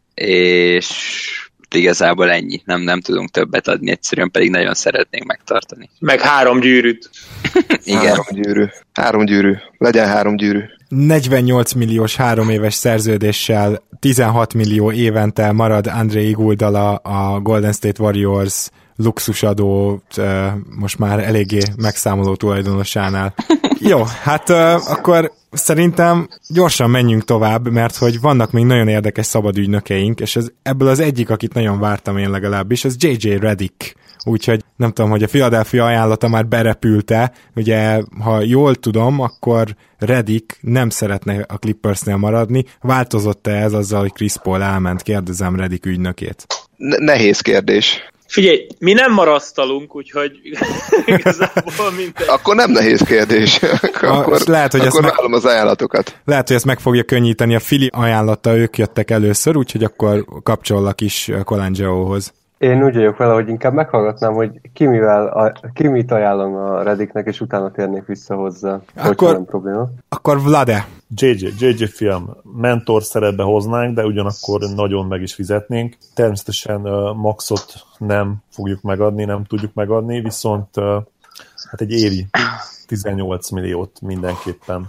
és igazából ennyi. Nem tudunk többet adni, egyszerűen pedig nagyon szeretnénk megtartani. Meg 3 gyűrűt. Igen. 3 gyűrű. Legyen 3 gyűrű. 48 milliós 3 éves szerződéssel 16 millió évente marad André Iguodala a Golden State Warriors luxusadó, most már eléggé megszámoló tulajdonosánál. Jó, hát akkor szerintem gyorsan menjünk tovább, mert hogy vannak még nagyon érdekes szabadügynökeink, és ebből az egyik, akit nagyon vártam én legalábbis, az JJ Redick. Úgyhogy nem tudom, hogy a Philadelphia ajánlata már berepült-e. Ugye, ha jól tudom, akkor Redick nem szeretne a Clippersnél maradni. Változott-e ez azzal, hogy Chris Paul elment? Kérdezem Redick ügynökét. Nehéz kérdés. Figyelj, mi nem marasztalunk, úgyhogy igazából minden... Akkor nem nehéz kérdés. Akkor lehet, hogy akkor vállom az ajánlatokat. Lehet, hogy ezt meg fogja könnyíteni a Philly ajánlata, ők jöttek először, úgyhogy akkor kapcsollak is Colangeohoz. Én úgy vagyok vele, hogy inkább meghallgatnám, hogy ki mit ajánlom a Redicknek, és utána térnék vissza hozzá, hogyha nem probléma. Akkor Vlade. JJ fiam, mentor szerepbe hoznánk, de ugyanakkor nagyon meg is fizetnénk. Természetesen maxot nem fogjuk megadni, nem tudjuk megadni, viszont hát egy évi 18 milliót mindenképpen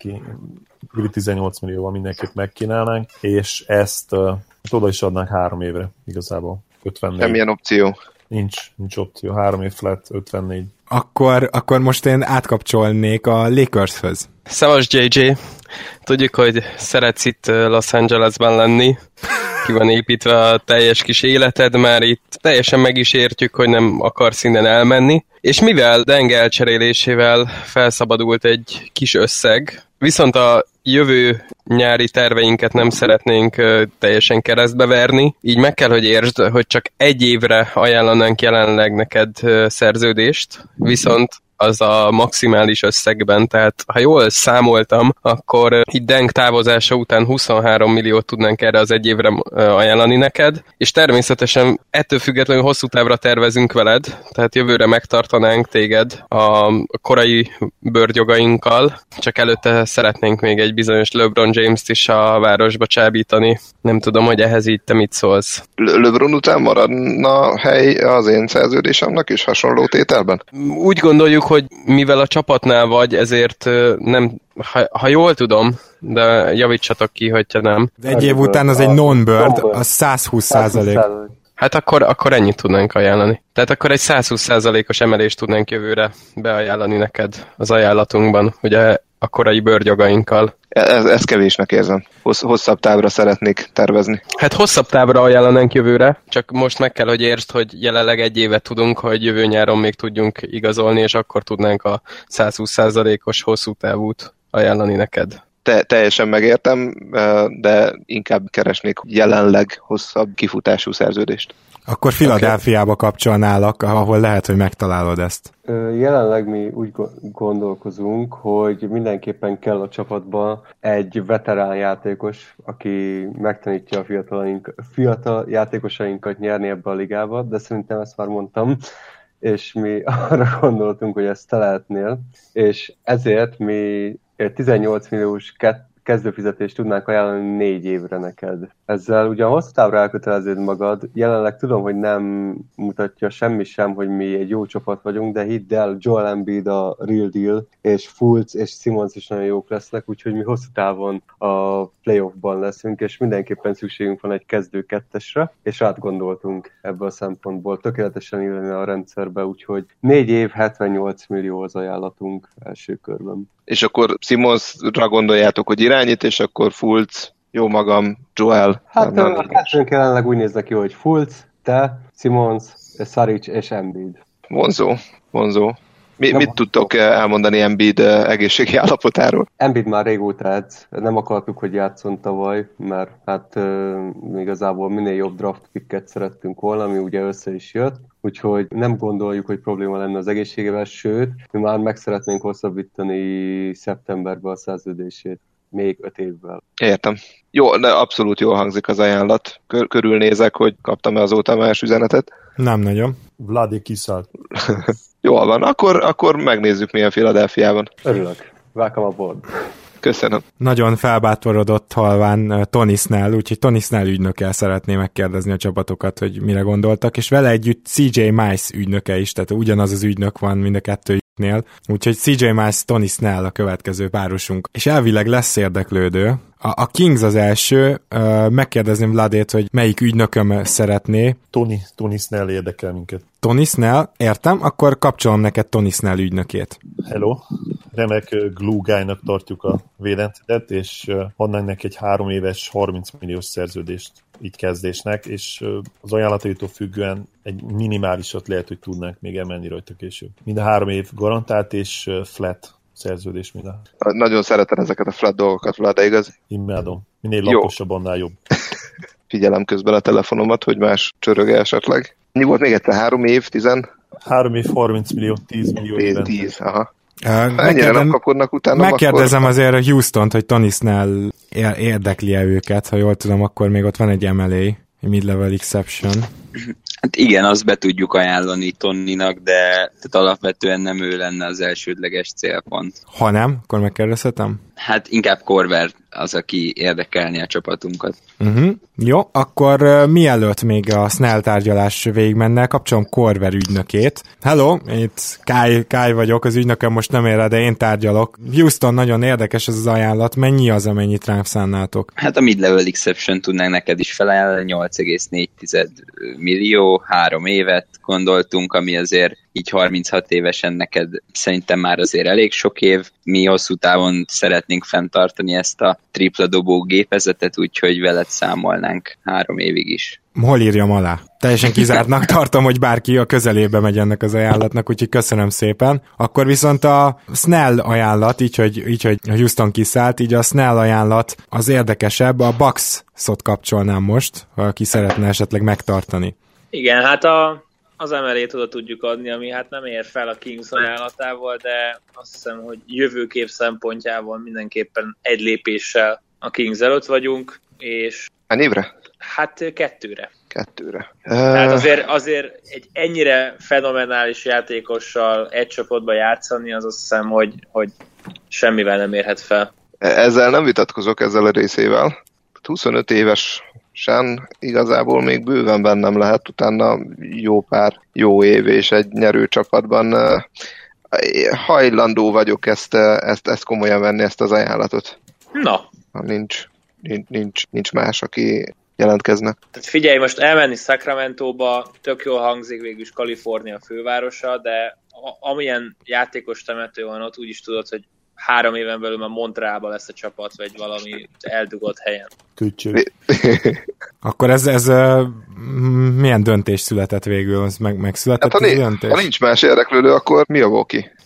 18 millióval mindenképp megkínálnánk, és ezt oda is adnánk 3 évre igazából. 54. Semmilyen opció. Nincs opció. 3 év lett, 54. Akkor most én átkapcsolnék a Lakershöz. Szevasz JJ! Tudjuk, hogy szeretsz itt Los Angelesben lenni. Ki van építve a teljes kis életed, már itt teljesen meg is értjük, hogy nem akarsz innen elmenni. És mivel Deng elcserélésével felszabadult egy kis összeg, viszont a jövő nyári terveinket nem szeretnénk teljesen keresztbe verni, így meg kell, hogy értsd, hogy csak 1 évre ajánlanánk jelenleg neked szerződést, viszont az a maximális összegben, tehát ha jól számoltam, akkor itt Deng távozása után 23 milliót tudnánk erre az 1 évre ajánlani neked, és természetesen ettől függetlenül hosszú távra tervezünk veled, tehát jövőre megtartanánk téged a korai bőrgyogainkkal, csak előtte szeretnénk még egy bizonyos LeBron James-t is a városba csábítani. Nem tudom, hogy ehhez így te mit szólsz. LeBron után maradna hely az én szerződésemnek is hasonló tételben? Úgy gondoljuk, hogy mivel a csapatnál vagy, ezért nem, ha jól tudom, de javítsatok ki, hogyha nem. De 1 év után az egy non-bird, az 120%. Hát akkor ennyit tudnánk ajánlani. Tehát akkor egy 120%-os emelést tudnánk jövőre beajánlani neked az ajánlatunkban, ugye a korai bőrgyogainkkal. Ez kevésnek érzem. Hosszabb távra szeretnék tervezni. Hát hosszabb távra ajánlanánk jövőre, csak most meg kell, hogy értsd, hogy jelenleg 1 évet tudunk, hogy jövő nyáron még tudjunk igazolni, és akkor tudnánk a 120%-os hosszú távút ajánlani neked. Teljesen megértem, de inkább keresnék jelenleg hosszabb kifutású szerződést. Akkor Philadelphiába kapcsolnálak, ahol lehet, hogy megtalálod ezt. Jelenleg mi úgy gondolkozunk, hogy mindenképpen kell a csapatba egy veterán játékos, aki megtanítja a fiatal játékosainkat nyerni ebbe a ligába, de szerintem ezt már mondtam, és mi arra gondoltunk, hogy ezt te lehetnél, és ezért mi 18 milliós kezdőfizetést tudnánk ajánlani 4 évre neked. Ezzel ugyan hosszú távra elköteleződ magad, jelenleg tudom, hogy nem mutatja semmi sem, hogy mi egy jó csapat vagyunk, de hidd el, Joel Embiid a real deal, és Fultz és Simmons is nagyon jók lesznek, úgyhogy mi hosszú távon a playoffban leszünk, és mindenképpen szükségünk van egy kezdő kettesre, és átgondoltunk ebből a szempontból. Tökéletesen illene a rendszerbe, úgyhogy 4 év, 78 millió az ajánlatunk első körben. És akkor Simmonsra gondoljátok, hogy irányít, és akkor Fultz, jó magam, Joel. Hát a kettőnk jelenleg úgy néz ki, hogy Fultz, te, Simmons, Saric és Embiid. Vonzó. Mit tudtok elmondani Embiid egészségi állapotáról? Embiid már régóta edz. Nem akartuk, hogy játszon tavaly, mert hát igazából minél jobb draft picket szerettünk volna, ami ugye össze is jött. Úgyhogy nem gondoljuk, hogy probléma lenne az egészségével, sőt, mi már meg szeretnénk hosszabbítani szeptemberbe a szerződését. Még 5 évvel. Értem. Jó, de abszolút jól hangzik az ajánlat. Körülnézek, hogy kaptam-e azóta más üzenetet. Nem nagyon. Vladi kiszállt. Jól van, akkor megnézzük, milyen Philadelphiában. Örülök. Welcome aboard. Köszönöm. Nagyon felbátorodott halván Tony Snell, úgyhogy Tony Snell ügynökkel szeretné megkérdezni a csapatokat, hogy mire gondoltak, és vele együtt CJ Mice ügynöke is, tehát ugyanaz az ügynök van mind a kettőjüknél, úgyhogy CJ Mice, Tony Snell a következő párosunk. És elvileg lesz érdeklődő. A Kings az első, megkérdezném Vladét, hogy melyik ügynököm szeretné. Tony Snell érdekel minket. Tony Snell, értem, akkor kapcsolom neked Tony Snell ügynökét. Hello, remek glue guy-nak tartjuk a védencédet, és adnánk neki egy 3 éves 30 milliós szerződést így kezdésnek, és az ajánlataitól függően egy minimálisat lehet, hogy tudnánk még emelni rajta később. Mind a 3 év garantált, és flat szerződés minden. Nagyon szeretem ezeket a flat dolgokat, Vlad, de igaz? Imádom. Minél laposabb, annál jobb. Figyelem közben a telefonomat, hogy más csörög esetleg. Mi volt még egyszer? 3 év, 3 év, 30 millió, 10 millió évente. 10, aha. Ennyire nem kapodnak utána. Megkérdezem akkor... azért Houstont, hogy Tony Snell érdekli-e őket, ha jól tudom, akkor még ott van egy MLA, egy mid-level exception. Hát igen, azt be tudjuk ajánlani Tonninak, de tehát alapvetően nem ő lenne az elsődleges célpont. Ha nem, akkor megkérdezhetem? Hát inkább Korver az, aki érdekelni a csapatunkat. Jó, akkor mielőtt még a Snell tárgyalás végigmenne, kapcsolom Korver ügynökét. Hello, itt Kai vagyok, az ügynököm most nem ér rá, de én tárgyalok. Houston, nagyon érdekes ez az ajánlat. Mennyi az, amennyit ránk szánnátok? Hát a mid-level exception tudnánk neked is felajánlani, 8,4 millió, 3 évet gondoltunk, ami azért így 36 évesen neked szerintem már azért elég sok év. Mi hosszú távon szeretnénk fenntartani ezt a tripla dobó gépezetet, úgyhogy veled számolnánk 3 évig is. Hol írjam alá? Teljesen kizártnak tartom, hogy bárki a közelébe megy ennek az ajánlatnak, úgyhogy köszönöm szépen. Akkor viszont a Snell ajánlat, így, hogy a Houston kiszállt, így a Snell ajánlat az érdekesebb, a Bucks-ot kapcsolnám most, ha aki szeretne esetleg megtartani. Igen, hát az MLA-t oda tudjuk adni, ami hát nem ér fel a Kings ajánlatával, de azt hiszem, hogy jövőkép szempontjából mindenképpen egy lépéssel a Kings előtt vagyunk, és... Hány évre? Hát 2-re. 2-re. Tehát azért egy ennyire fenomenális játékossal egy csapatba játszani, az azt hiszem, hogy semmivel nem érhet fel. Ezzel nem vitatkozok, ezzel a részével. 25 éves sen igazából még bőven bennem lehet, utána jó pár jó év és egy nyerő csapatban hajlandó vagyok ezt komolyan venni, ezt az ajánlatot. Na. Nincs más, aki jelentkezne. Tehát figyelj, most elmenni Sacramento-ba, tök jól hangzik, végülis Kalifornia fővárosa, de amilyen játékos temető van ott, úgyis tudod, hogy 3 éven belül már Montrealban lesz a csapat, vagy valami eldugott helyen. Kücsög. Akkor ez milyen döntés született végül? Megszületett hát, ez a döntés? Ha nincs más érdeklődő, akkor mi a boki?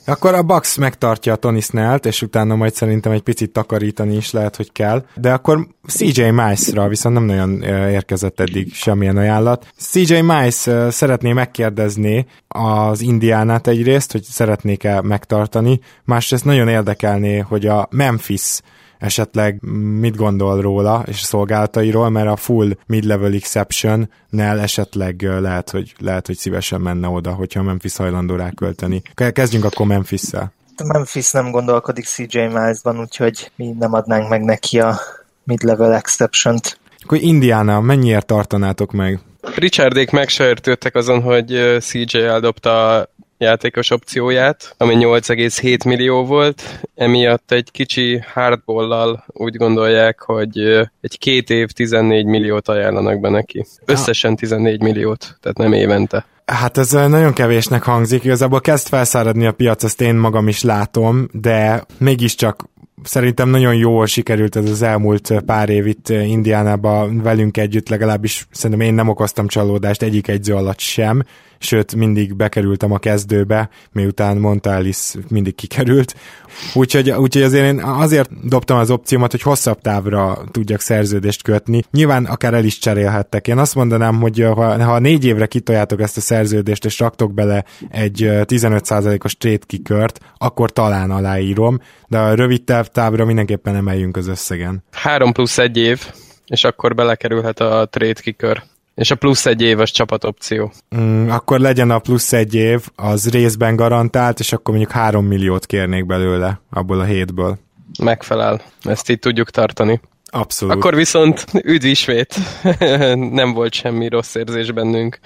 Akkor a Bucks megtartja a Tony Snellt, és utána majd szerintem egy picit takarítani is lehet, hogy kell. De akkor CJ Mice-ra viszont nem nagyon érkezett eddig semmilyen ajánlat. CJ Mice szeretné megkérdezni az Indiánát egyrészt, hogy szeretnék-e megtartani. Másrészt nagyon érdekelné, hogy a Memphis esetleg mit gondol róla és a szolgálatairól, mert a full mid-level exception-nel esetleg lehet, hogy szívesen menne oda, hogyha Memphis hajlandó rákölteni. Kezdjünk akkor Memphis-szel. A Memphis nem gondolkodik CJ Miles-ban, úgyhogy mi nem adnánk meg neki a mid-level exception-t. Akkor Indiana, mennyiért tartanátok meg? Richardék megsajörtődtek azon, hogy CJ eldobta játékos opcióját, ami 8,7 millió volt, emiatt egy kicsi hardball-lal úgy gondolják, hogy egy 2 év 14 milliót ajánlanak be neki. Összesen 14 milliót, tehát nem évente. Hát ez nagyon kevésnek hangzik, igazából kezd felszáradni a piac, azt én magam is látom, de mégiscsak szerintem nagyon jól sikerült ez az elmúlt pár év itt Indiánában velünk együtt, legalábbis szerintem én nem okoztam csalódást egyik edző alatt sem, sőt mindig bekerültem a kezdőbe, miután Montalis mindig kikerült. Úgyhogy azért én azért dobtam az opciómat, hogy hosszabb távra tudjak szerződést kötni. Nyilván akár el is cserélhettek. Én azt mondanám, hogy ha 4 évre kitoljátok ezt a szerződést, és raktok bele egy 15%-os trade kickert, akkor talán aláírom, de a rövid távra mindenképpen emeljünk az összegen. 3+1 év, és akkor belekerülhet a trade kicker. És a plusz 1 év az csapatopció. Akkor legyen a plusz 1 év, az részben garantált, és akkor mondjuk 3 milliót kérnék belőle abból a 7-ből. Megfelel. Ezt így tudjuk tartani. Abszolút. Akkor viszont üdv ismét. Nem volt semmi rossz érzés bennünk.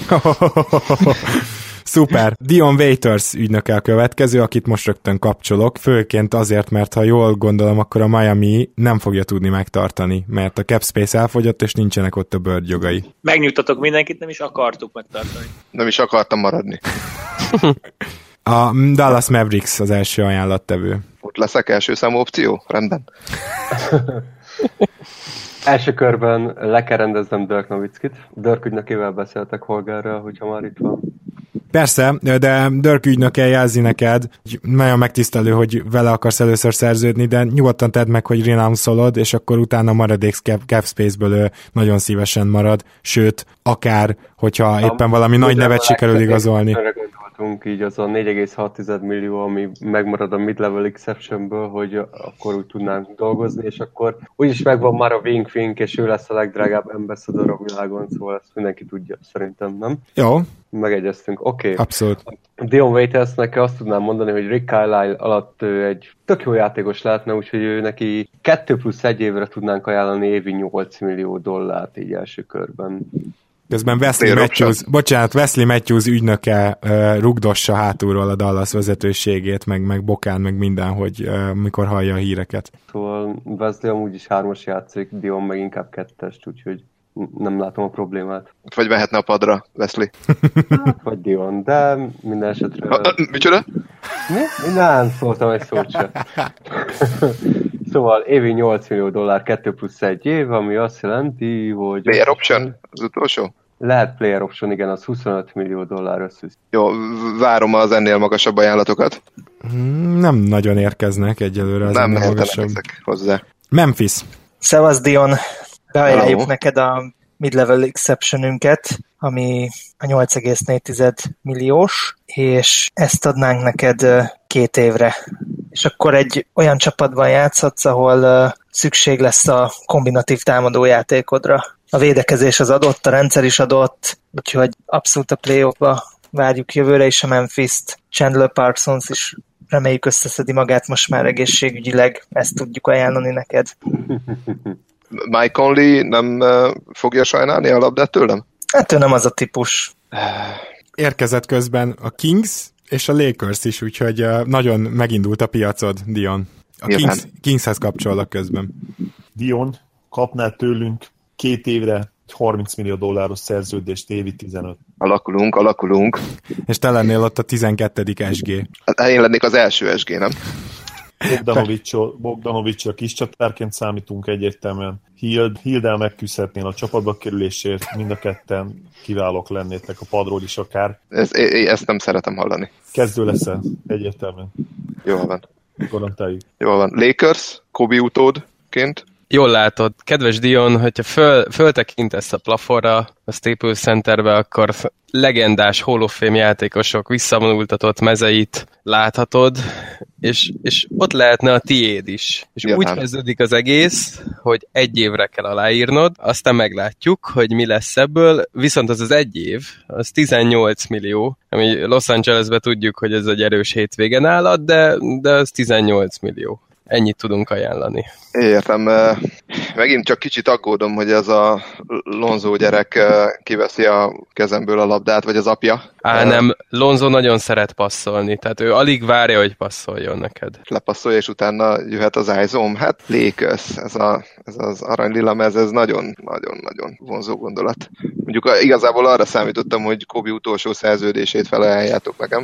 Szuper. Dion Waiters ügynöke a következő, akit most rögtön kapcsolok, főként azért, mert ha jól gondolom, akkor a Miami nem fogja tudni megtartani, mert a cap space elfogyott, és nincsenek ott a Bird jogai. Megnyugtatok mindenkit, nem is akartuk megtartani. Nem is akartam maradni. A Dallas Mavericks az első ajánlattevő. Ott leszek első számú opció? Rendben. Első körben le kell rendeznem Dirk Nowitzkit. Dirk ügynökével beszéltek Holgerrel, hogyha már itt van. Persze, de Dirk ügynöke jelzi neked, nagyon megtisztelő, hogy vele akarsz először szerződni, de nyugodtan tedd meg, hogy renounceolod, és akkor utána maradék cap space-ből nagyon szívesen marad, sőt, akár, hogyha éppen valami nagy nevet sikerül igazolni. Így az a 4,6 millió, ami megmarad a mid-level exceptionből, hogy akkor úgy tudnánk dolgozni, és akkor úgyis megvan már a wink-wink, és ő lesz a legdrágább ambassador a világon, szóval ezt mindenki tudja, szerintem, nem? Jó. Megegyeztünk, oké. Abszolút. Dion Waitersnek azt tudnám mondani, hogy Rick Carlisle alatt egy tök jó játékos lehetne, úgyhogy ő neki 2+1 évre tudnánk ajánlani évi $8 millió így első körben. Közben Wesley Matthews ügynöke rugdossa hátulról a Dallas vezetőségét, meg Bokán, meg minden, hogy mikor hallja a híreket. Szóval Wesley amúgy is 3-as játszik, Dion meg inkább 2-est, úgyhogy nem látom a problémát. Vagy vehetne a padra, Wesley. Vagy Dion, de minden esetre... Micsoda? Mi? Nem szóltam egy szót sem. Szóval évi $8 millió, 2+1 év, ami azt jelenti, hogy... Player option? Az utolsó? Lehet player option, igen, az $25 millió összűz. Jó, várom az ennél magasabb ajánlatokat. Nem nagyon érkeznek egyelőre az ennél magasabb. Hozzá. Memphis. Szevasz, Dion. Beajánljuk neked a mid-level exceptionünket, ami a 8,4 milliós, és ezt adnánk neked 2 évre. És akkor egy olyan csapatban játszhatsz, ahol szükség lesz a kombinatív támadójátékodra. A védekezés az adott, a rendszer is adott, úgyhogy abszolút a playoffba várjuk jövőre is a Memphis-t. Chandler Parsons is reméljük összeszedi magát most már egészségügyileg, ezt tudjuk ajánlani neked. Mike Conley nem fogja sajnálni a labdát tőlem? Hát ő nem az a típus. Érkezett közben a Kings és a Lakers is, úgyhogy nagyon megindult a piacod, Dion. A Kingshez kapcsolok közben. Dion kapnál tőlünk 2 évre $30 millió szerződést, évi 15. Alakulunk. És te lennél ott a 12. SG. Hát én lennék az első SG, nem? Bogdanovicsra kis csatárként számítunk egyértelműen. Hill-del megküzdhetnél a csapatba kerülésért, mind a ketten kiválók lennétek a padról is akár. Ezt nem szeretem hallani. Kezdő leszel, egyértelműen. Jól van. Garantáljuk. Jól van. Lakers, Kobe utódként. Jól látod, kedves Dion, hogyha föltekintesz a plafonra, a Staples Centerbe, akkor legendás Hall of Fame játékosok visszavonultatott mezeit láthatod, és ott lehetne a tiéd is. És ja, úgy kezdődik az egész, hogy 1 évre kell aláírnod, aztán meglátjuk, hogy mi lesz ebből, viszont az 1 év, az 18 millió, ami Los Angelesben tudjuk, hogy ez egy erős hétvége nálad, de az 18 millió. Ennyit tudunk ajánlani. Értem. Megint csak kicsit aggódom, hogy ez a Lonzo gyerek kiveszi a kezemből a labdát, vagy az apja. Nem, Lonzo nagyon szeret passzolni, tehát ő alig várja, hogy passzoljon neked. Lepasszolja, és utána jöhet az ISO-m. Hát Lakers, ez az aranylila mez, ez nagyon-nagyon vonzó gondolat. Mondjuk igazából arra számítottam, hogy Kobe utolsó szerződését felajánljátok nekem.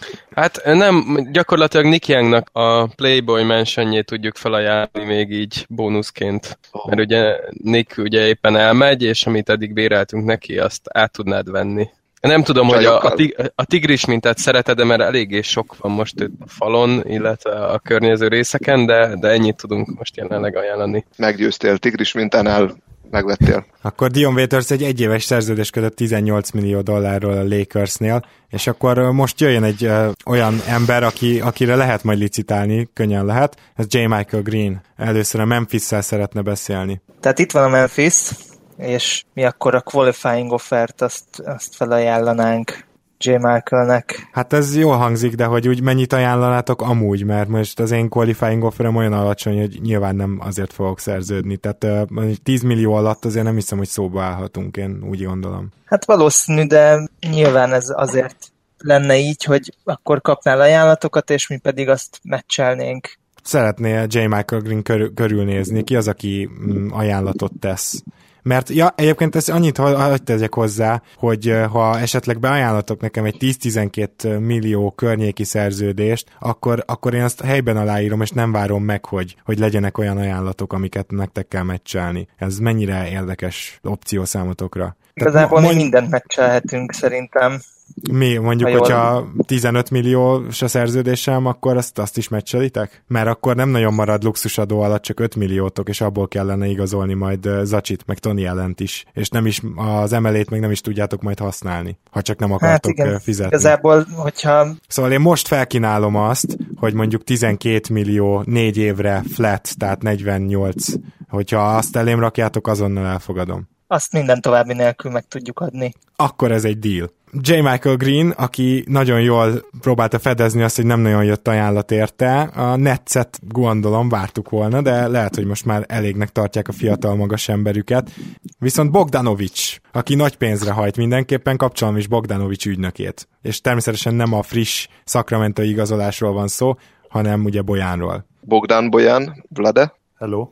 Hát nem, gyakorlatilag Nick Youngnak a Playboy Mansionjét tudjuk felajánlani még így bónuszként. Mert ugye Nick ugye éppen elmegy, és amit eddig béreltünk neki, azt át tudnád venni. Nem tudom, hogy a tigris mintát szereted, mert eléggé sok van most itt a falon, illetve a környező részeken, de ennyit tudunk most jelenleg ajánlani. Meggyőztél, tigris mintánál megvettél. Akkor Dion Waiters egy 1 éves szerződés kötött $18 millió a Lakersnél, és akkor most jöjjön egy olyan ember, akire lehet majd licitálni, könnyen lehet, ez J. Michael Green. Először a Memphis-szel szeretne beszélni. Tehát itt van a Memphis, és mi akkor a qualifying offert azt felajánlanánk J. Michaelnek. Hát ez jól hangzik, de hogy úgy mennyit ajánlanátok amúgy, mert most az én qualifying offerem olyan alacsony, hogy nyilván nem azért fogok szerződni. Tehát 10 millió alatt azért nem hiszem, hogy szóba állhatunk, én úgy gondolom. Hát valószínű, de nyilván ez azért lenne így, hogy akkor kapnál ajánlatokat, és mi pedig azt meccselnénk. Szeretné J. Michael Green körülnézni, ki az, aki ajánlatot tesz. Mert egyébként ezt annyit hadd tegyek hozzá, hogy ha esetleg beajánlatok nekem egy 10-12 millió környéki szerződést, akkor én azt helyben aláírom, és nem várom meg, hogy legyenek olyan ajánlatok, amiket nektek kell meccselni. Ez mennyire érdekes opció számotokra? Igazából mi mindent meccselhetünk szerintem. Mi? Mondjuk, hogyha 15 milliós a szerződésem, akkor azt is meccselitek? Mert akkor nem nagyon marad luxusadó alatt, csak 5 milliótok, és abból kellene igazolni majd Zacsit, meg Tony Allent is. És nem is az emelét meg nem is tudjátok majd használni, ha csak nem akartok fizetni. Igazából, hogyha... Szóval én most felkínálom azt, hogy mondjuk 12 millió 4 évre flat, tehát 48. Hogyha azt elém rakjátok, azonnal elfogadom. Azt minden további nélkül meg tudjuk adni. Akkor ez egy deal. J. Michael Green, aki nagyon jól próbálta fedezni azt, hogy nem nagyon jött ajánlat érte, a Netset gondolom vártuk volna, de lehet, hogy most már elégnek tartják a fiatal magas emberüket. Viszont Bogdanovics, aki nagy pénzre hajt, mindenképpen kapcsolom is Bogdanovics ügynökét. És természetesen nem a friss Sacramento igazolásról van szó, hanem ugye Bojanról. Bojan, Vlade. Hello.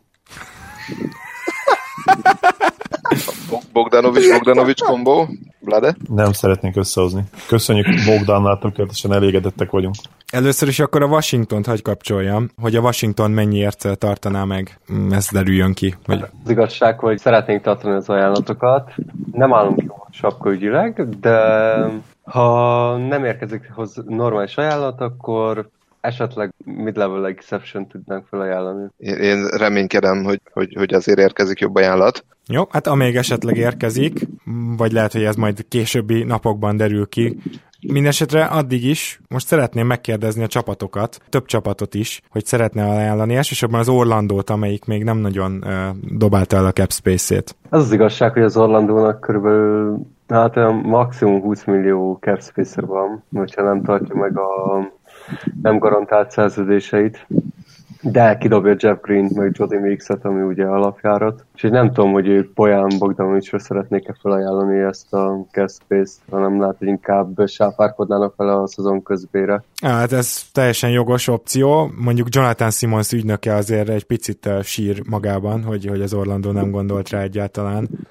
Bogdanovics kombó, Vlade? Nem szeretnénk összehozni. Köszönjük, Bogdannál tökéletesen elégedettek vagyunk. Először is akkor a Washingtont hagy kapcsoljam, hogy a Washington mennyiért tartaná meg, ez derüljön ki. Vagy... Az igazság, hogy szeretnénk tartani az ajánlatokat. Nem állunk jól sapkaügyileg, de ha nem érkezik hozzá normális ajánlat, akkor esetleg mid-level exception tudnánk felajánlani. Én reménykedem, hogy azért érkezik jobb ajánlat. Jó, hát amíg esetleg érkezik, vagy lehet, hogy ez majd későbbi napokban derül ki. Mindenesetre addig is most szeretném megkérdezni a csapatokat, több csapatot is, hogy szeretne ajánlani, elsősorban az Orlandót, amelyik még nem nagyon dobálta el a cap space-ét. Az igazság, hogy az Orlandónak körülbelül maximum 20 millió cap space van, hogyha nem tartja meg a nem garantált szerződéseit, de kidobja Jeff Green meg Jody Meeks-et, ami ugye alapjárat. És nem tudom, hogy ők Bojan Bogdanovicsra szeretnék-e felajánlani ezt a cap space-t, hanem lehet, hogy inkább sáfárkodnának vele a szezon közbére. Hát ez teljesen jogos opció. Mondjuk Jonathan Simmons ügynöke azért egy picit sír magában, hogy az Orlando nem gondolt rá egyáltalán.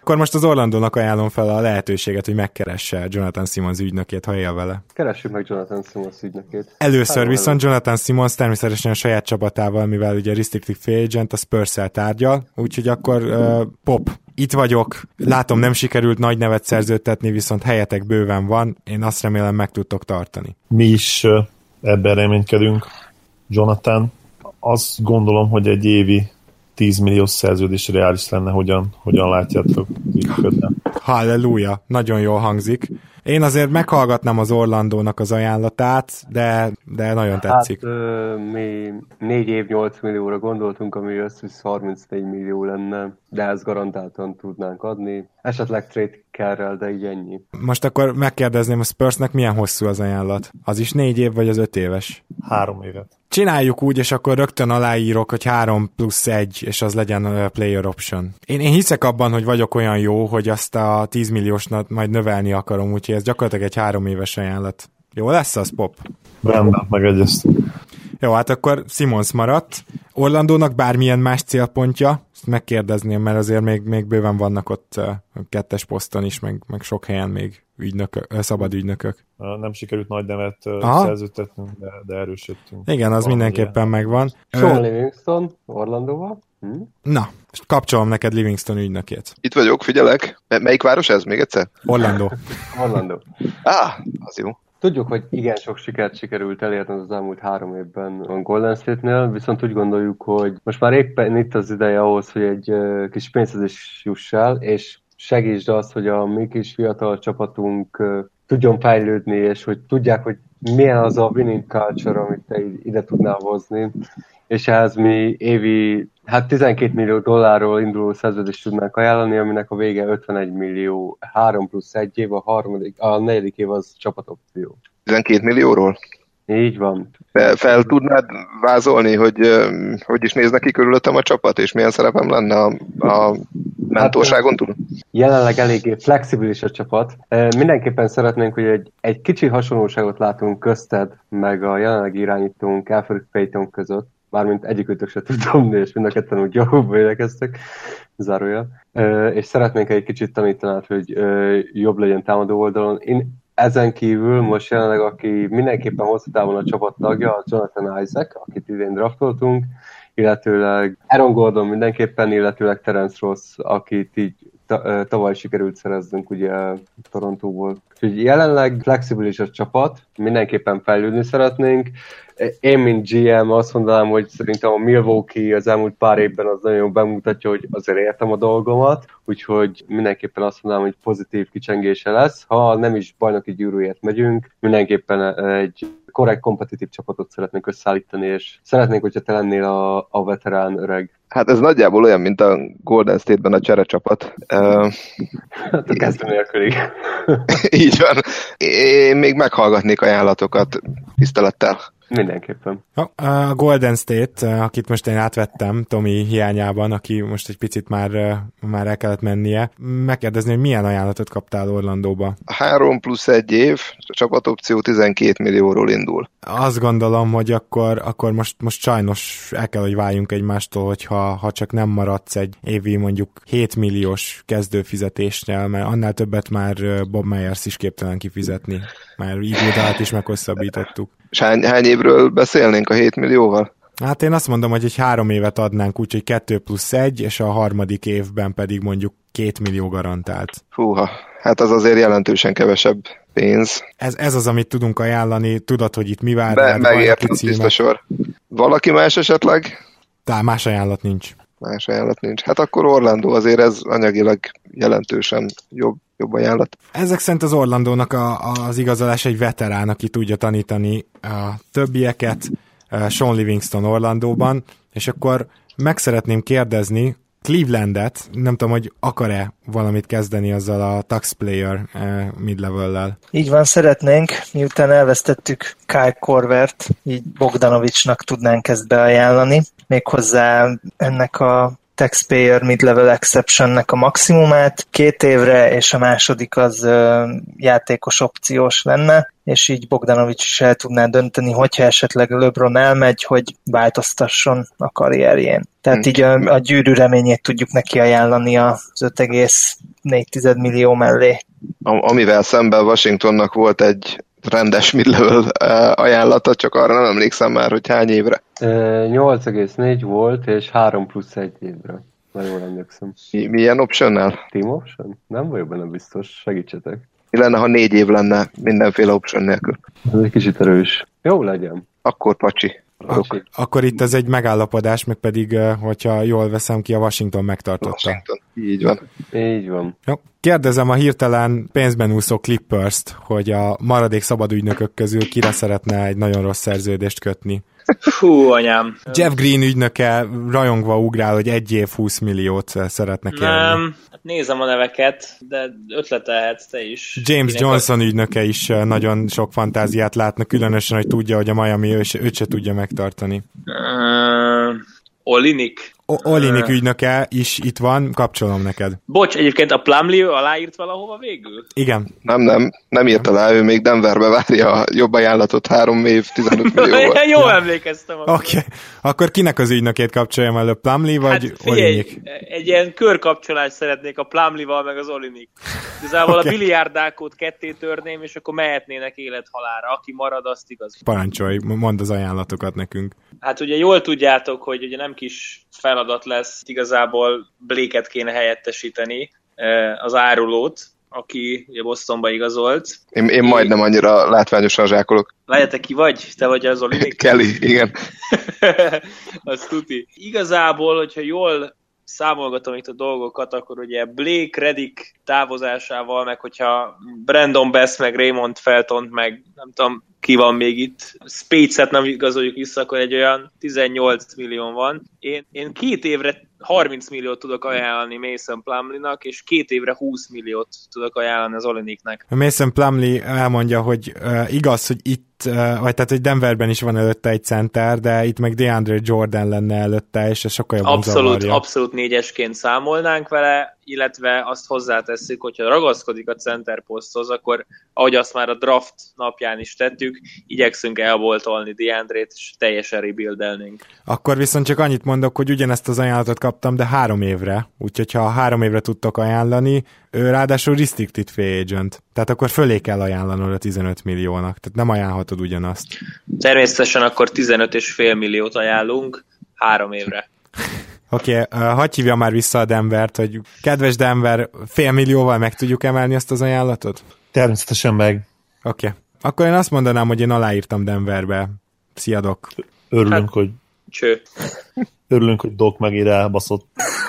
Akkor most az Orlandónak ajánlom fel a lehetőséget, hogy megkeresse Jonathan Simmons ügynökét, ha él vele. Keressük meg Jonathan Simmons ügynökét. Először viszont Jonathan Simmons természetesen a saját csapatával, mivel ugye restricted free agent, a Spurs-szel tárgyal, úgyhogy akkor Pop, itt vagyok, látom nem sikerült nagy nevet szerződtetni, viszont helyetek bőven van, én azt remélem meg tudtok tartani. Mi is ebben reménykedünk, Jonathan. Azt gondolom, hogy egy évi 10 milliós szerződés reális lenne, hogyan látjátok működni. Halleluja, nagyon jól hangzik. Én azért meghallgatnám az Orlandónak az ajánlatát, de nagyon tetszik. Hát mi 4 év 8 millióra gondoltunk, ami összvisz 34 millió lenne, de ezt garantáltan tudnánk adni. Esetleg trade kerrel, de így ennyi. Most akkor megkérdezném, a Spursnek milyen hosszú az ajánlat? Az is 4 év, vagy az 5 éves? 3 évet. Csináljuk úgy, és akkor rögtön aláírok, hogy 3+1, és az legyen player option. Én hiszek abban, hogy vagyok olyan jó, hogy azt a 10 milliósnat majd növelni akarom, úgyhogy ez gyakorlatilag egy 3 éves ajánlat. Jó lesz az, Pop? Rendben, megegyeztünk. Jó, hát akkor Simmons maradt. Orlandónak bármilyen más célpontja, ezt megkérdezném, mert azért még bőven vannak ott 2-es poszton is, meg sok helyen még szabad ügynökök. Nem sikerült nagy nevet szerződtetnünk, de erősödtünk. Igen, az mindenképpen megvan. Sean Livingston, Orlandóval. Na, most kapcsolom neked Livingston ügynökét. Itt vagyok, figyelek. Melyik város ez még egyszer? Orlandó. Az jó. Tudjuk, hogy igen sok sikert sikerült elérni az elmúlt 3 évben a Golden State-nél, viszont úgy gondoljuk, hogy most már éppen itt az ideje ahhoz, hogy egy kis pénzhez is juss el, és segítsd azt, hogy a mi kis fiatal csapatunk tudjon fejlődni, és hogy tudják, hogy milyen az a winning culture, amit te ide tudnál hozni, és ehhez mi évi 12 millió dollárról induló szerződést tudnánk ajánlani, aminek a vége 51 millió, 3+1 év, a negyedik év az csapatopció. 12 millióról? Így van. Fel tudnád vázolni, hogy is néz neki körülöttem a csapat, és milyen szerepem lenne a mentorságon túl? Jelenleg eléggé flexibilis a csapat. Mindenképpen szeretnénk, hogy egy kicsi hasonlóságot látunk közted, meg a jelenlegi irányítónk Alfred Payton között, bármint egyikőtök se tud dobni, és mind a ketten úgy jobban védekeztek, zárójel. És szeretnénk egy kicsit tanítanát, hogy jobb legyen támadó oldalon. Ezen kívül most jelenleg, aki mindenképpen hosszú távon a csapat tagja, a Jonathan Isaac, akit idén draftoltunk, illetőleg Aaron Gordon mindenképpen, illetőleg Terence Ross, akit így tavaly sikerült szereznünk ugye Torontóból. Úgyhogy jelenleg flexibilis a csapat, mindenképpen fejlődni szeretnénk. Én, mint GM azt mondanám, hogy szerintem a Milwaukee az elmúlt pár évben az nagyon bemutatja, hogy azért értem a dolgomat, úgyhogy mindenképpen azt mondanám, hogy pozitív kicsengése lesz. Ha nem is bajnoki gyűrűért megyünk, mindenképpen egy korrekt, kompetitív csapatot szeretnénk összeállítani, és szeretnénk, hogyha te lennél a veterán öreg. Hát ez nagyjából olyan, mint a Golden State-ben a cserecsapat. Hát a kezdő nélkülig. Így van. Én még meghallgatnék ajánlatokat tisztelettel. Mindenképpen. A Golden State, akit most én átvettem Tomi hiányában, aki most egy picit már el kellett mennie, megkérdezni, hogy milyen ajánlatot kaptál Orlandóba? 3+1 év, a csapatopció 12 millióról indul. Azt gondolom, hogy akkor most sajnos el kell, hogy váljunk egymástól, hogyha csak nem maradsz egy évi mondjuk 7 milliós kezdőfizetésnél, mert annál többet már Bob Myers is képtelen kifizetni. Már Iguodalát is meghosszabbítottuk. És hány évről beszélnénk a 7 millióval? Hát én azt mondom, hogy egy 3 évet adnánk, úgyhogy 2+1, és a harmadik évben pedig mondjuk 2 millió garantált. Húha, hát az azért jelentősen kevesebb pénz. Ez az, amit tudunk ajánlani, tudod, hogy itt mi vár. Megértem, tiszta sor. Valaki más esetleg? Más ajánlat nincs. Más ajánlat nincs. Hát akkor Orlando azért ez anyagilag jelentősen jobb ajánlat. Ezek szerint az Orlandónak az igazolás egy veterán, aki tudja tanítani a többieket, Sean Livingston Orlandóban, és akkor meg szeretném kérdezni Clevelandet, nem tudom, hogy akar-e valamit kezdeni azzal a tax player mid-level-lel. Így van, szeretnénk, miután elvesztettük Kyle Korvert, így Bogdanovicsnak tudnánk ezt beajánlani, méghozzá ennek a taxpayer mid-level exceptionnek a maximumát 2 évre, és a második az játékos opciós lenne, és így Bogdanovics is el tudná dönteni, hogyha esetleg LeBron elmegy, hogy változtasson a karrierjén. Tehát így a gyűrű reményét tudjuk neki ajánlani az 4 millió mellé. Amivel szemben Washingtonnak volt egy rendes mid-level ajánlata, csak arra nem emlékszem már, hogy hány évre. 8,4 volt, és 3 plusz 1 évre. Nagyon jól emlékszem. Milyen optionnel? Team option? Nem vagyok benne biztos, segítsetek. Mi lenne, ha 4 év lenne mindenféle option nélkül? Ez egy kicsit erős. Jó legyen. Akkor pacsi. Akkor itt ez egy megállapodás, meg pedig, hogyha jól veszem ki, a Washington megtartotta. Washington. Így van. Így van. Jó. Kérdezem a hirtelen pénzben úszó Clippers-t, hogy a maradék szabadügynökök közül kire szeretne egy nagyon rossz szerződést kötni. Fú, anyám. Jeff Green ügynöke rajongva ugrál, hogy 1 év 20 milliót szeretne kérni. Nem, hát nézem a neveket, de ötletelhetsz te is. James Johnson ügynöke is nagyon sok fantáziát látna, különösen, hogy tudja, hogy a Miami őt se tudja megtartani. Olinik. Olinik ügynöke is itt van, kapcsolom neked. Bocs, egyébként a Plumlee aláírt valahova végül? Igen. Nem írt alá, ő még Denverbe várja a jobb ajánlatot 3 év 15 millióval. Jól emlékeztem. Oké. Akkor kinek az ügynökét kapcsoljam előbb, Plumlee vagy Olinik? Egy ilyen körkapcsolást szeretnék a Plumlee-val meg az Olinik. Igazából a biliárdákot ketté törném, és akkor mehetnének élethalálra. Aki marad, azt igaz. Parancsolj, mondd az ajánlatokat nekünk. Hát ugye jól tudjátok, hogy ugye nem kis feladat lesz, igazából Blake-et kéne helyettesíteni, az árulót, aki ugye Bostonba igazolt. Én majdnem annyira látványosan zsákolok. Várjátok, ki vagy? Te vagy az Olinik? Kelly, igen. Azt tuti. Igazából, hogyha jól számolgatom itt a dolgokat, akkor ugye Blake Redick távozásával, meg hogyha Brandon Bass, meg Raymond Feltont, meg nem tudom, ki van még itt, Spades-et nem igazoljuk vissza, akkor egy olyan 18 millió van. Én 2 évre 30 milliót tudok ajánlani Mason Plumlee-nak, és 2 évre 20 milliót tudok ajánlani az Oliniknek. Mason Plumlee elmondja, hogy igaz, hogy itt, vagy tehát, hogy Denverben is van előtte egy center, de itt meg DeAndre Jordan lenne előtte, és ez sokkal jobban zavarja. Abszolút 4-esként számolnánk vele, illetve azt hozzátesszük, hogyha ragaszkodik a center poszthoz, akkor ahogy azt már a draft napján is tettük, igyekszünk elboltolni DeAndre-t, és teljesen rebuildelnénk. Akkor viszont csak annyit mondok, hogy ugyanezt az ajánlatot kaptam, de 3 évre. Úgyhogy ha 3 évre tudtok ajánlani, ő ráadásul restricted free agent. Tehát akkor fölé kell ajánlanod a 15 milliónak. Tehát nem ajánlhatod ugyanazt. Természetesen akkor 15,5 milliót ajánlunk 3 évre. Oké, hadd hívja már vissza a Denvert, hogy kedves Denver, $500 000 meg tudjuk emelni azt az ajánlatot? Természetesen meg. Oké. Akkor én azt mondanám, hogy én aláírtam Denverbe. Szia, Doc. Örülünk, hogy... Cső. Örülünk, hogy Doc megint elbaszott.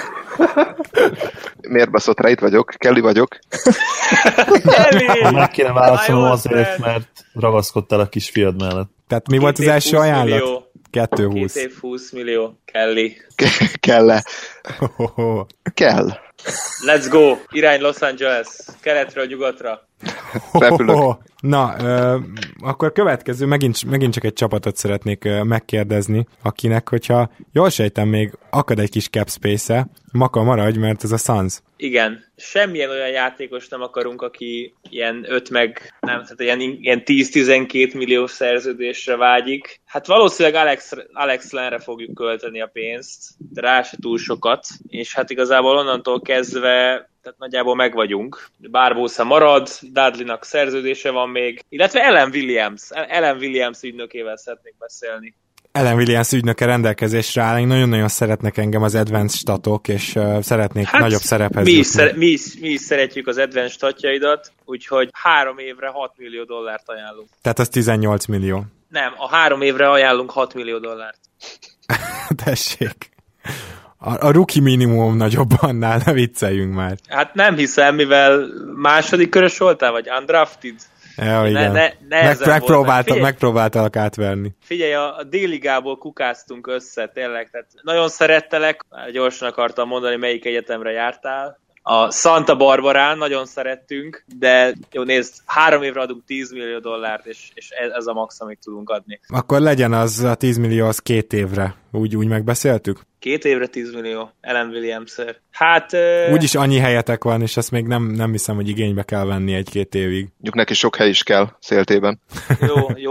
Miért baszott rá? Itt vagyok. Kelly vagyok. Kelly! Meg kéne válaszolnom azért, mert ragaszkodtál a kisfiad mellett. Tehát mi volt az első ajánlat? 2,20. 2 év 20 millió. Kelly. Kell-e? Kell. Let's go! Irány Los Angeles. Keletről nyugatra. Repülök. Na, akkor következő, megint csak egy csapatot szeretnék megkérdezni, akinek, hogyha jól sejtem, még akad egy kis cap space-e, Maka maradj, mert ez a Suns. Igen. Semmilyen olyan játékos nem akarunk, aki ilyen 5 meg, nem, tehát ilyen 10-12 milliós szerződésre vágyik. Hát valószínűleg Alex Lenre fogjuk költeni a pénzt, de rá se túl sokat, és hát igazából onnantól kezdve tehát nagyjából megvagyunk. Barbosa marad, Dudleynak szerződése van még, illetve Ellen Williams ügynökével szeretnék beszélni. Ellen Williams ügynöke rendelkezésre áll, nagyon-nagyon szeretnek engem az advanced statok, és szeretnék nagyobb szerephez jutni. Mi is szeretjük az advanced statjaidat, úgyhogy 3 évre $6 millió ajánlunk. Tehát az 18 millió. Nem, a 3 évre ajánlunk $6 millió. Tessék. A rookie minimum nagyobb annál, ne vicceljünk már. Hát nem hiszem, mivel második körös voltál, vagy undrafted. Ja, igen. Megpróbáltalak átverni. Figyelj, a D-ligából kukáztunk össze, tényleg. Tehát nagyon szerettelek, gyorsan akartam mondani, melyik egyetemre jártál. A Santa Barbarán nagyon szerettünk, de jó, nézd, 3 évre adunk $10 millió, és ez a max, amit tudunk adni. Akkor legyen az a 10 millió, az 2 évre. Úgy megbeszéltük? 2 évre 10 millió, Ellen Williams-ért. Hát... Úgyis annyi helyetek van, és azt még nem hiszem, hogy igénybe kell venni 1-2 évig. Mondjuk neki sok hely is kell széltében. Jó.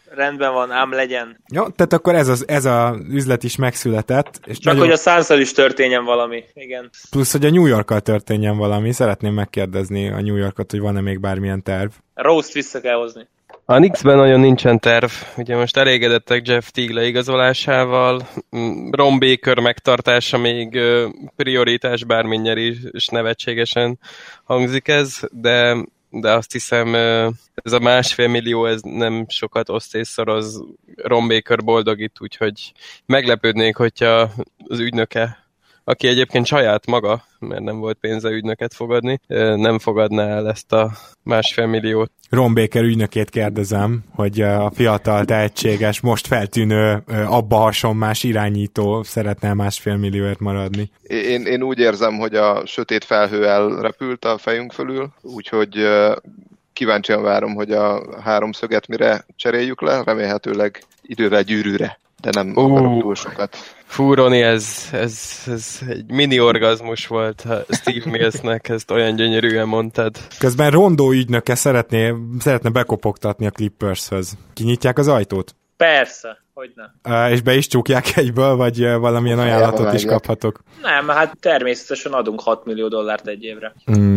rendben van, ám legyen. Jó, tehát akkor ez a üzlet is megszületett. És csak hogy a Suns-szal is történjen valami, igen. Plusz, hogy a New Yorkkal történjen valami. Szeretném megkérdezni a New Yorkot, hogy van-e még bármilyen terv. Rose-t vissza kell hozni. A Knicksben nagyon nincsen terv. Ugye most elégedettek Jeff Teague leigazolásával. Ron Baker megtartása még prioritás, bármennyire is nevetségesen hangzik ez, de azt hiszem ez a 1,5 millió, ez nem sokat oszt és szoroz Ron Baker boldogít, úgyhogy meglepődnék, hogyha az ügynöke, aki egyébként saját maga, mert nem volt pénze ügynöket fogadni, nem fogadná el ezt a 1,5 milliót. Ron Baker ügynökét kérdezem, hogy a fiatal, tehetséges, most feltűnő, abba hasonmás irányító szeretne 1,5 millióért maradni. Én úgy érzem, hogy a sötét felhő elrepült a fejünk fölül, úgyhogy kíváncsian várom, hogy a háromszöget mire cseréljük le, remélhetőleg idővel gyűrűre, de nem akarok túl sokat. Fú, Roni, ez egy mini orgazmus volt Steve Millsnek, ezt olyan gyönyörűen mondtad. Közben Rondo ügynöke szeretne bekopogtatni a Clippershöz. Kinyitják az ajtót? Persze, hogyne. És be is csukják egyből, vagy valamilyen ajánlatot is kaphatok? Nem, hát természetesen adunk $6 millió egy évre.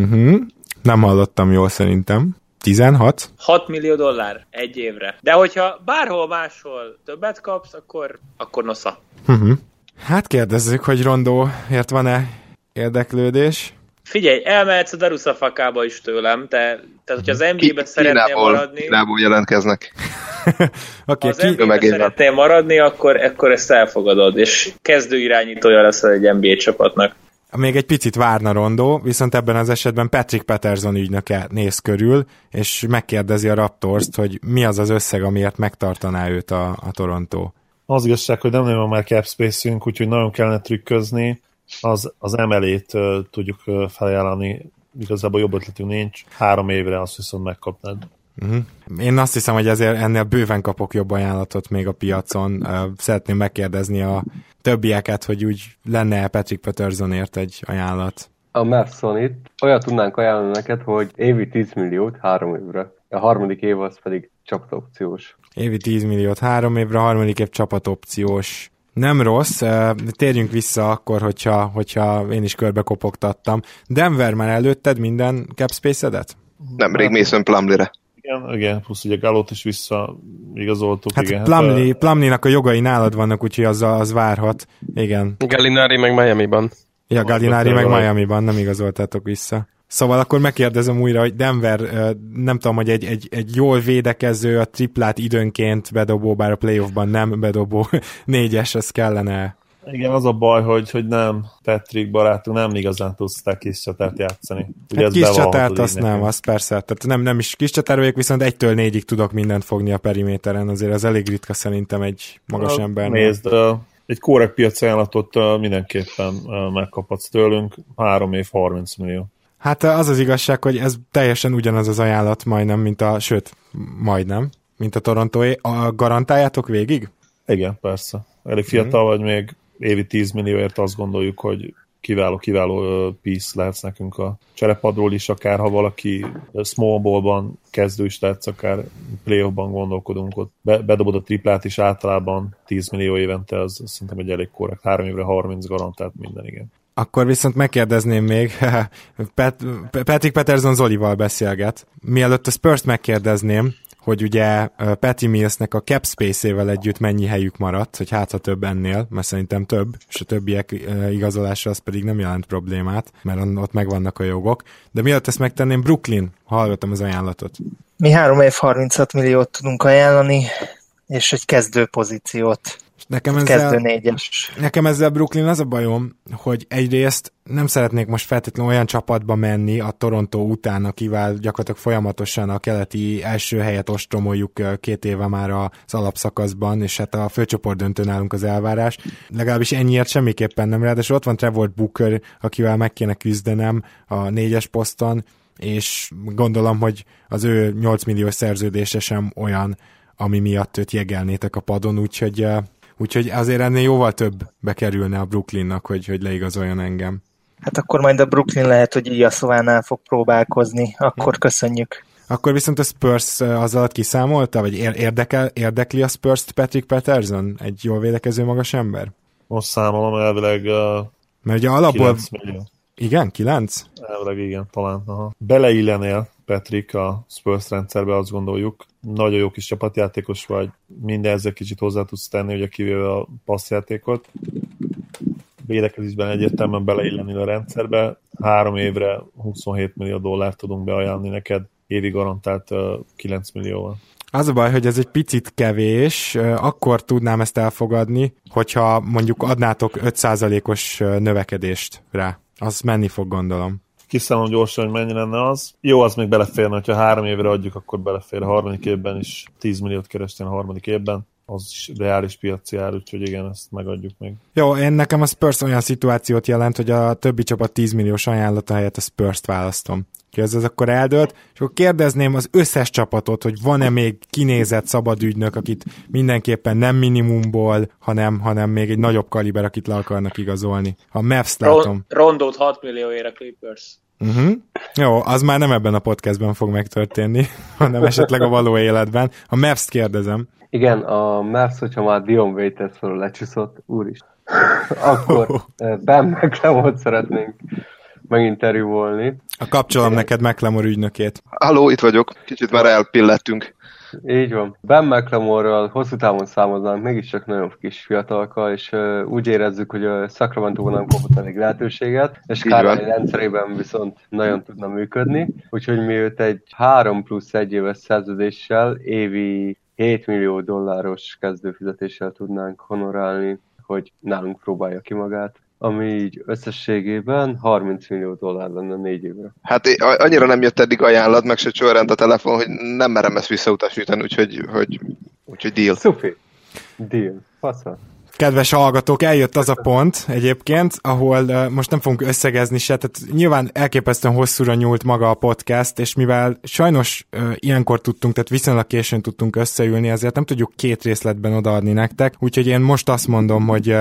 Nem hallottam jól szerintem. 16? $6 millió egy évre. De hogyha bárhol máshol többet kapsz, akkor nosza. Hát kérdezzük, hogy Rondóért van-e érdeklődés? Figyelj, elmehetsz a Darussafakába is tőlem, tehát hogyha az NBA-ben szeretnél maradni... Kínából jelentkeznek. Ha az NBA-ben szeretnél maradni, akkor ezt elfogadod, és kezdő irányítója lesz egy NBA csapatnak. Még egy picit várna Rondó, viszont ebben az esetben Patrick Patterson ügynöke néz körül, és megkérdezi a Raptors-t, hogy mi az az összeg, amiért megtartaná őt a Toronto. Az igazság, hogy nem nagyon már cap space-ünk, úgyhogy nagyon kellene trükközni. Az emelét tudjuk felajánlani, igazából jobb ötletünk nincs. 3 évre azt viszont megkapnád. Én azt hiszem, hogy ezért ennél bőven kapok jobb ajánlatot még a piacon. Szeretném megkérdezni a többieket, hogy úgy lenne Patrick Pattersonért egy ajánlat. A Mavson itt. Olyat tudnánk ajánlani neked, hogy évi 10 milliót 3 évre. A harmadik év az pedig csapatopciós. Évi 10 milliót 3 évre, a harmadik év csapatopciós. Nem rossz, térjünk vissza akkor, hogyha én is körbekopogtattam. Denver már előtted minden cap space-edet? Nemrég Mason Plumlee-re. Igen, plusz ugye Gallót is visszaigazoltuk. Hát igen, Plumlee-nak a jogai nálad vannak, úgyhogy az várhat. Igen. Gallinari meg Miami-ban. Ja, Gallinari meg Miami-ban, nem igazoltátok vissza. Szóval akkor megkérdezem újra, hogy Denver, nem tudom, hogy egy jól védekező, a triplát időnként bedobó, bár a playoffban nem bedobó 4-es, az kellene. Igen, az a baj, hogy nem Patrick barátunk, nem igazán tudsz te kis csatárt játszani. Ugye hát kis csatárt azt nem, az persze. Tehát nem is kis csatár vagyok, viszont 1-től 4-ig tudok mindent fogni a periméteren, azért az elég ritka szerintem egy magas embernek. Nézd, egy korrekt piaci ajánlatot mindenképpen megkaphatsz tőlünk, 3 év 30 millió. Hát az az igazság, hogy ez teljesen ugyanaz az ajánlat majdnem, mint a Torontóé. Garantáljátok végig? Igen, persze. Elég fiatal vagy még, évi 10 millióért azt gondoljuk, hogy kiváló piece lehetsz nekünk a cserepadról is, akár ha valaki small ballban kezdő is lehetsz, akár playoffban gondolkodunk ott. Bedobod a triplát is általában 10 millió évente, az szerintem egy elég korrekt. 3 évre 30 garantált minden, igen. Akkor viszont megkérdezném még, Patrick Patterson Zolival beszélget. Mielőtt a Spurs-t megkérdezném, hogy ugye Patty Millsnek a cap space-ével együtt mennyi helyük maradt, hogy hát ha több ennél, mert szerintem több, és a többiek igazolása az pedig nem jelent problémát, mert ott megvannak a jogok. De mielőtt ezt megtenném, Brooklyn, hallgattam az ajánlatot. Mi 3 év 36 milliót tudunk ajánlani, és egy kezdő pozíciót. Nekem ezzel Brooklyn az a bajom, hogy egyrészt nem szeretnék most feltétlenül olyan csapatba menni a Toronto után, akivel gyakorlatilag folyamatosan a keleti első helyet ostromoljuk 2 éve már az alapszakaszban, és hát a főcsoport döntőn állunk az elvárás. Legalábbis ennyiért semmiképpen nem, ráadásul ott van Trevor Booker, akivel meg kéne küzdenem a 4-es poszton, és gondolom, hogy az ő 8 milliós szerződése sem olyan, ami miatt őt jegelnétek a padon, úgyhogy azért ennél jóval több bekerülne a Brooklynnak, hogy leigazoljon engem. Hát akkor majd a Brooklyn lehet, hogy Ilyaszovánál fog próbálkozni, akkor köszönjük. Akkor viszont a Spurs az alatt kiszámolta, vagy érdekli a Spurs-t Patrick Patterson? Egy jól védekező magas ember? Most számolom elvileg mert ugye alapból... 9 millió. Igen? 9? Elvileg igen, talán. Aha. Beleillenél Patrick a Spurs rendszerbe, azt gondoljuk. Nagyon jó kis csapatjátékos vagy, minden ezzel kicsit hozzá tudsz tenni, ugye kivéve a passzjátékot. Védekezésben egyértelműen beleilleni a rendszerbe. 3 évre 27 millió dollárt tudunk beajánlni neked, évi garantált 9 millióval. Az a baj, hogy ez egy picit kevés, akkor tudnám ezt elfogadni, hogyha mondjuk adnátok 5%-os növekedést rá. Az menni fog, gondolom. Kiszámolom gyorsan, hogy mennyi lenne az. Jó, az még beleférne, hogyha 3 évre adjuk, akkor belefér. A harmadik évben is 10 milliót kerestél a harmadik évben. Az is reális piaci ár, úgyhogy igen, ezt megadjuk még. Jó, nekem a Spurs olyan szituációt jelent, hogy a többi csapat 10 milliós ajánlata helyett a Spurs-t választom. Ez akkor eldőlt, és akkor kérdezném az összes csapatot, hogy van-e még kinézett szabad ügynök, akit mindenképpen nem minimumból, hanem még egy nagyobb kaliber, akit le akarnak igazolni. A Mavs látom. Rondót 6 millióért a Clippers. Jó, az már nem ebben a podcastben fog megtörténni, hanem esetleg a való életben. A Mavs-t kérdezem. Igen, a Mavs, hogyha már Dion Waiters-ről lecsúszott, úristen, akkor Ben McLemore-t szeretnénk meginterjúvolni. Kapcsolom neked McLemore ügynökét. Halló, itt vagyok. Kicsit már elpillettünk. Így van. Ben McLemore-ral hosszú távon számoznánk, mégiscsak nagyon kis fiatalka, és úgy érezzük, hogy a Sacramento-ban nem kapott elég lehetőséget, és Kármely rendszerében viszont nagyon tudna működni, úgyhogy mi őt egy 3+1 éves szerződéssel évi 7 millió dolláros kezdőfizetéssel tudnánk honorálni, hogy nálunk próbálja ki magát, ami így összességében 30 millió dollár lenne 4 évre. Hát annyira nem jött eddig ajánlat, meg se csörrent a telefon, hogy nem merem ezt visszautasítani, úgyhogy deal. Szupi. Deal. Fasza. Kedves hallgatók, eljött az a pont egyébként, ahol most nem fogunk összegezni se, tehát nyilván elképesztően hosszúra nyúlt maga a podcast, és mivel sajnos ilyenkor tudtunk, tehát viszonylag későn tudtunk összeülni, ezért nem tudjuk 2 részletben odaadni nektek, úgyhogy én most azt mondom, hogy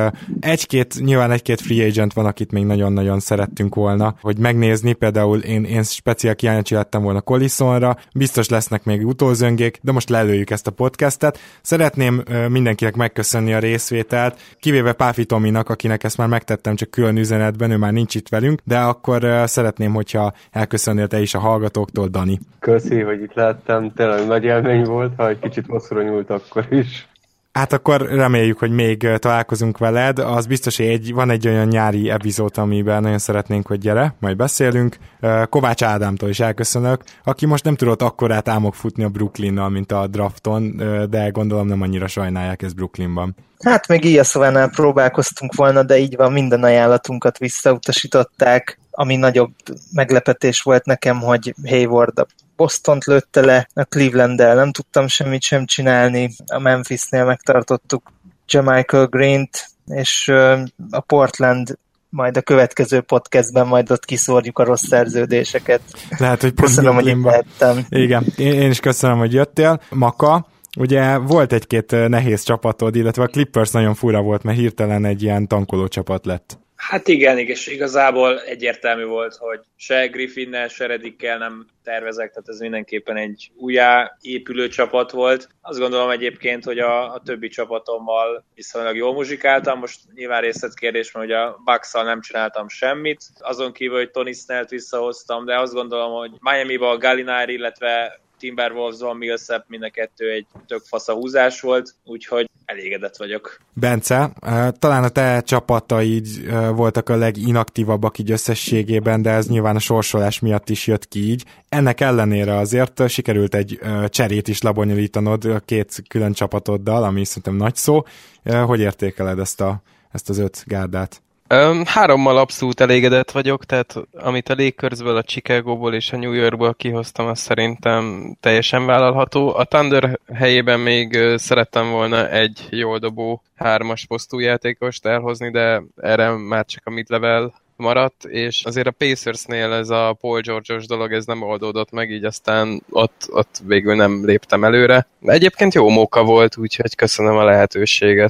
nyilván egy-két free agent van, akit még nagyon-nagyon szerettünk volna, hogy megnézni, például én speciál kíváncsi lettem volna Collisonra, biztos lesznek még utózöngék, de most lelőjük ezt a podcastet. Szeretném mindenkinek megköszönni a részvételt, kivéve Páfi Tominak, akinek ezt már megtettem csak külön üzenetben, ő már nincs itt velünk, de akkor szeretném, hogyha elköszönnél te is a hallgatóktól, Dani. Köszi, hogy itt lehettem, tényleg nagy élmény volt, ha egy kicsit hosszúra nyúlt akkor is. Hát akkor reméljük, hogy még találkozunk veled. Az biztos, hogy van egy olyan nyári epizód, amiben nagyon szeretnénk, hogy gyere, majd beszélünk. Kovács Ádámtól is elköszönök, aki most nem tudott akkorát álmok futni a Brooklynnal, mint a drafton, de gondolom nem annyira sajnálják ezt Brooklynban. Hát még Ilyeszovánál próbálkoztunk volna, de így van, minden ajánlatunkat visszautasították. Ami nagyobb meglepetés volt nekem, hogy Hayward a Bostont lőtte le, a Cleveland-del nem tudtam semmit sem csinálni, a Memphisnél megtartottuk Jamichael Green-t, és a Portland majd a következő podcastben majd ott kiszórjuk a rossz szerződéseket. Lehet, hogy köszönöm, hogy itt lehettem. Igen, én is köszönöm, hogy jöttél. Maka, ugye volt egy-két nehéz csapatod, illetve a Clippers nagyon fura volt, mert hirtelen egy ilyen tankoló csapat lett. Hát igen, és igazából egyértelmű volt, hogy se Griffinnel, se Reddickkel nem tervezek, tehát ez mindenképpen egy újjáépülő csapat volt. Azt gondolom egyébként, hogy a többi csapatommal viszonylag jól muzsikáltam, most nyilván részletkérdés, mert hogy a Bucks-szal nem csináltam semmit, azon kívül, hogy Tony Snellt visszahoztam, de azt gondolom, hogy Miami-ban Gallinari, illetve Timberwolves-ban Millsap mind a kettő egy tök fasza húzás volt, úgyhogy elégedett vagyok. Bence, talán a te csapataid voltak a leginaktívabbak így összességében, de ez nyilván a sorsolás miatt is jött ki így. Ennek ellenére azért sikerült egy cserét is lebonyolítanod a 2 külön csapatoddal, ami szerintem nagy szó. Hogy értékeled ezt az 5 gárdát? 3-mal abszolút elégedett vagyok, tehát amit a Lakersből, a Chicagóból és a New Yorkból kihoztam, az szerintem teljesen vállalható. A Thunder helyében még szerettem volna egy jól dobó 3-as posztújátékost elhozni, de erre már csak a mid-level maradt, és azért a Pacersnél ez a Paul George-os dolog, ez nem oldódott meg, így aztán ott végül nem léptem előre. De egyébként jó móka volt, úgyhogy köszönöm a lehetőséget.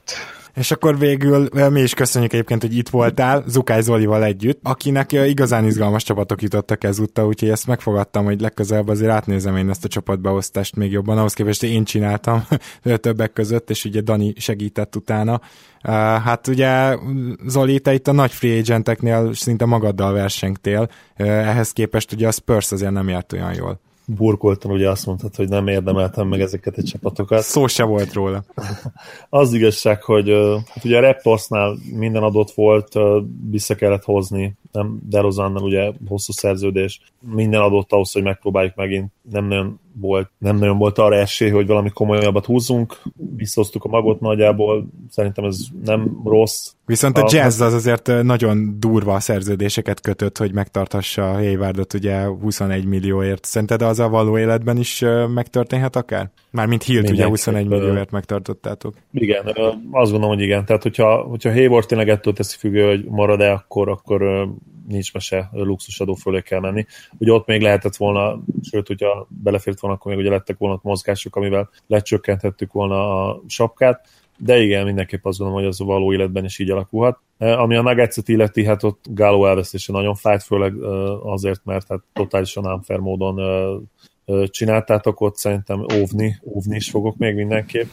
És akkor végül mi is köszönjük egyébként, hogy itt voltál Zukály Zolival együtt, akinek igazán izgalmas csapatok jutottak ezúttal, úgyhogy ezt megfogadtam, hogy legközelebb azért átnézem én ezt a csapatbeosztást még jobban, ahhoz képest én csináltam többek között, és ugye Dani segített utána. Hát ugye Zoli, te itt a nagy free agenteknél szinte magaddal versengtél, ehhez képest ugye a Spurs azért nem járt olyan jól. Burkoltan ugye azt mondtad, hogy nem érdemeltem meg ezeket a csapatokat. Szó se volt róla. Az igazság, hogy hát ugye a Raptorsnál minden adott volt, vissza kellett hozni, nem DeRozannal ugye hosszú szerződés, minden adott ahhoz, hogy megpróbáljuk megint, nem nagyon volt arra esély, hogy valami komolyabbat húzzunk, visszahoztuk a magot nagyjából, szerintem ez nem rossz. Viszont a Jazz az azért nagyon durva szerződéseket kötött, hogy megtarthassa a Haywardot ugye 21 millióért. Szerinted az a való életben is megtörténhet akár? Mármint Hillt ugye 21 millióért megtartottátok. Igen, azt gondolom, hogy igen. Tehát hogyha Hayward tényleg ettől teszi függő, hogy marad-e, akkor nincs mese, luxusadó fölé kell menni. Ugye ott még lehetett volna, sőt, hogyha belefért volna, akkor még ugye lettek volna mozgások, amivel lecsökkenthettük volna a sapkát, de igen, mindenképp azt gondolom, hogy az a való életben is így alakulhat. Ami a Nuggets-et illeti, hát ott Gallo elvesztése nagyon fájt, főleg azért, mert hát totálisan unfair módon csináltátok, ott szerintem óvni is fogok még mindenképp.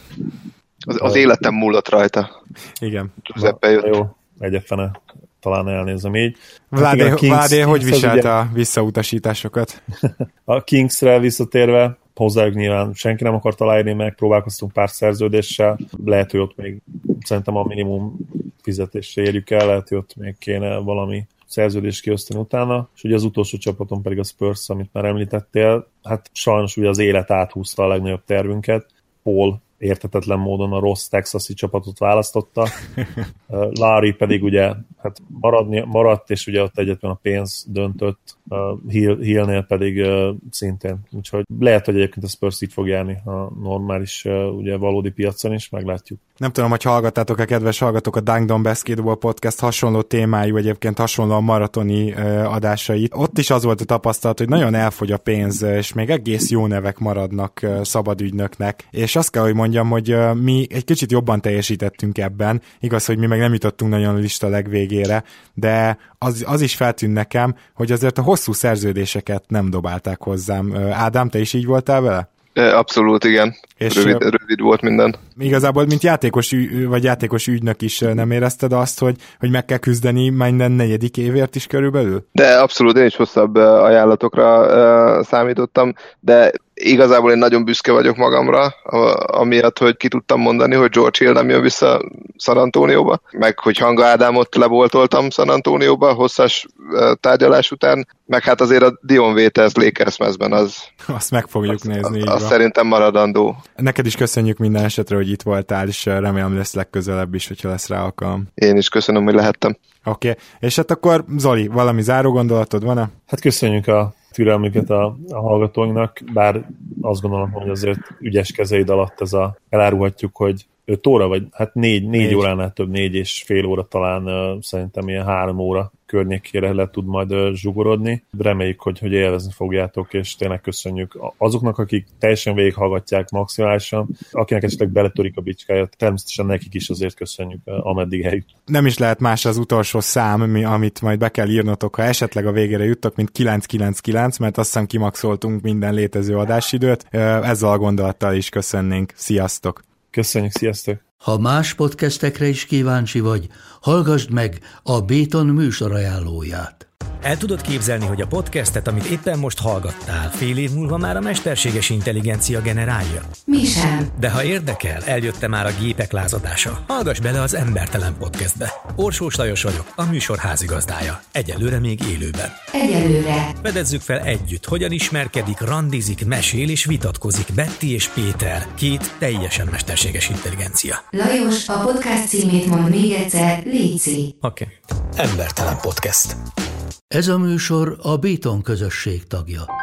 Az életem múlott rajta. Igen. Jó, egyébként talán elnézem így. Vládé, hogy viselte a visszautasításokat? A Kingsre visszatérve, hozzájuk nyilván senki nem akart aláírni, megpróbálkoztunk pár szerződéssel, lehet, hogy ott még szerintem a minimum fizetésre érjük el, lehet, hogy ott még kéne valami szerződést kiosztani utána, és ugye az utolsó csapaton pedig a Spurs, amit már említettél, hát sajnos ugye az élet áthúzta a legnagyobb tervünket, Paul értetetlen módon a rossz texasi csapatot választotta. Larry pedig ugye hát maradt, és ugye ott egyetlen a pénz döntött, Hillnél pedig szintén. Úgyhogy lehet, hogy egyébként a Spurs így fog járni a normális, ugye valódi piacon is, meglátjuk. Nem tudom, hogy hallgattátok a kedves hallgatók a Dunk Down Basketball Podcast hasonló témájú, egyébként hasonló a maratoni adásait. Ott is az volt a tapasztalat, hogy nagyon elfogy a pénz, és még egész jó nevek maradnak szabadügynöknek. És azt kell, hogy mondjam, hogy mi egy kicsit jobban teljesítettünk ebben. Igaz, hogy mi meg nem jutottunk nagyon a lista legvégére, de az is feltűnt nekem, hogy azért a hosszú szerződéseket nem dobálták hozzám. Ádám, te is így voltál vele? Abszolút, igen. És rövid volt minden. Igazából, mint játékos ügynök is nem érezted azt, hogy meg kell küzdeni minden negyedik évért is körülbelül? De abszolút, én is hosszabb ajánlatokra számítottam, de igazából én nagyon büszke vagyok magamra, amiatt, hogy ki tudtam mondani, hogy George Hill nem jön vissza San Antonioba, meg hogy Hanga Ádámot leboltoltam San Antonioba hosszas tárgyalás után, meg hát azért a Dion Waiters Lakers mezben az... Azt meg fogjuk nézni. Az szerintem maradandó. Neked is köszönjük minden esetre, hogy itt voltál, és remélem lesz legközelebb is, hogyha lesz rá alkalom. Én is köszönöm, hogy lehettem. Oké. És hát akkor Zoli, valami záró gondolatod van-e? Hát köszönjük a türelmüket a hallgatóinknak, bár azt gondolom, hogy azért ügyes kezeid alatt elárulhatjuk, hogy 5 óra, vagy hát 4 óránál több, 4,5 óra talán szerintem ilyen 3 óra környékére le tud majd zsugorodni. Reméljük, hogy élvezni fogjátok, és tényleg köszönjük azoknak, akik teljesen végighallgatják maximálisan, akinek esetleg beletörik a bicskája, természetesen nekik is azért köszönjük, ameddig eljut. Nem is lehet más az utolsó szám, amit majd be kell írnotok, ha esetleg a végére juttok, mint 999, mert azt hiszem kimaxoltunk minden létező adásidőt. Ezzel a gondolattal is köszönnénk. Sziasztok! Köszönjük, sziasztok! Ha más podcastekre is kíváncsi vagy, hallgassd meg a Béton műsor ajánlóját. El tudod képzelni, hogy a podcastet, amit éppen most hallgattál, fél év múlva már a mesterséges intelligencia generálja? Mi sem. De ha érdekel, eljött már a gépek lázadása. Hallgass bele az Embertelen Podcastbe. Orsós Lajos vagyok, a műsor házigazdája. Egyelőre még élőben. Egyelőre. Fedezzük fel együtt, hogyan ismerkedik, randizik, mesél és vitatkozik Betty és Péter, 2 teljesen mesterséges intelligencia. Lajos, a podcast címét mond még egyszer, léci. Oké. Embertelen Podcast. Ez a műsor a Béton közösség tagja.